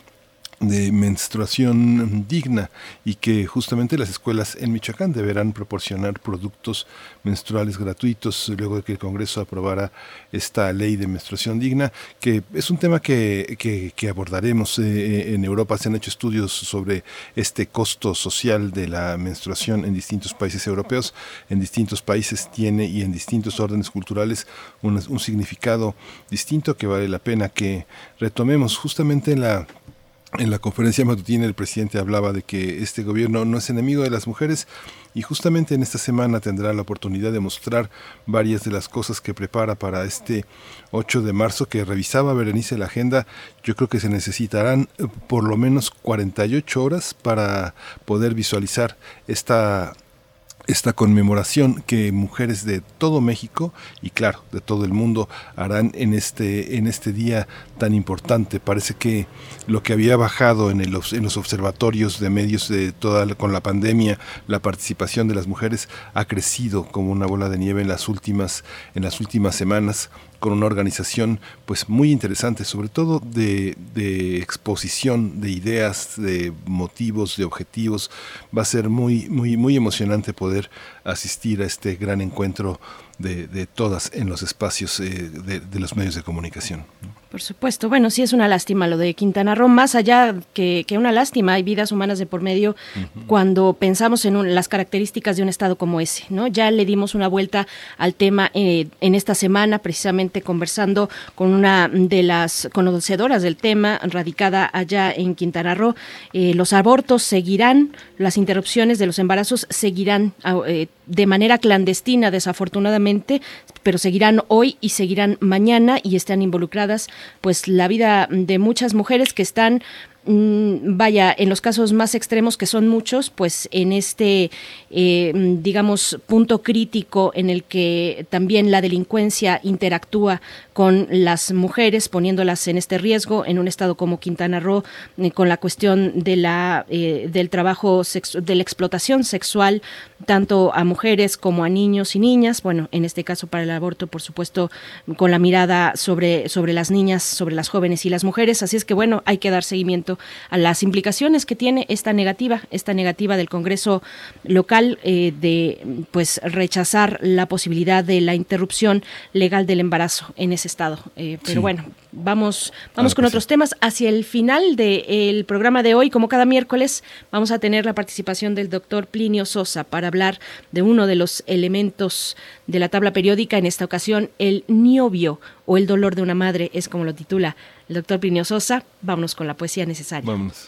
de menstruación digna, y que justamente las escuelas en Michoacán deberán proporcionar productos menstruales gratuitos luego de que el Congreso aprobara esta ley de menstruación digna, que es un tema que, que, que abordaremos. Eh, en Europa se han hecho estudios sobre este costo social de la menstruación en distintos países europeos. En distintos países tiene, y en distintos órdenes culturales, un, un significado distinto que vale la pena que retomemos. Justamente en la En la conferencia matutina el presidente hablaba de que este gobierno no es enemigo de las mujeres, y justamente en esta semana tendrá la oportunidad de mostrar varias de las cosas que prepara para este ocho de marzo, que revisaba Berenice la agenda. Yo creo que se necesitarán por lo menos cuarenta y ocho horas para poder visualizar esta esta conmemoración que mujeres de todo México y claro, de todo el mundo harán en este en este día tan importante. Parece que lo que había bajado en, el, en los observatorios de medios de toda con la pandemia, la participación de las mujeres ha crecido como una bola de nieve en las últimas en las últimas semanas, con una organización pues muy interesante, sobre todo de, de exposición de ideas, de motivos, de objetivos. Va a ser muy muy muy emocionante poder asistir a este gran encuentro de, de todas en los espacios eh, de, de los medios de comunicación. Por supuesto. Bueno, sí es una lástima lo de Quintana Roo, más allá que, que una lástima, hay vidas humanas de por medio uh-huh. cuando pensamos en un, las características de un estado como ese, ¿no? Ya le dimos una vuelta al tema eh, en esta semana, precisamente conversando con una de las conocedoras del tema, radicada allá en Quintana Roo. Eh, los abortos seguirán, las interrupciones de los embarazos seguirán eh, de manera clandestina, desafortunadamente, pero seguirán hoy y seguirán mañana, y están involucradas pues la vida de muchas mujeres que están, mmm, vaya, en los casos más extremos, que son muchos, pues en este, eh, digamos, punto crítico en el que también la delincuencia interactúa con las mujeres, poniéndolas en este riesgo en un estado como Quintana Roo, eh, con la cuestión de la eh, del trabajo sexu- de la explotación sexual tanto a mujeres como a niños y niñas. Bueno, en este caso para el aborto, por supuesto, con la mirada sobre sobre las niñas, sobre las jóvenes y las mujeres. Así es que bueno, hay que dar seguimiento a las implicaciones que tiene esta negativa, esta negativa del Congreso local eh, de pues rechazar la posibilidad de la interrupción legal del embarazo en ese estado. Eh, pero sí. bueno, vamos vamos con otros temas. Hacia el final del programa de hoy, como cada miércoles, vamos a tener la participación del doctor Plinio Sosa para hablar de uno de los elementos de la tabla periódica, en esta ocasión el niobio o el dolor de una madre, es como lo titula el doctor Plinio Sosa. Vámonos con la poesía necesaria. Vámonos.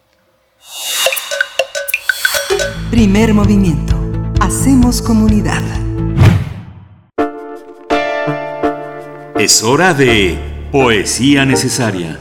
Primer movimiento. Hacemos comunidad. Es hora de poesía necesaria.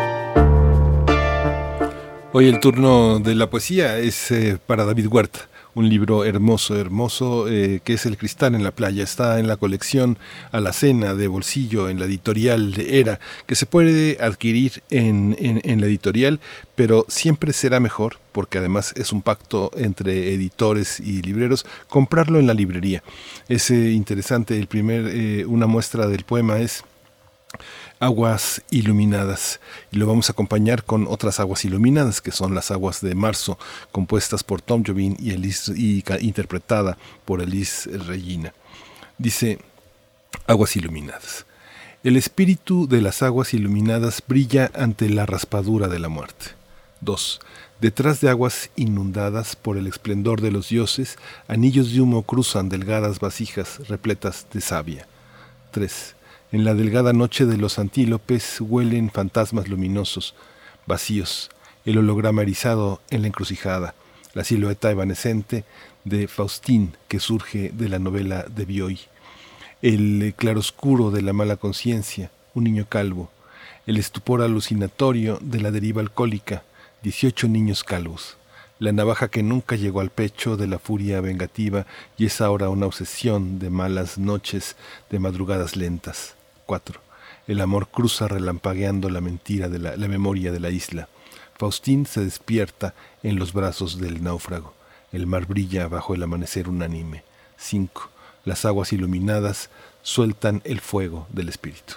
Hoy el turno de la poesía es eh, para David Huerta. Un libro hermoso, hermoso, eh, que es El cristal en la playa. Está en la colección Alacena de Bolsillo, en la editorial de Era, que se puede adquirir en, en, en la editorial, pero siempre será mejor, porque además es un pacto entre editores y libreros, comprarlo en la librería. Es eh, interesante. El primer, eh, una muestra del poema es Aguas Iluminadas, y lo vamos a acompañar con otras aguas iluminadas, que son las aguas de marzo, compuestas por Tom Jobim y, Elis, y interpretada por Elis Regina. Dice: Aguas iluminadas. El espíritu de las aguas iluminadas brilla ante la raspadura de la muerte. dos. Detrás de aguas inundadas por el esplendor de los dioses, anillos de humo cruzan delgadas vasijas repletas de savia. tres. En la delgada noche de los antílopes huelen fantasmas luminosos, vacíos, el holograma erizado en la encrucijada, la silueta evanescente de Faustín que surge de la novela de Bioy, el claroscuro de la mala conciencia, un niño calvo, el estupor alucinatorio de la deriva alcohólica, dieciocho niños calvos, la navaja que nunca llegó al pecho de la furia vengativa y es ahora una obsesión de malas noches, de madrugadas lentas. cuatro. El amor cruza relampagueando la mentira de la, la memoria de la isla. Faustín se despierta en los brazos del náufrago. El mar brilla bajo el amanecer unánime. cinco. Las aguas iluminadas sueltan el fuego del espíritu.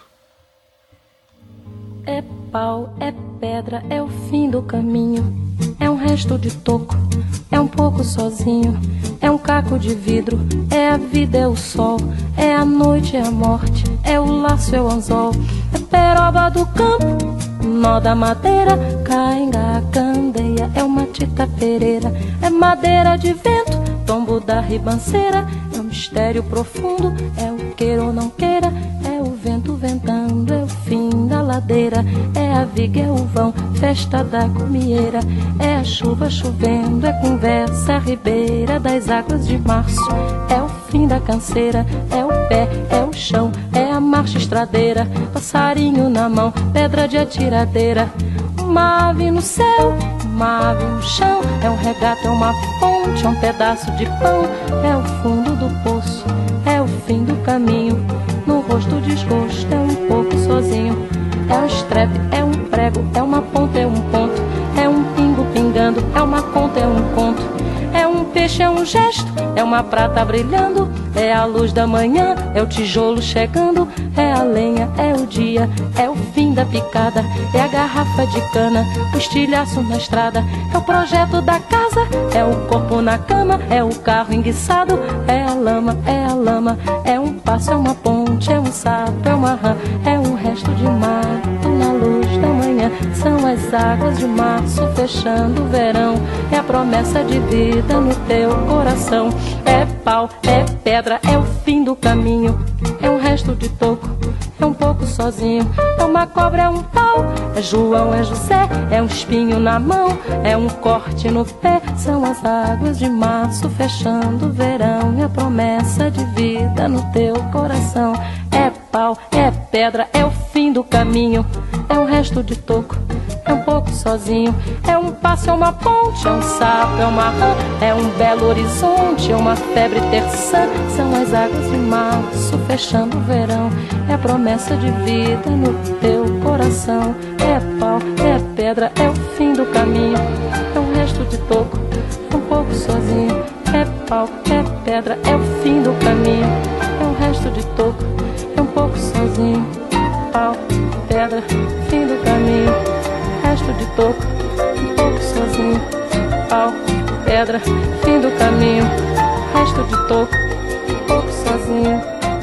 É pau, é pedra, é o fim do caminho. É um resto de toco, é um pouco sozinho. É um caco de vidro, é a vida, é o sol. É a noite, é a morte, é o laço, é o anzol. É peroba do campo, nó da madeira. Cainga, candeia, é uma tita pereira. É madeira de vento, tombo da ribanceira. É um mistério profundo, é o queira ou não queira. É o vento ventando, é o fim da ladeira. É a viga, é o vão, festa da comieira. É a chuva chovendo, é conversa ribeira das águas de março. É o fim da canseira, é o pé, é o chão. É a marcha estradeira, passarinho na mão, pedra de atiradeira. Uma ave no céu, uma ave no chão. É um regato, é uma ponte, é um pedaço de pão. É o fundo do poço, é o fim do caminho. No rosto desgosto, é um pouco sozinho. É um estrepe, é um prego, é uma ponta, é um ponto. É um pingo pingando, é uma conta, é um conto. É um peixe, é um gesto, é uma prata brilhando. É a luz da manhã, é o tijolo chegando. É a lenha, é o dia, é o fim da picada. É a garrafa de cana, o estilhaço na estrada. É o projeto da casa, é o corpo na cama. É o carro enguiçado, é a lama, é a lama. É um passo, é uma ponte, é um sapo, é uma rã. É um resto de mato na luz da manhã. São as águas de março fechando o verão. É a promessa de vida no teu coração. É pau, é pedra, é o fim do caminho. É um resto de toco, é um pouco sozinho. É uma cobra, é um pau, é João, é José. É um espinho na mão, é um corte no pé. São as águas de março fechando o verão. É a promessa de vida no teu coração. É pau, é pedra, é o fim do caminho. É um resto de toco, é um pouco sozinho. É um passo, é uma ponte, é um sapo, é uma rã. É um belo horizonte, é uma febre terçã. São as águas de março fechando o verão. É a promessa de vida no teu coração. É pau, é pedra, é o fim do caminho. É um resto de toco, é um pouco sozinho. É pau, é pedra, é o fim do caminho. É um resto de toco, é um pouco sozinho. Pau, pedra, fim do caminho. Resto de toco, um pouco sozinho. Pau, pedra, fim do caminho. Resto de toco, um pouco sozinho.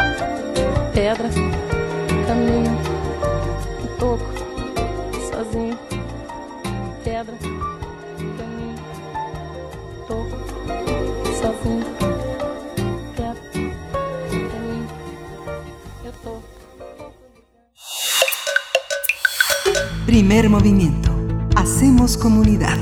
Pedra, caminho, um toco, sozinho. Pedra, caminho, toco, sozinho. Pedra, caminho, eu tô. Primer movimiento. Hacemos comunidad.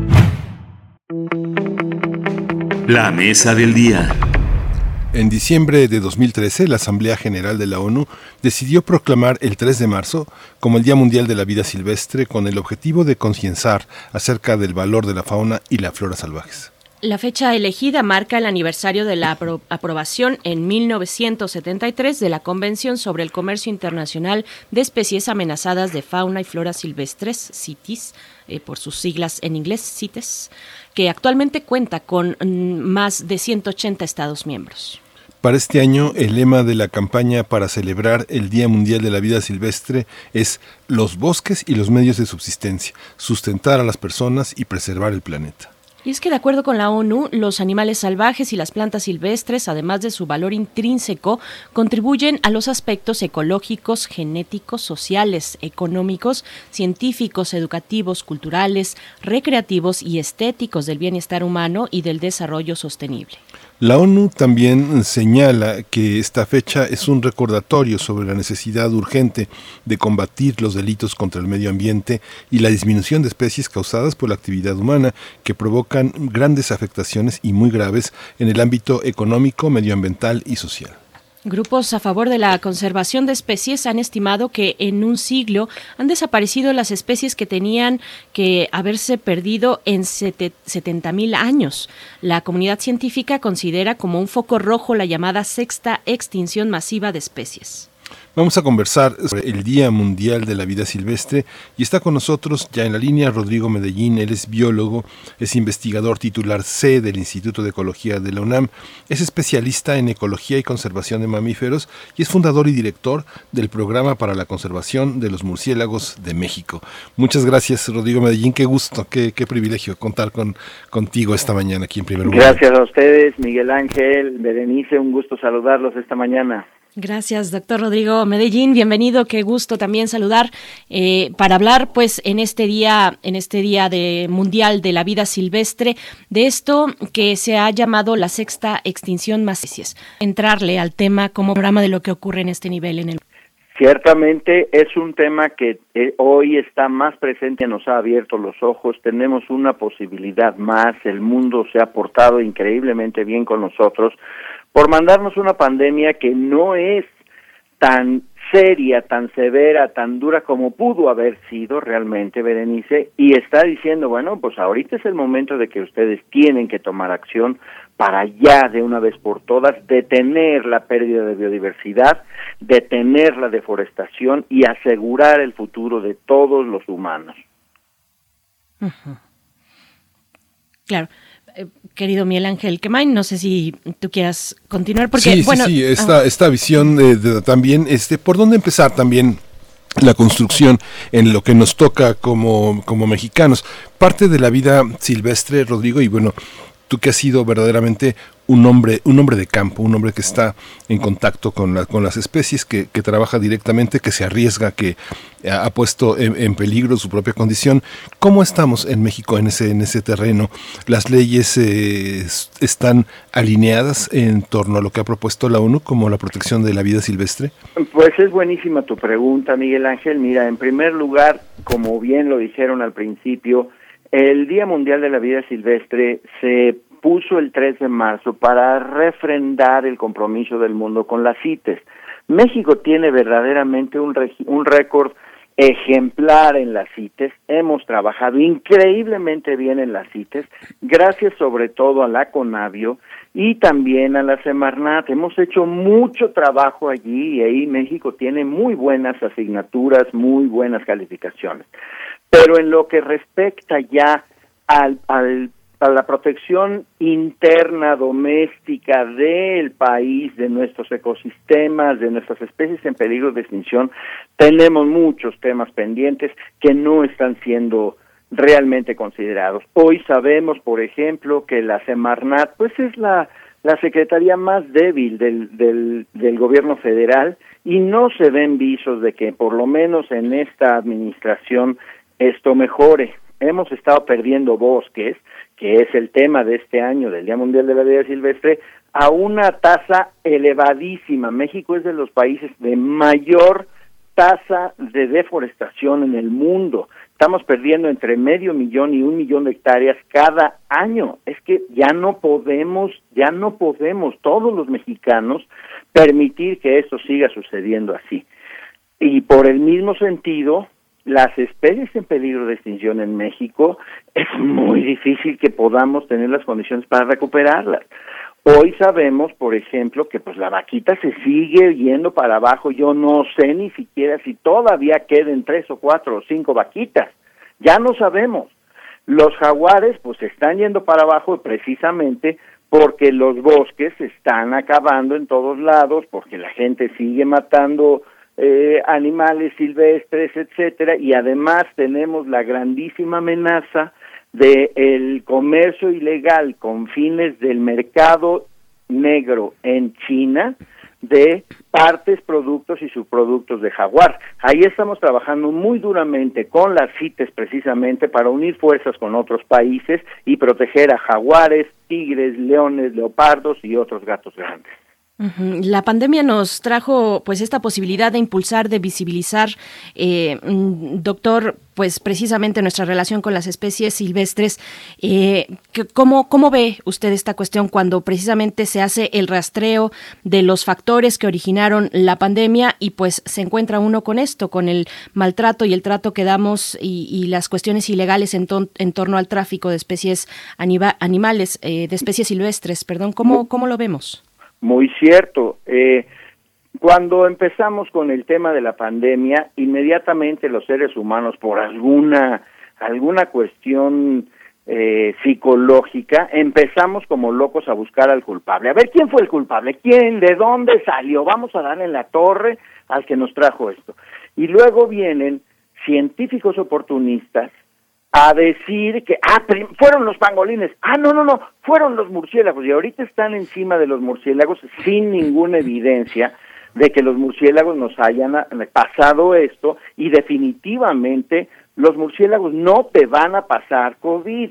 La mesa del día. En diciembre de dos mil trece, la Asamblea General de la ONU decidió proclamar el tres de marzo como el Día Mundial de la Vida Silvestre con el objetivo de concienciar acerca del valor de la fauna y la flora salvajes. La fecha elegida marca el aniversario de la apro- aprobación en mil novecientos setenta y tres de la Convención sobre el Comercio Internacional de Especies Amenazadas de Fauna y Flora Silvestres, CITES, eh, por sus siglas en inglés, CITES, que actualmente cuenta con mm, más de ciento ochenta Estados miembros. Para este año, el lema de la campaña para celebrar el Día Mundial de la Vida Silvestre es los bosques y los medios de subsistencia, sustentar a las personas y preservar el planeta. Y es que de acuerdo con la ONU, los animales salvajes y las plantas silvestres, además de su valor intrínseco, contribuyen a los aspectos ecológicos, genéticos, sociales, económicos, científicos, educativos, culturales, recreativos y estéticos del bienestar humano y del desarrollo sostenible. La ONU también señala que esta fecha es un recordatorio sobre la necesidad urgente de combatir los delitos contra el medio ambiente y la disminución de especies causadas por la actividad humana que provocan grandes afectaciones y muy graves en el ámbito económico, medioambiental y social. Grupos a favor de la conservación de especies han estimado que en un siglo han desaparecido las especies que tenían que haberse perdido en setenta mil años. La comunidad científica considera como un foco rojo la llamada sexta extinción masiva de especies. Vamos a conversar sobre el Día Mundial de la Vida Silvestre y está con nosotros ya en la línea Rodrigo Medellín. Él es biólogo, es investigador titular C del Instituto de Ecología de la UNAM, es especialista en ecología y conservación de mamíferos y es fundador y director del Programa para la Conservación de los Murciélagos de México. Muchas gracias, Rodrigo Medellín, qué gusto, qué, qué privilegio contar con contigo esta mañana aquí en Primer Movimiento. Gracias a ustedes, Miguel Ángel, Berenice, un gusto saludarlos esta mañana. Gracias, doctor Rodrigo Medellín, bienvenido, qué gusto también saludar eh, para hablar pues en este día, en este día de Mundial de la Vida Silvestre, de esto que se ha llamado la sexta extinción masiva. Entrarle al tema como programa de lo que ocurre en este nivel en el Ciertamente es un tema que eh, hoy está más presente, nos ha abierto los ojos, tenemos una posibilidad más, el mundo se ha portado increíblemente bien con nosotros por mandarnos una pandemia que no es tan seria, tan severa, tan dura como pudo haber sido realmente, Berenice, y está diciendo, bueno, pues ahorita es el momento de que ustedes tienen que tomar acción para ya de una vez por todas detener la pérdida de biodiversidad, detener la deforestación y asegurar el futuro de todos los humanos. Uh-huh. Claro. Eh, querido Miguel Ángel Quemain, no sé si tú quieras continuar porque sí, bueno, sí, sí, esta, uh, esta visión de, de, también, este, ¿por dónde empezar también la construcción en lo que nos toca como, como mexicanos? Parte de la vida silvestre, Rodrigo, y bueno, tú que has sido verdaderamente un hombre, un hombre de campo, un hombre que está en contacto con, la, con las especies, que, que trabaja directamente, que se arriesga, que ha puesto en, en peligro su propia condición. ¿Cómo estamos en México en ese, en ese terreno? ¿Las leyes eh, están alineadas en torno a lo que ha propuesto la ONU como la protección de la vida silvestre? Pues es buenísima tu pregunta, Miguel Ángel. Mira, en primer lugar, como bien lo dijeron al principio, el Día Mundial de la Vida Silvestre se puso el tres de marzo para refrendar el compromiso del mundo con las CITES. México tiene verdaderamente un, un récord ejemplar en las CITES, hemos trabajado increíblemente bien en las CITES, gracias sobre todo a la CONABIO y también a la Semarnat. Hemos hecho mucho trabajo allí y ahí México tiene muy buenas asignaturas, muy buenas calificaciones. Pero en lo que respecta ya al, al a la protección interna, doméstica del país, de nuestros ecosistemas, de nuestras especies en peligro de extinción, tenemos muchos temas pendientes que no están siendo realmente considerados. Hoy sabemos, por ejemplo, que la Semarnat pues es la, la secretaría más débil del, del, del gobierno federal y no se ven visos de que por lo menos en esta administración esto mejore. Hemos estado perdiendo bosques, que es el tema de este año del Día Mundial de la Vida Silvestre, a una tasa elevadísima. México es de los países de mayor tasa de deforestación en el mundo. Estamos perdiendo entre medio millón y un millón de hectáreas cada año. Es que ya no podemos, ya no podemos todos los mexicanos permitir que esto siga sucediendo así. Y por el mismo sentido, las especies en peligro de extinción en México, es muy difícil que podamos tener las condiciones para recuperarlas. Hoy sabemos, por ejemplo, que pues la vaquita se sigue yendo para abajo. Yo no sé ni siquiera si todavía queden tres o cuatro o cinco vaquitas. Ya no sabemos. Los jaguares pues se están yendo para abajo precisamente porque los bosques se están acabando en todos lados, porque la gente sigue matando Eh, animales silvestres, etcétera, y además tenemos la grandísima amenaza de el comercio ilegal con fines del mercado negro en China de partes, productos y subproductos de jaguar. Ahí estamos trabajando muy duramente con las CITES precisamente para unir fuerzas con otros países y proteger a jaguares, tigres, leones, leopardos y otros gatos grandes. La pandemia nos trajo pues esta posibilidad de impulsar, de visibilizar, eh, doctor, pues precisamente nuestra relación con las especies silvestres. Eh, ¿cómo, ¿Cómo ve usted esta cuestión cuando precisamente se hace el rastreo de los factores que originaron la pandemia y pues se encuentra uno con esto, con el maltrato y el trato que damos y, y las cuestiones ilegales en, ton, en torno al tráfico de especies anima, animales, eh, de especies silvestres? Perdón, ¿cómo, cómo lo vemos? Muy cierto. Eh, cuando empezamos con el tema de la pandemia, inmediatamente los seres humanos, por alguna alguna cuestión eh, psicológica, empezamos como locos a buscar al culpable. A ver, ¿quién fue el culpable? ¿Quién? ¿De dónde salió? Vamos a darle en la torre al que nos trajo esto. Y luego vienen científicos oportunistas a decir que, ah, fueron los pangolines, ah, no, no, no, fueron los murciélagos, y ahorita están encima de los murciélagos sin ninguna evidencia de que los murciélagos nos hayan pasado esto, y definitivamente los murciélagos no te van a pasar COVID.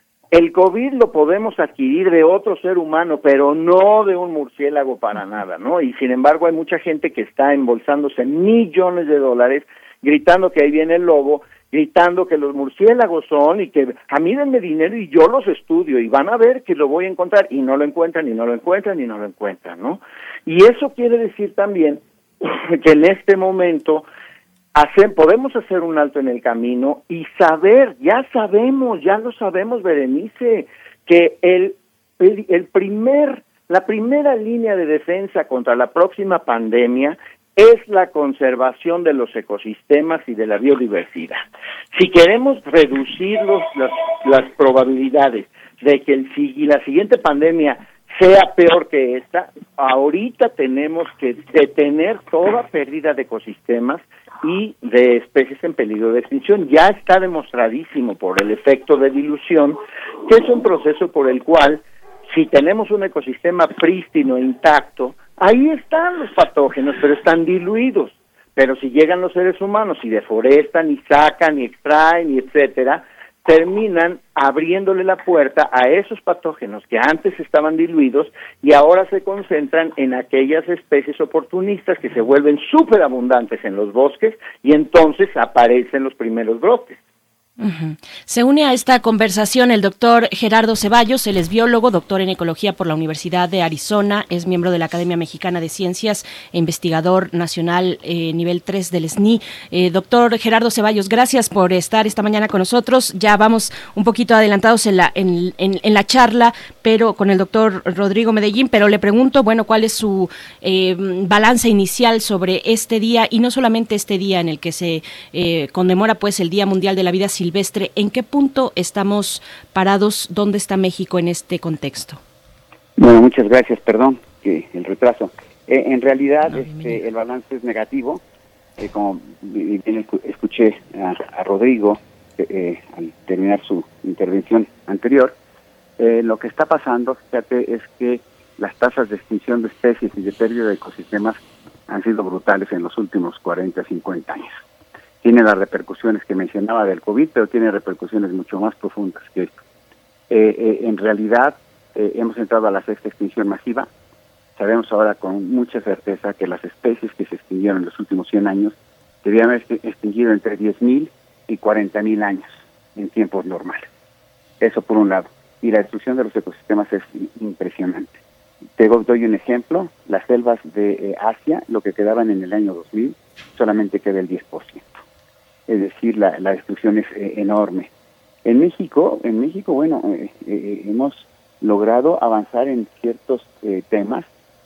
El COVID lo podemos adquirir de otro ser humano, pero no de un murciélago para nada, ¿no? Y sin embargo hay mucha gente que está embolsándose millones de dólares, gritando que ahí viene el lobo, gritando que los murciélagos son y que a mí denme dinero y yo los estudio y van a ver que lo voy a encontrar, y no lo encuentran, y no lo encuentran, y no lo encuentran, ¿no? Y eso quiere decir también que en este momento hacer, podemos hacer un alto en el camino y saber, ya sabemos, ya lo sabemos, Berenice, que el, el, el primer, la primera línea de defensa contra la próxima pandemia es la conservación de los ecosistemas y de la biodiversidad. Si queremos reducir los, las, las probabilidades de que el, si la siguiente pandemia sea peor que esta, ahorita tenemos que detener toda pérdida de ecosistemas y de especies en peligro de extinción. Ya está demostradísimo por el efecto de dilución que es un proceso por el cual, si tenemos un ecosistema prístino e intacto, ahí están los patógenos, pero están diluidos. Pero si llegan los seres humanos y deforestan y sacan y extraen y etcétera, terminan abriéndole la puerta a esos patógenos que antes estaban diluidos y ahora se concentran en aquellas especies oportunistas que se vuelven súper abundantes en los bosques y entonces aparecen los primeros brotes. Uh-huh. Se une a esta conversación el doctor Gerardo Ceballos, él es biólogo, doctor en ecología por la Universidad de Arizona, es miembro de la Academia Mexicana de Ciencias e investigador nacional eh, nivel tres del S N I. Eh, doctor Gerardo Ceballos, gracias por estar esta mañana con nosotros. Ya vamos un poquito adelantados en la, en, en, en la charla, pero con el doctor Rodrigo Medellín, pero le pregunto, bueno, ¿cuál es su eh, balance inicial sobre este día, y no solamente este día en el que se eh, conmemora pues el Día Mundial de la Vida Silvestre? ¿En qué punto estamos parados? ¿Dónde está México en este contexto? Bueno, muchas gracias, perdón que el retraso. Eh, en realidad, no, este, el balance es negativo. Eh, como bien escuché a, a Rodrigo eh, al terminar su intervención anterior, eh, lo que está pasando, fíjate, es que las tasas de extinción de especies y de pérdida de ecosistemas han sido brutales en los últimos cuarenta, cincuenta años. Tiene las repercusiones que mencionaba del COVID, pero tiene repercusiones mucho más profundas que esto. Eh, eh, en realidad, eh, hemos entrado a la sexta extinción masiva. Sabemos ahora con mucha certeza que las especies que se extinguieron en los últimos cien años debían haber extinguido entre diez mil y cuarenta mil años en tiempos normales. Eso por un lado. Y la destrucción de los ecosistemas es impresionante. Te doy un ejemplo. Las selvas de eh, Asia, lo que quedaban en el año dos mil, solamente queda el diez por ciento. Es decir, la, la destrucción es eh, enorme. En México, en México, bueno, eh, eh, hemos logrado avanzar en ciertos eh, temas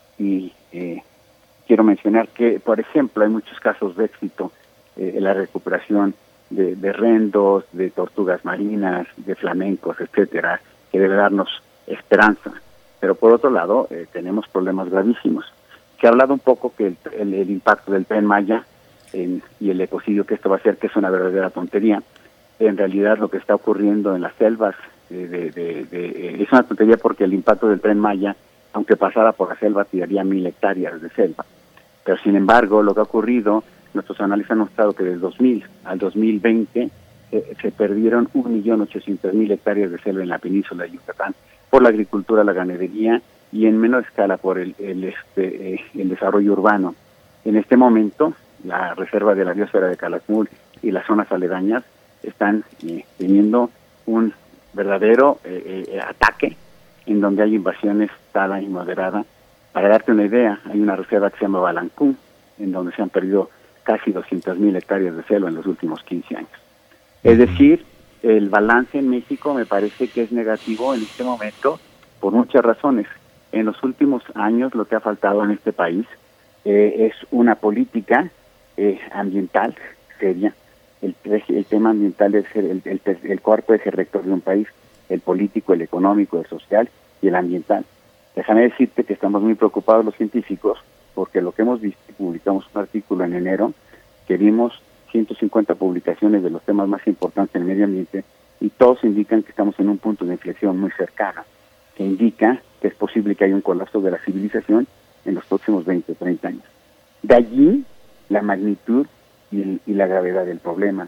y eh, quiero mencionar que, por ejemplo, hay muchos casos de éxito eh, en la recuperación de, de rendos, de tortugas marinas, de flamencos, etcétera, que debe darnos esperanza. Pero por otro lado, eh, tenemos problemas gravísimos. Se ha hablado un poco que el, el, el impacto del Tren Maya En, y el ecocidio que esto va a hacer, que es una verdadera tontería. En realidad lo que está ocurriendo en las selvas de, de, de, de, es una tontería porque el impacto del Tren Maya, aunque pasara por la selva, tiraría mil hectáreas de selva. Pero sin embargo, lo que ha ocurrido, nuestros análisis han mostrado que del dos mil al dos mil veinte eh, se perdieron un millón ochocientos mil hectáreas de selva en la península de Yucatán por la agricultura, la ganadería y en menor escala por el, el, este, eh, el desarrollo urbano. En este momento, la reserva de la biosfera de Calakmul y las zonas aledañas están eh, teniendo un verdadero eh, eh, ataque, en donde hay invasiones tala y moderada. Para darte una idea, hay una reserva que se llama Balancú, en donde se han perdido casi doscientas mil hectáreas de selva en los últimos quince años. Es decir, el balance en México me parece que es negativo en este momento por muchas razones. En los últimos años lo que ha faltado en este país eh, es una política eh, ambiental seria. El, el tema ambiental es el, el, el, el cuarto eje rector de un país, el político, el económico, el social y el ambiental. Déjame decirte que estamos muy preocupados los científicos porque lo que hemos visto, publicamos un artículo en enero que vimos ciento cincuenta publicaciones de los temas más importantes del medio ambiente y todos indican que estamos en un punto de inflexión muy cercano, que indica que es posible que haya un colapso de la civilización en los próximos veinte o treinta años. De allí la magnitud y, y la gravedad del problema.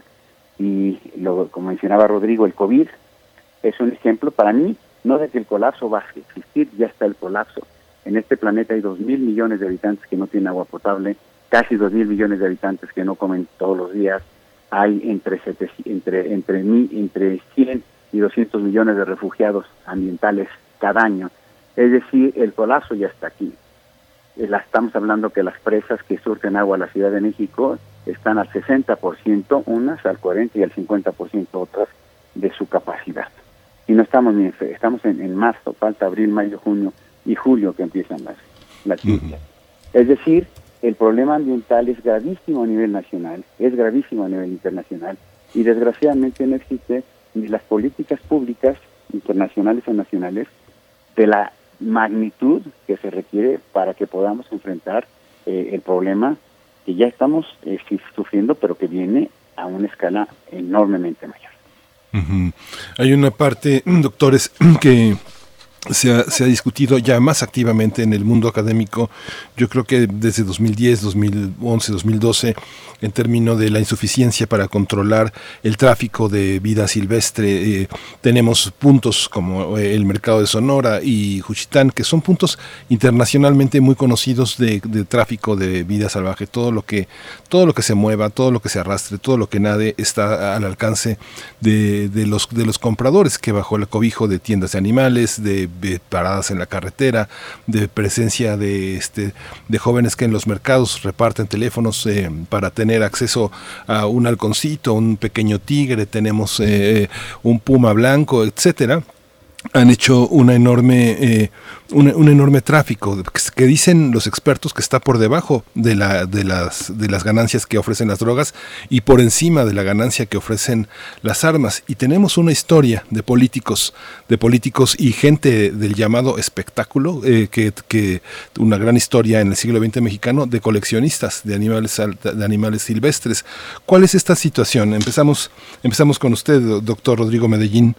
Y lo, como mencionaba Rodrigo, el COVID es un ejemplo para mí, no de que el colapso va a existir, ya está el colapso. En este planeta hay dos mil millones de habitantes que no tienen agua potable, casi dos mil millones de habitantes que no comen todos los días, hay entre entre entre entre cien y doscientos millones de refugiados ambientales cada año. Es decir, el colapso ya está aquí. Estamos hablando que las presas que surten agua a la Ciudad de México están al sesenta por ciento, unas al cuarenta por ciento y al cincuenta por ciento otras de su capacidad. Y no estamos ni en fe, estamos en, en marzo, falta abril, mayo, junio y julio que empiezan las, las lluvias. Uh-huh. Es decir, el problema ambiental es gravísimo a nivel nacional, es gravísimo a nivel internacional y desgraciadamente no existe ni las políticas públicas internacionales o nacionales de la magnitud que se requiere para que podamos enfrentar eh, el problema que ya estamos eh, sufriendo, pero que viene a una escala enormemente mayor. Uh-huh. Hay una parte, doctores, que Se ha, se ha discutido ya más activamente en el mundo académico, yo creo que desde dos mil diez, dos mil once, dos mil doce, en términos de la insuficiencia para controlar el tráfico de vida silvestre. Eh, tenemos puntos como el mercado de Sonora y Juchitán, que son puntos internacionalmente muy conocidos de, de tráfico de vida salvaje. Todo lo que, todo lo que se mueva, todo lo que se arrastre, todo lo que nade está al alcance de, de, los, de los compradores que bajo el cobijo de tiendas de animales, de de paradas en la carretera, de presencia de este de jóvenes que en los mercados reparten teléfonos eh, para tener acceso a un halconcito, un pequeño tigre, tenemos eh, un puma blanco, etcétera. Han hecho una enorme eh, un, un enorme tráfico que, que dicen los expertos que está por debajo de la de las de las ganancias que ofrecen las drogas y por encima de la ganancia que ofrecen las armas. Y tenemos una historia de políticos de políticos y gente del llamado espectáculo eh, que, que una gran historia en el siglo veinte mexicano de coleccionistas de animales de animales silvestres. ¿Cuál es esta situación? Empezamos empezamos con usted, doctor Rodrigo Medellín.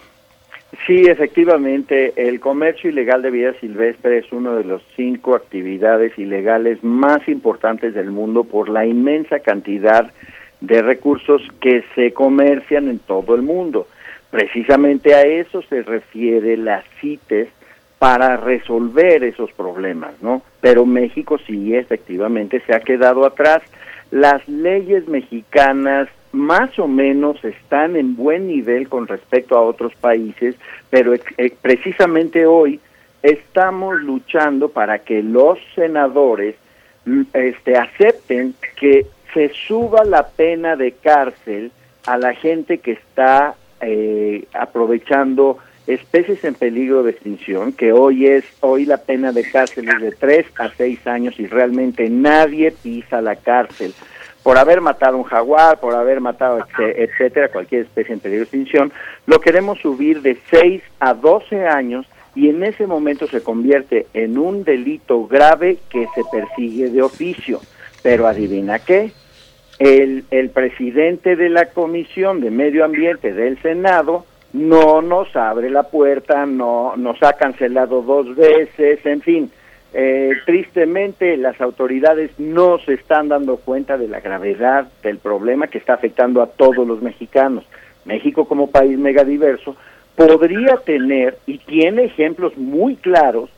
Sí, efectivamente, el comercio ilegal de vida silvestre es una de las cinco actividades ilegales más importantes del mundo por la inmensa cantidad de recursos que se comercian en todo el mundo. Precisamente a eso se refiere la CITES para resolver esos problemas, ¿no? Pero México sí, efectivamente, se ha quedado atrás. Las leyes mexicanas más o menos están en buen nivel con respecto a otros países, pero ex- ex- precisamente hoy estamos luchando para que los senadores este, acepten que se suba la pena de cárcel a la gente que está eh, aprovechando especies en peligro de extinción, que hoy es hoy la pena de cárcel es de tres a seis años y realmente nadie pisa la cárcel por haber matado un jaguar, por haber matado, etcétera, cualquier especie en peligro de extinción. Lo queremos subir de seis a doce años y en ese momento se convierte en un delito grave que se persigue de oficio. Pero adivina qué, el, el presidente de la Comisión de Medio Ambiente del Senado no nos abre la puerta, no nos ha cancelado dos veces, en fin. Eh, tristemente las autoridades no se están dando cuenta de la gravedad del problema que está afectando a todos los mexicanos. México, como país megadiverso, podría tener y tiene ejemplos muy claros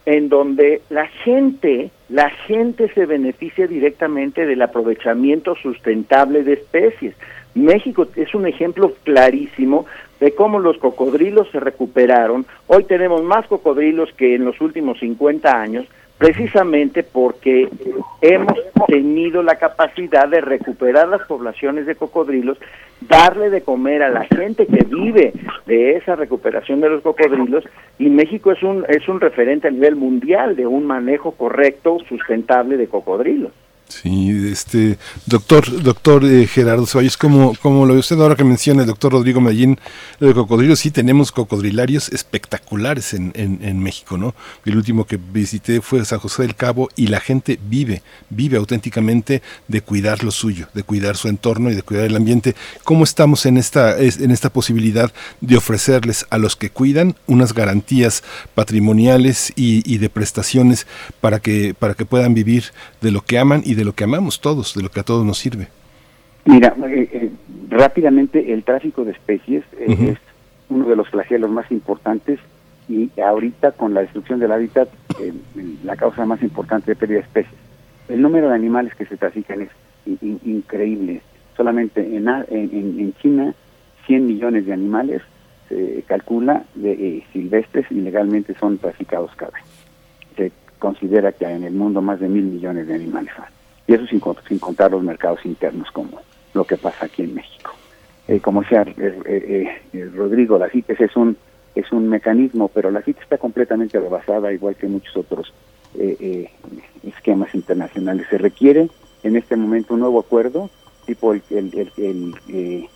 en donde la gente, la gente se beneficia directamente del aprovechamiento sustentable de especies. México es un ejemplo clarísimo de cómo los cocodrilos se recuperaron. Hoy tenemos más cocodrilos que en los últimos cincuenta años, precisamente porque hemos tenido la capacidad de recuperar las poblaciones de cocodrilos, darle de comer a la gente que vive de esa recuperación de los cocodrilos, y México es un es un referente a nivel mundial de un manejo correcto, sustentable de cocodrilos. Sí, este doctor doctor eh, Gerardo Ceballos, como como lo ve usted ahora que menciona el doctor Rodrigo Medellín, el cocodrilo, sí tenemos cocodrilarios espectaculares en, en, en México, ¿no? El último que visité fue San José del Cabo y la gente vive, vive auténticamente de cuidar lo suyo, de cuidar su entorno y de cuidar el ambiente. ¿Cómo estamos en esta en esta posibilidad de ofrecerles a los que cuidan unas garantías patrimoniales y, y de prestaciones para que para que puedan vivir de lo que aman y de lo que amamos todos, de lo que a todos nos sirve? Mira, eh, eh, rápidamente, el tráfico de especies eh, uh-huh. es uno de los flagelos más importantes, y ahorita con la destrucción del hábitat, eh, la causa más importante de pérdida de especies. El número de animales que se trafican es in, in, increíble. Solamente en, en, en China, cien millones de animales se calcula de eh, silvestres ilegalmente son traficados cada año. Se considera que hay en el mundo más de mil millones de animales. Y eso sin, sin contar los mercados internos, como lo que pasa aquí en México. Eh, como decía eh, eh, eh, Rodrigo, la CITES es un es un mecanismo, pero la CITES está completamente rebasada, igual que muchos otros eh, eh, esquemas internacionales. Se requiere en este momento un nuevo acuerdo, tipo el, el, el, el eh,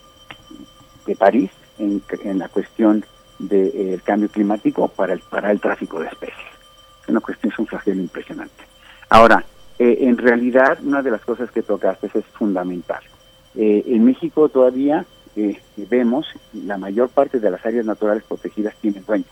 de París, en, en la cuestión del de, eh, cambio climático para el, para el tráfico de especies. Es una cuestión, es un flagelo impresionante. Ahora, Eh, en realidad, una de las cosas que tocaste es fundamental. Eh, en México todavía eh, vemos la mayor parte de las áreas naturales protegidas tienen dueños.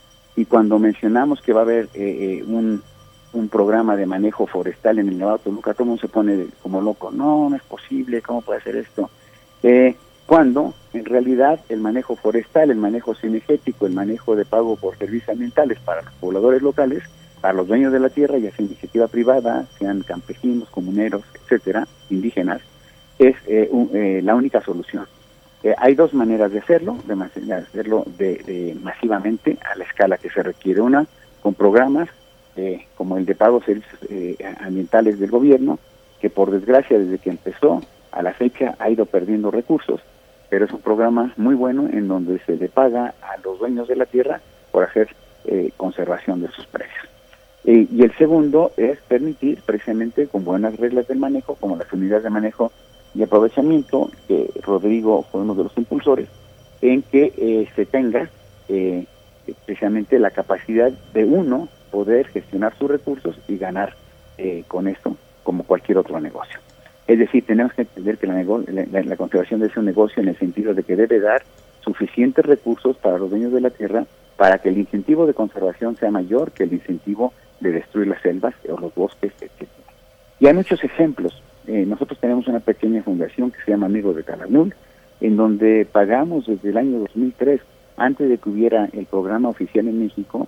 Y cuando mencionamos que va a haber eh, un, un programa de manejo forestal en el Nevado de Toluca, todo el mundo se pone como loco. No, no es posible, ¿cómo puede ser esto? Eh, cuando en realidad el manejo forestal, el manejo cinegético, el manejo de pago por servicios ambientales para los pobladores locales, para los dueños de la tierra, ya sea iniciativa privada, sean campesinos, comuneros, etcétera, indígenas, es eh, un, eh, la única solución. Eh, hay dos maneras de hacerlo, de, mas- de hacerlo de, de masivamente a la escala que se requiere. Una, con programas eh, como el de pago de servicios eh, ambientales del gobierno, que por desgracia desde que empezó a la fecha ha ido perdiendo recursos, pero es un programa muy bueno en donde se le paga a los dueños de la tierra por hacer eh, conservación de sus precios. Eh, y el segundo es permitir, precisamente con buenas reglas del manejo, como las unidades de manejo y aprovechamiento, que Rodrigo fue uno de los impulsores, en que eh, se tenga eh, precisamente la capacidad de uno poder gestionar sus recursos y ganar eh, con esto como cualquier otro negocio. Es decir, tenemos que entender que la, nego- la, la conservación debe ser un negocio en el sentido de que debe dar suficientes recursos para los dueños de la tierra para que el incentivo de conservación sea mayor que el incentivo de destruir las selvas o los bosques, etcétera. Y hay muchos ejemplos. Eh, nosotros tenemos una pequeña fundación que se llama Amigos de Calakmul, en donde pagamos desde el año dos mil tres, antes de que hubiera el programa oficial en México,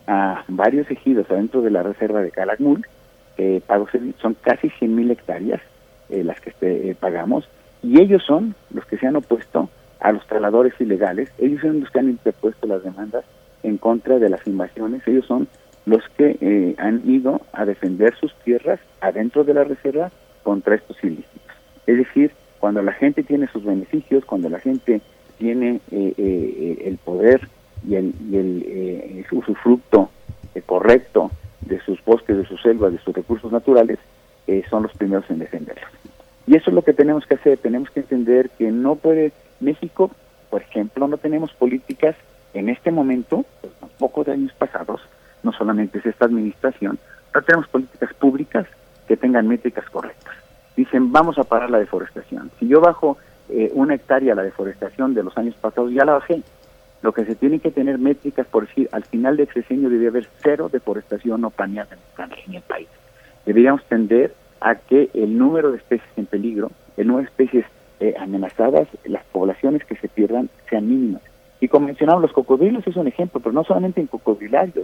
a varios ejidos adentro de la reserva de Calakmul. Eh, pagos son casi cien mil hectáreas eh, las que este, eh, pagamos, y ellos son los que se han opuesto a los taladores ilegales. Ellos son los que han interpuesto las demandas en contra de las invasiones. Ellos son los que eh, han ido a defender sus tierras adentro de la reserva contra estos ilícitos. Es decir, cuando la gente tiene sus beneficios, cuando la gente tiene eh, eh, el poder y el, y el eh, usufructo eh, correcto de sus bosques, de sus selvas, de sus recursos naturales, eh, son los primeros en defenderlos. Y eso es lo que tenemos que hacer. Tenemos que entender que no puede México, por ejemplo, no tenemos políticas en este momento, pues, poco de años pasados, no solamente es esta administración, no tenemos políticas públicas que tengan métricas correctas. Dicen, vamos a parar la deforestación. Si yo bajo eh, una hectárea la deforestación de los años pasados, ya la bajé. Lo que se tiene que tener métricas, por decir, al final del sexenio debe haber cero deforestación no planeada en el país. Deberíamos tender a que el número de especies en peligro, el número de especies eh, amenazadas, las poblaciones que se pierdan sean mínimas. Y como mencionaba, los cocodrilos es un ejemplo, pero no solamente en cocodrilarios,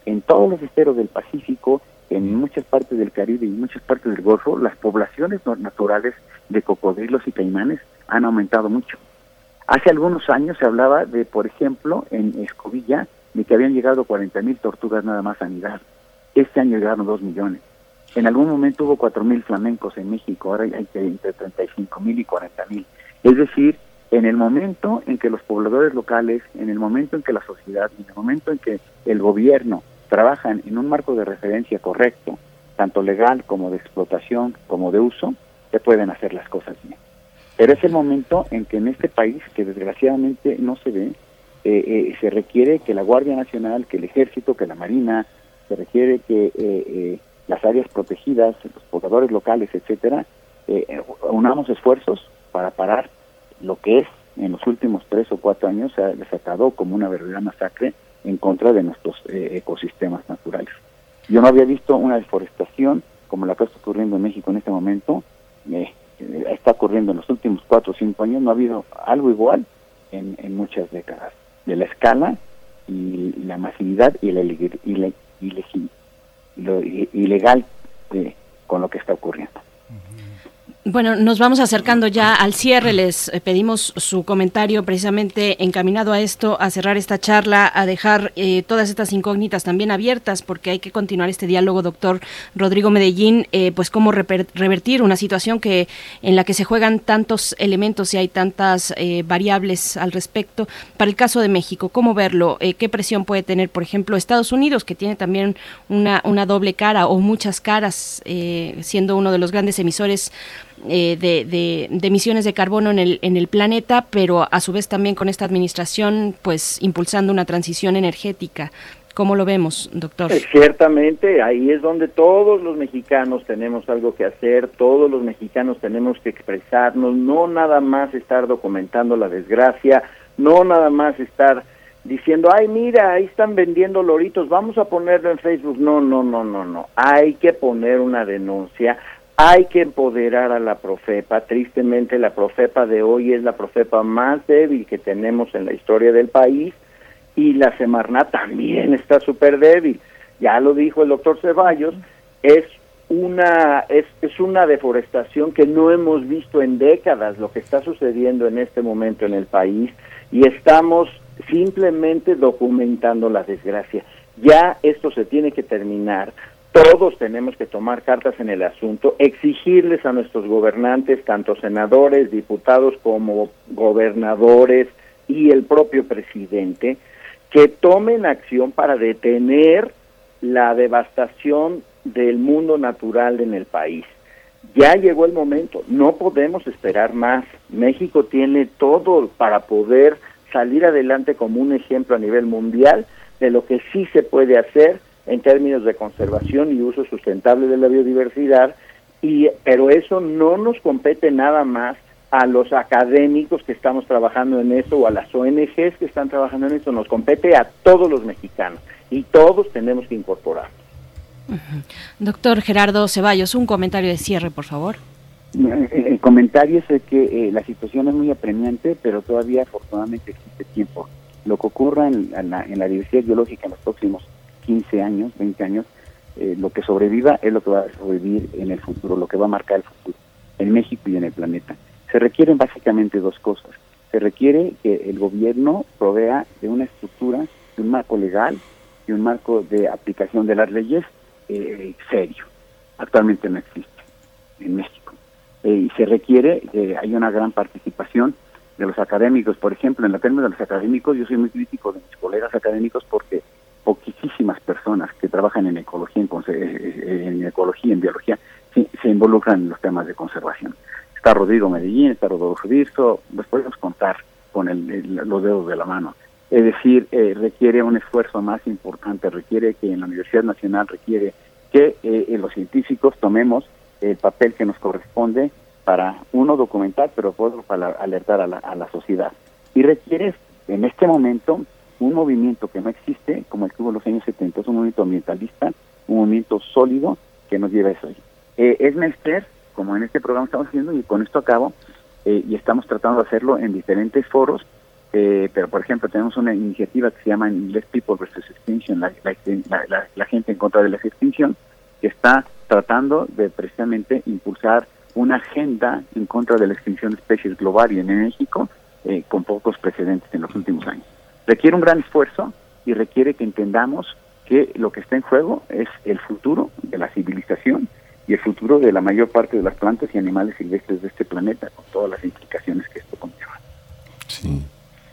en todos los esteros del Pacífico, en muchas partes del Caribe y muchas partes del Golfo, las poblaciones naturales de cocodrilos y caimanes han aumentado mucho. Hace algunos años se hablaba de, por ejemplo, en Escobilla, de que habían llegado cuarenta mil tortugas nada más a anidar. Este año llegaron dos millones. En algún momento hubo cuatro mil flamencos en México, ahora hay entre treinta y cinco mil y cuarenta mil. Es decir, en el momento en que los pobladores locales, en el momento en que la sociedad, en el momento en que el gobierno trabajan en un marco de referencia correcto, tanto legal como de explotación, como de uso, se pueden hacer las cosas bien. Pero es el momento en que en este país, que desgraciadamente no se ve, eh, eh, se requiere que la Guardia Nacional, que el Ejército, que la Marina, se requiere que eh, eh, las áreas protegidas, los pobladores locales, etcétera, eh, unamos esfuerzos para parar lo que es, en los últimos tres o cuatro años, se ha desatado como una verdadera masacre en contra de nuestros eh, ecosistemas naturales. Yo no había visto una deforestación como la que está ocurriendo en México en este momento, eh, eh, está ocurriendo en los últimos cuatro o cinco años, no ha habido algo igual en, en muchas décadas, de la escala y la masividad y la, y la, y la, lo ilegal de, con lo que está ocurriendo. Bueno, nos vamos acercando ya al cierre. Les pedimos su comentario precisamente encaminado a esto, a cerrar esta charla, a dejar eh, todas estas incógnitas también abiertas, porque hay que continuar este diálogo, doctor Rodrigo Medellín, eh, pues cómo reper- revertir una situación que en la que se juegan tantos elementos y hay tantas eh, variables al respecto. Para el caso de México, ¿cómo verlo? Eh, ¿Qué presión puede tener, por ejemplo, Estados Unidos, que tiene también una, una doble cara o muchas caras, eh, siendo uno de los grandes emisores Eh, de, de, de emisiones de carbono en el en el planeta, pero a su vez también con esta administración pues impulsando una transición energética? ¿Cómo lo vemos, doctor? Eh, ciertamente, ahí es donde todos los mexicanos tenemos algo que hacer, todos los mexicanos tenemos que expresarnos, no nada más estar documentando la desgracia, no nada más estar diciendo, ay, mira, ahí están vendiendo loritos, vamos a ponerlo en Facebook. No, no, no, no, no, hay que poner una denuncia. Hay que empoderar a la Profepa. Tristemente, la Profepa de hoy es la Profepa más débil que tenemos en la historia del país, y la Semarnat también está súper débil. Ya lo dijo el doctor Ceballos, es una es, es una deforestación que no hemos visto en décadas, lo que está sucediendo en este momento en el país, y estamos simplemente documentando la desgracia. Ya esto se tiene que terminar. Todos tenemos que tomar cartas en el asunto, exigirles a nuestros gobernantes, tanto senadores, diputados como gobernadores y el propio presidente, que tomen acción para detener la devastación del mundo natural en el país. Ya llegó el momento, no podemos esperar más. México tiene todo para poder salir adelante como un ejemplo a nivel mundial de lo que sí se puede hacer en términos de conservación y uso sustentable de la biodiversidad, y pero eso no nos compete nada más a los académicos que estamos trabajando en eso o a las O N Ges que están trabajando en eso, nos compete a todos los mexicanos y todos tenemos que incorporarnos. Uh-huh. Doctor Gerardo Ceballos, un comentario de cierre, por favor. El comentario es que eh, la situación es muy apremiante, pero todavía afortunadamente existe tiempo. Lo que ocurra en, en, la, en la diversidad biológica en los próximos quince años, veinte años, eh, lo que sobreviva es lo que va a sobrevivir en el futuro, lo que va a marcar el futuro en México y en el planeta. Se requieren básicamente dos cosas. Se requiere que el gobierno provea de una estructura, de un marco legal y un marco de aplicación de las leyes eh, serio. Actualmente no existe en México. Eh, y se requiere que haya una gran participación de los académicos. Por ejemplo, en la término de los académicos, yo soy muy crítico de mis colegas académicos porque poquísimas personas que trabajan en ecología, en, en ecología, en biología, sí, se involucran en los temas de conservación. Está Rodrigo Medellín, está Rodolfo Dirso, los podemos contar con el, el, los dedos de la mano. Es decir, eh, requiere un esfuerzo más importante, requiere que en la Universidad Nacional, requiere que eh, los científicos tomemos el papel que nos corresponde para, uno, documentar, pero otro, para alertar a la, a la sociedad. Y requiere, en este momento, un movimiento que no existe, como el que hubo en los años setenta, es un movimiento ambientalista, un movimiento sólido que nos lleva a eso. Eh, es menester, como en este programa estamos haciendo, y con esto acabo, eh, y estamos tratando de hacerlo en diferentes foros, Eh, pero, por ejemplo, tenemos una iniciativa que se llama en inglés People versus Extinction, la, la, la, la, la gente en contra de la extinción, que está tratando de precisamente impulsar una agenda en contra de la extinción de especies global y en México, eh, con pocos precedentes en los últimos años. Requiere un gran esfuerzo y requiere que entendamos que lo que está en juego es el futuro de la civilización y el futuro de la mayor parte de las plantas y animales silvestres de este planeta, con todas las implicaciones que esto conlleva. Sí.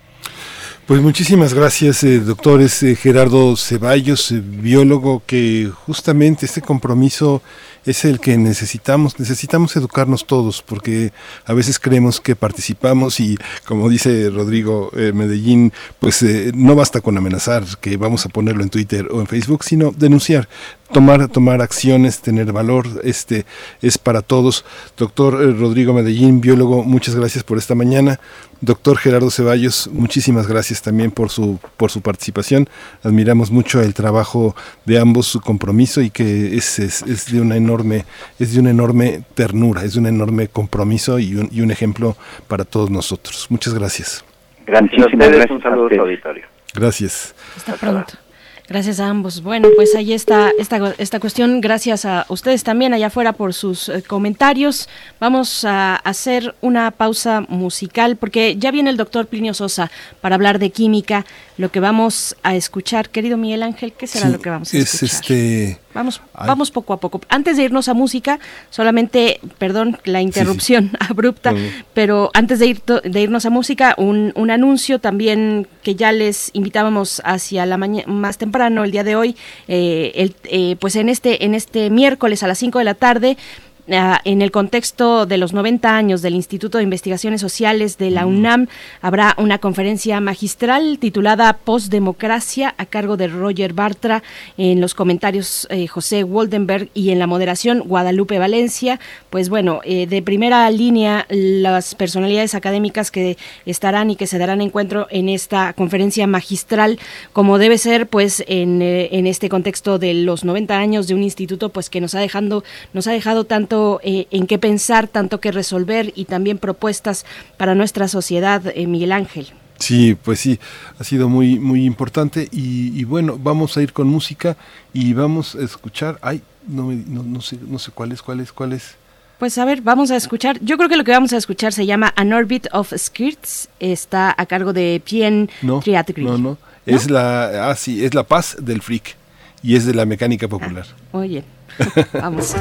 Pues muchísimas gracias, eh, doctores eh, Gerardo Ceballos, eh, biólogo, que justamente este compromiso es el que necesitamos, necesitamos educarnos todos, porque a veces creemos que participamos y, como dice Rodrigo eh, Medellín, pues eh, no basta con amenazar que vamos a ponerlo en Twitter o en Facebook, sino denunciar, tomar tomar acciones, tener valor, este es para todos. Doctor eh, Rodrigo Medellín, biólogo, muchas gracias por esta mañana. Doctor Gerardo Ceballos, muchísimas gracias también por su por su participación. Admiramos mucho el trabajo de ambos, su compromiso, y que es, es, es de una enorme es de una enorme ternura, es de un enorme compromiso y un, y un ejemplo para todos nosotros. Muchas gracias. Gracias a ustedes, un saludo a su auditorio. Gracias. Hasta pronto. Gracias a ambos. Bueno, pues ahí está esta, esta cuestión. Gracias a ustedes también allá afuera por sus eh, comentarios. Vamos a hacer una pausa musical porque ya viene el doctor Plinio Sosa para hablar de química. Lo que vamos a escuchar, querido Miguel Ángel, ¿qué será sí, lo que vamos a es escuchar? Este... Vamos, vamos poco a poco. Antes de irnos a música, solamente, perdón, la interrupción sí, sí. abrupta, uh-huh. pero antes de, ir to- de irnos a música, un, un anuncio también que ya les invitábamos hacia la mañana más temprano, el día de hoy, eh, el, eh, pues en este, en este miércoles a las cinco de la tarde, Uh, en el contexto de los noventa años del Instituto de Investigaciones Sociales de la UNAM, habrá una conferencia magistral titulada Postdemocracia a cargo de Roger Bartra, en los comentarios eh, José Woldenberg y en la moderación Guadalupe Valencia. Pues bueno, eh, de primera línea las personalidades académicas que estarán y que se darán encuentro en esta conferencia magistral, como debe ser pues en, eh, en este contexto de los noventa años de un instituto pues que nos ha dejando, nos ha dejado tanto Eh, en qué pensar, tanto que resolver y también propuestas para nuestra sociedad, eh, Miguel Ángel. Sí, pues sí, ha sido muy muy importante y, y bueno, vamos a ir con música y vamos a escuchar, ay, no, me, no, no sé no sé cuál es, cuál es, cuál es. Pues a ver, vamos a escuchar, yo creo que lo que vamos a escuchar se llama An Orbit of Skirts, está a cargo de Pien no, Triatgri. No, no, es ¿No? la, ah sí, es La Paz del Freak y es de la mecánica popular. Ah, oye, vamos.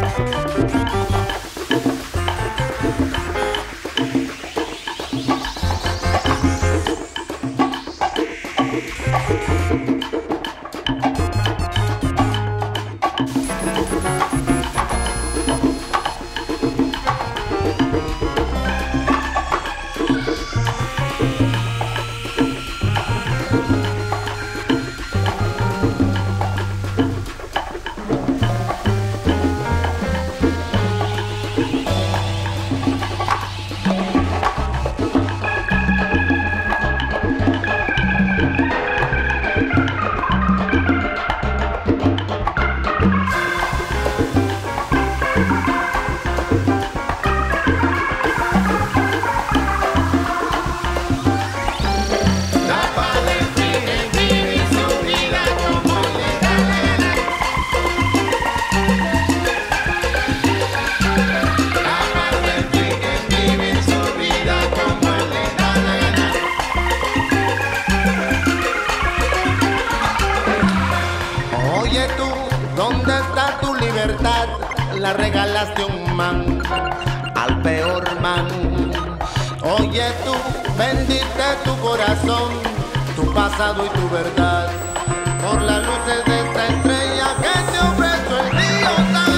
La regalaste un man al peor man. Oye tú, vendiste tu corazón, tu pasado y tu verdad por las luces de esta estrella que te ofreció el río San.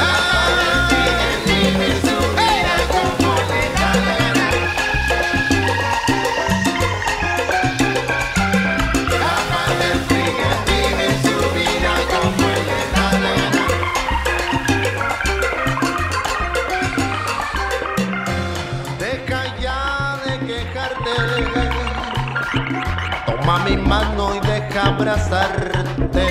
Mi mano y deja abrazarte.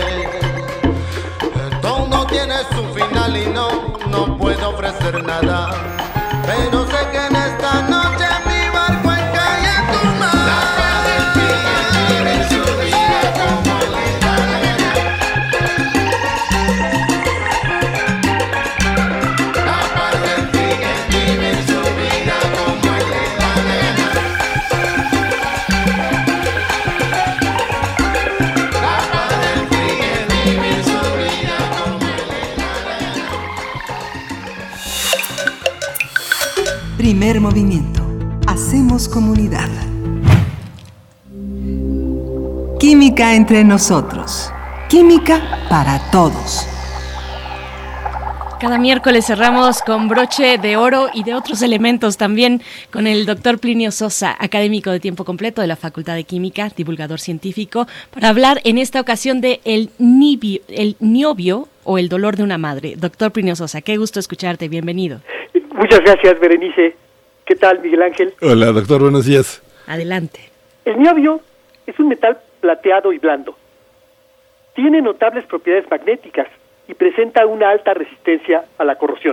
Todo tiene su final y no, no puedo ofrecer nada, pero sé que en esta noche mi barco encae en tu mar. Primer movimiento. Hacemos comunidad. Química entre nosotros. Química para todos. Cada miércoles cerramos con broche de oro y de otros elementos también con el doctor Plinio Sosa, académico de tiempo completo de la Facultad de Química, divulgador científico, para hablar en esta ocasión de el, nibio, el niobio o el dolor de una madre. Doctor Plinio Sosa, qué gusto escucharte, bienvenido. Muchas gracias, Berenice. ¿Qué tal, Miguel Ángel? Hola, doctor, buenos días. Adelante. El niobio es un metal plateado y blando. Tiene notables propiedades magnéticas y presenta una alta resistencia a la corrosión.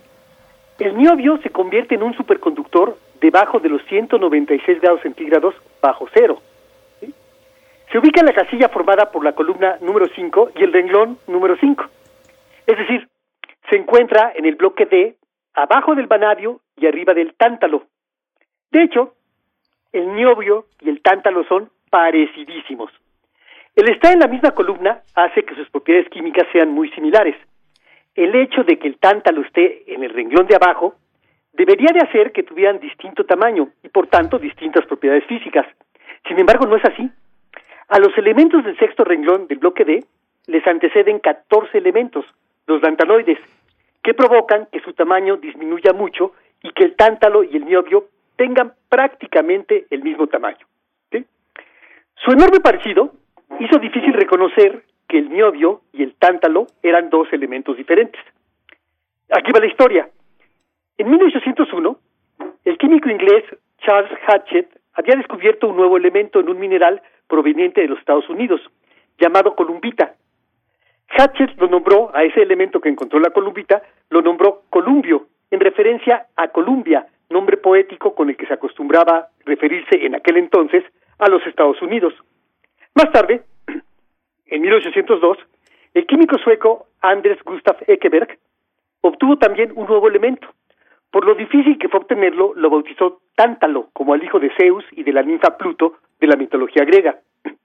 El niobio se convierte en un superconductor debajo de los ciento noventa y seis grados centígrados bajo cero. ¿Sí? Se ubica en la casilla formada por la columna número cinco y el renglón número cinco. Es decir, se encuentra en el bloque D, abajo del vanadio y arriba del tántalo. De hecho, el niobio y el tántalo son parecidísimos. El estar en la misma columna hace que sus propiedades químicas sean muy similares. El hecho de que el tántalo esté en el renglón de abajo debería de hacer que tuvieran distinto tamaño y por tanto distintas propiedades físicas. Sin embargo, no es así. A los elementos del sexto renglón del bloque D les anteceden catorce elementos, los lantanoides, que provocan que su tamaño disminuya mucho y que el tántalo y el niobio tengan prácticamente el mismo tamaño. ¿Sí? Su enorme parecido hizo difícil reconocer que el niobio y el tántalo eran dos elementos diferentes. Aquí va la historia. En mil ochocientos uno, el químico inglés Charles Hatchett había descubierto un nuevo elemento en un mineral proveniente de los Estados Unidos, llamado columbita. Hatchett lo nombró, a ese elemento que encontró la columbita, lo nombró columbio, en referencia a Columbia, nombre poético con el que se acostumbraba referirse en aquel entonces a los Estados Unidos. Más tarde, en mil ochocientos dos, el químico sueco Anders Gustav Ekeberg obtuvo también un nuevo elemento. Por lo difícil que fue obtenerlo, lo bautizó tántalo, como al hijo de Zeus y de la ninfa Pluto de la mitología griega.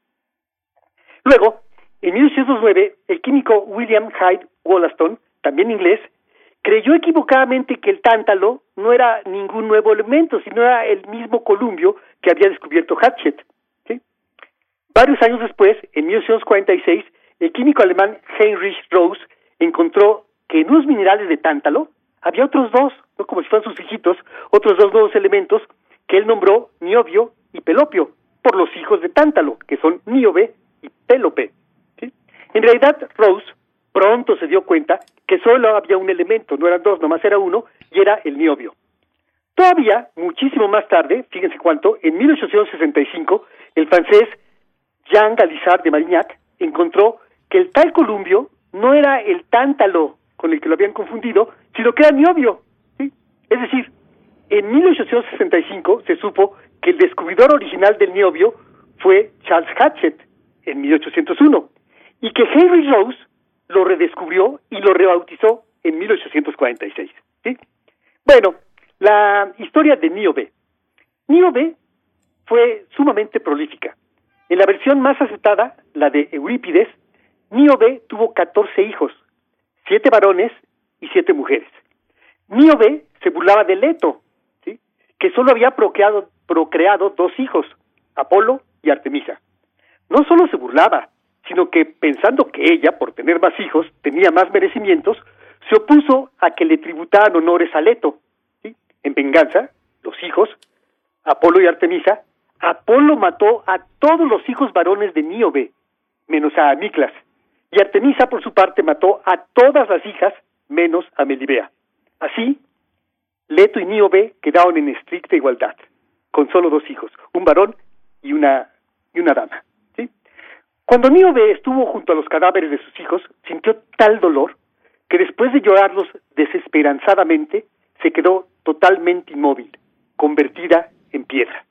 Luego, en mil ochocientos nueve, el químico William Hyde Wollaston, también inglés, creyó equivocadamente que el tántalo no era ningún nuevo elemento, sino era el mismo columbio que había descubierto Hatchett. Varios años después, en mil ochocientos cuarenta y seis, el químico alemán Heinrich Rose encontró que en unos minerales de tántalo había otros dos, no como si fueran sus hijitos, otros dos nuevos elementos que él nombró niobio y pelopio, por los hijos de tántalo, que son níobe y pélope. ¿Sí? En realidad, Rose pronto se dio cuenta que solo había un elemento, no eran dos, nomás era uno, y era el niobio. Todavía, muchísimo más tarde, fíjense cuánto, en mil ochocientos sesenta y cinco, el francés Jean Galisard de Marignac encontró que el tal columbio no era el tántalo con el que lo habían confundido, sino que era niobio. ¿Sí? Es decir, en mil ochocientos sesenta y cinco se supo que el descubridor original del niobio fue Charles Hatchett en mil ochocientos uno y que Henry Rose lo redescubrió y lo rebautizó en mil ochocientos cuarenta y seis. ¿Sí? Bueno, la historia de Níobe. Níobe fue sumamente prolífica. En la versión más aceptada, la de Eurípides, Níobe tuvo catorce hijos, siete varones y siete mujeres. Níobe se burlaba de Leto, ¿sí? que solo había procreado, procreado dos hijos, Apolo y Artemisa. No solo se burlaba, sino que pensando que ella, por tener más hijos, tenía más merecimientos, se opuso a que le tributaran honores a Leto. ¿Sí? En venganza, los hijos, Apolo y Artemisa, Apolo mató a todos los hijos varones de Níobe, menos a Amiclas, y Artemisa, por su parte, mató a todas las hijas, menos a Melibea. Así, Leto y Níobe quedaron en estricta igualdad, con solo dos hijos, un varón y una, y una dama. ¿Sí? Cuando Níobe estuvo junto a los cadáveres de sus hijos, sintió tal dolor que después de llorarlos desesperanzadamente, se quedó totalmente inmóvil, convertida en piedra.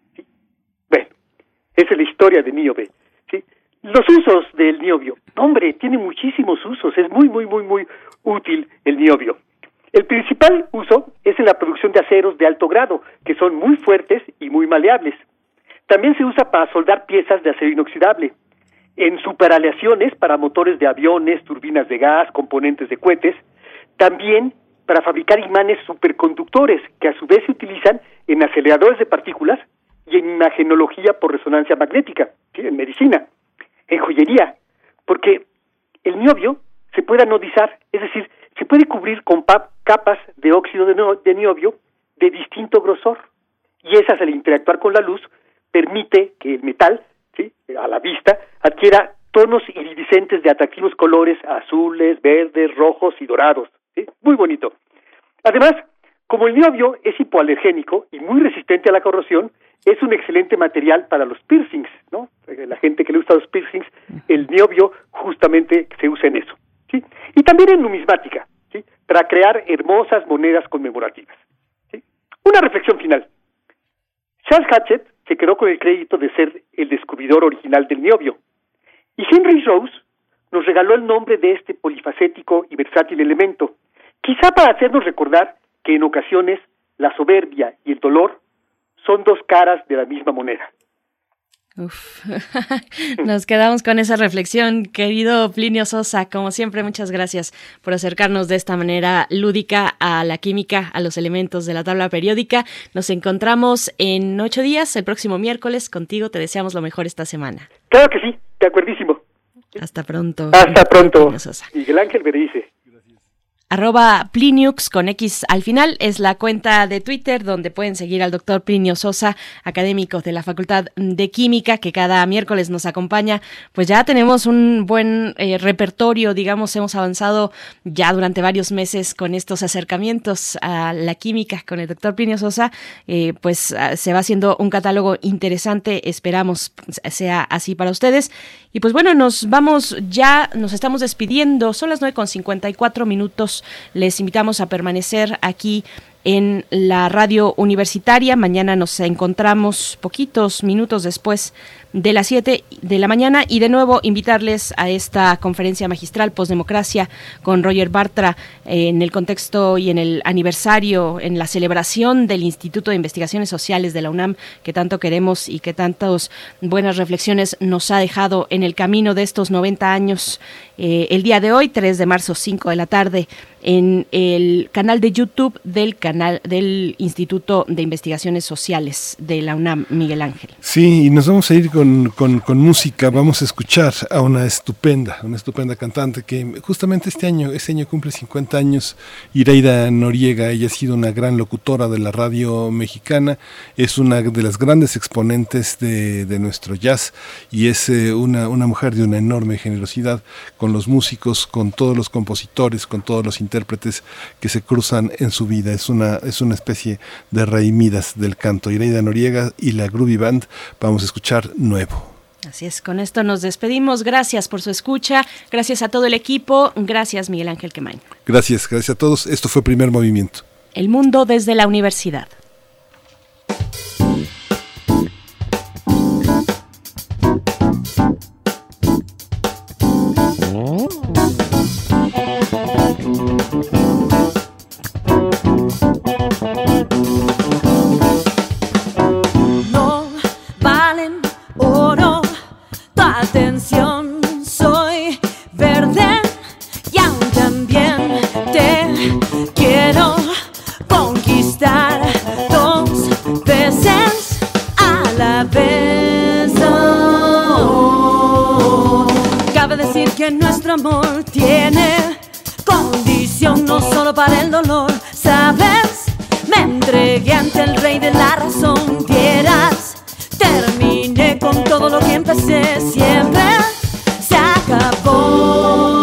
Bueno, esa es la historia de Níobe. ¿Sí? Los usos del niobio. Hombre, tiene muchísimos usos, es muy, muy, muy, muy útil el niobio. El principal uso es en la producción de aceros de alto grado, que son muy fuertes y muy maleables. También se usa para soldar piezas de acero inoxidable. En superaleaciones para motores de aviones, turbinas de gas, componentes de cohetes. También para fabricar imanes superconductores que a su vez se utilizan en aceleradores de partículas y en imagenología por resonancia magnética, ¿sí? En medicina, en joyería, porque el niobio se puede anodizar, es decir, se puede cubrir con pa- capas de óxido de, no- de niobio de distinto grosor, y esas al interactuar con la luz permite que el metal, ¿sí?, a la vista, adquiera tonos iridiscentes de atractivos colores azules, verdes, rojos y dorados, ¿sí? Muy bonito. Además, como el niobio es hipoalergénico y muy resistente a la corrosión, es un excelente material para los piercings, ¿no? La gente que le gusta los piercings, el niobio justamente se usa en eso, ¿sí? Y también en numismática, ¿sí?, para crear hermosas monedas conmemorativas, ¿sí? Una reflexión final. Charles Hatchett se quedó con el crédito de ser el descubridor original del niobio, y Henry Rose nos regaló el nombre de este polifacético y versátil elemento, quizá para hacernos recordar que en ocasiones la soberbia y el dolor son dos caras de la misma moneda. Uf. Nos quedamos con esa reflexión, querido Plinio Sosa. Como siempre, muchas gracias por acercarnos de esta manera lúdica a la química, a los elementos de la tabla periódica. Nos encontramos en ocho días, el próximo miércoles. Contigo te deseamos lo mejor esta semana. Claro que sí, de acuerdísimo. Hasta pronto. Hasta pronto. Miguel Ángel Berenice. Arroba Pliniux con X al final es la cuenta de Twitter donde pueden seguir al doctor Plinio Sosa, académico de la Facultad de Química, que cada miércoles nos acompaña. Pues ya tenemos un buen eh, repertorio, digamos, hemos avanzado ya durante varios meses con estos acercamientos a la química con el doctor Plinio Sosa. Eh, pues se va haciendo un catálogo interesante, esperamos sea así para ustedes. Y pues bueno, nos vamos ya, nos estamos despidiendo, son las nueve con cincuenta y cuatro minutos. Les invitamos a permanecer aquí en la radio universitaria. Mañana nos encontramos poquitos minutos después de las siete de la mañana y de nuevo invitarles a esta conferencia magistral Postdemocracia con Roger Bartra eh, en el contexto y en el aniversario, en la celebración del Instituto de Investigaciones Sociales de la UNAM que tanto queremos y que tantas buenas reflexiones nos ha dejado en el camino de estos noventa años. Eh, el día de hoy, tres de marzo, cinco de la tarde, en el canal de YouTube del canal del Instituto de Investigaciones Sociales de la UNAM, Miguel Ángel. Sí, y nos vamos a ir con, con, con música. Vamos a escuchar a una estupenda, una estupenda cantante que justamente este año, este año cumple cincuenta años, Iraida Noriega. Ella ha sido una gran locutora de la radio mexicana, es una de las grandes exponentes de, de nuestro jazz y es eh, una, una mujer de una enorme generosidad con los músicos, con todos los compositores, con todos los intérpretes que se cruzan en su vida. Es una, es una especie de Rey Midas del canto. Iraida Noriega y la Groovy Band. Vamos a escuchar Nuevo. Así es, con esto nos despedimos. Gracias por su escucha, gracias a todo el equipo, gracias Miguel Ángel Quemain. Gracias, gracias a todos. Esto fue Primer Movimiento. El mundo desde la universidad. No valen oro tu atención, soy verde y aún también te quiero conquistar dos veces a la vez. Oh, cabe decir que nuestro amor tiene condición no solo para el dolor, ¿sabes? Me entregué ante el rey de la razón, vieras, terminé con todo lo que empecé, siempre se acabó.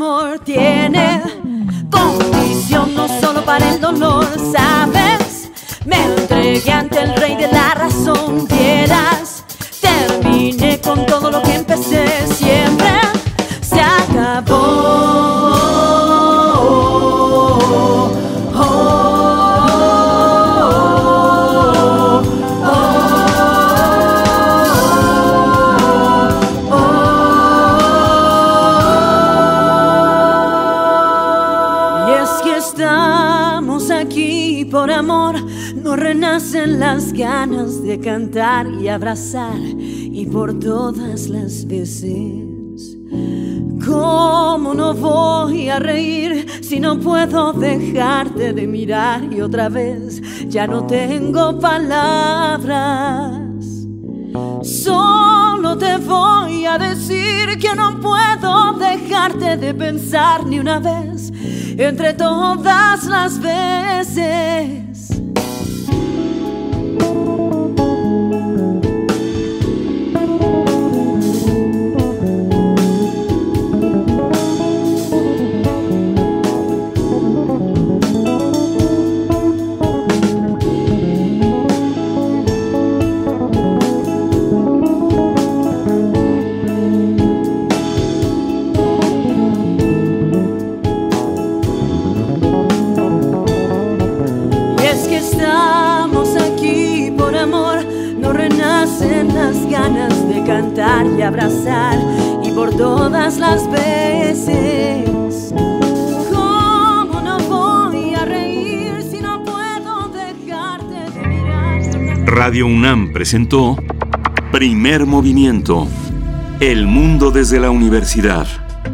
amor tiene condición no solo para el dolor, ¿sabes? Me entregué ante el rey de la razón, vieras, terminé con todo lo que empecé, siempre se acabó. Por amor no renacen las ganas de cantar y abrazar, y por todas las veces. ¿Cómo no voy a reír si no puedo dejarte de mirar? Y otra vez ya no tengo palabras. Solo te voy a decir que no puedo dejarte de pensar ni una vez entre todas las veces. Las ganas de cantar y abrazar, y por todas las veces. ¿Cómo no voy a reír si no puedo dejarte de mirar? Radio UNAM presentó Primer Movimiento, El mundo desde la universidad.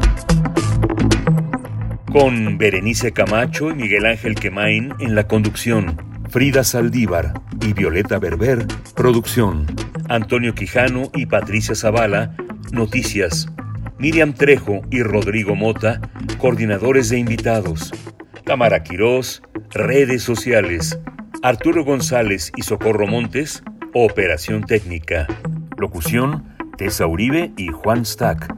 Con Berenice Camacho y Miguel Ángel Quemain en la conducción, Frida Saldívar y Violeta Berber, producción. Antonio Quijano y Patricia Zavala, noticias. Miriam Trejo y Rodrigo Mota, coordinadores de invitados. Tamara Quirós, redes sociales. Arturo González y Socorro Montes, operación técnica. Locución, Tessa Uribe y Juan Stack.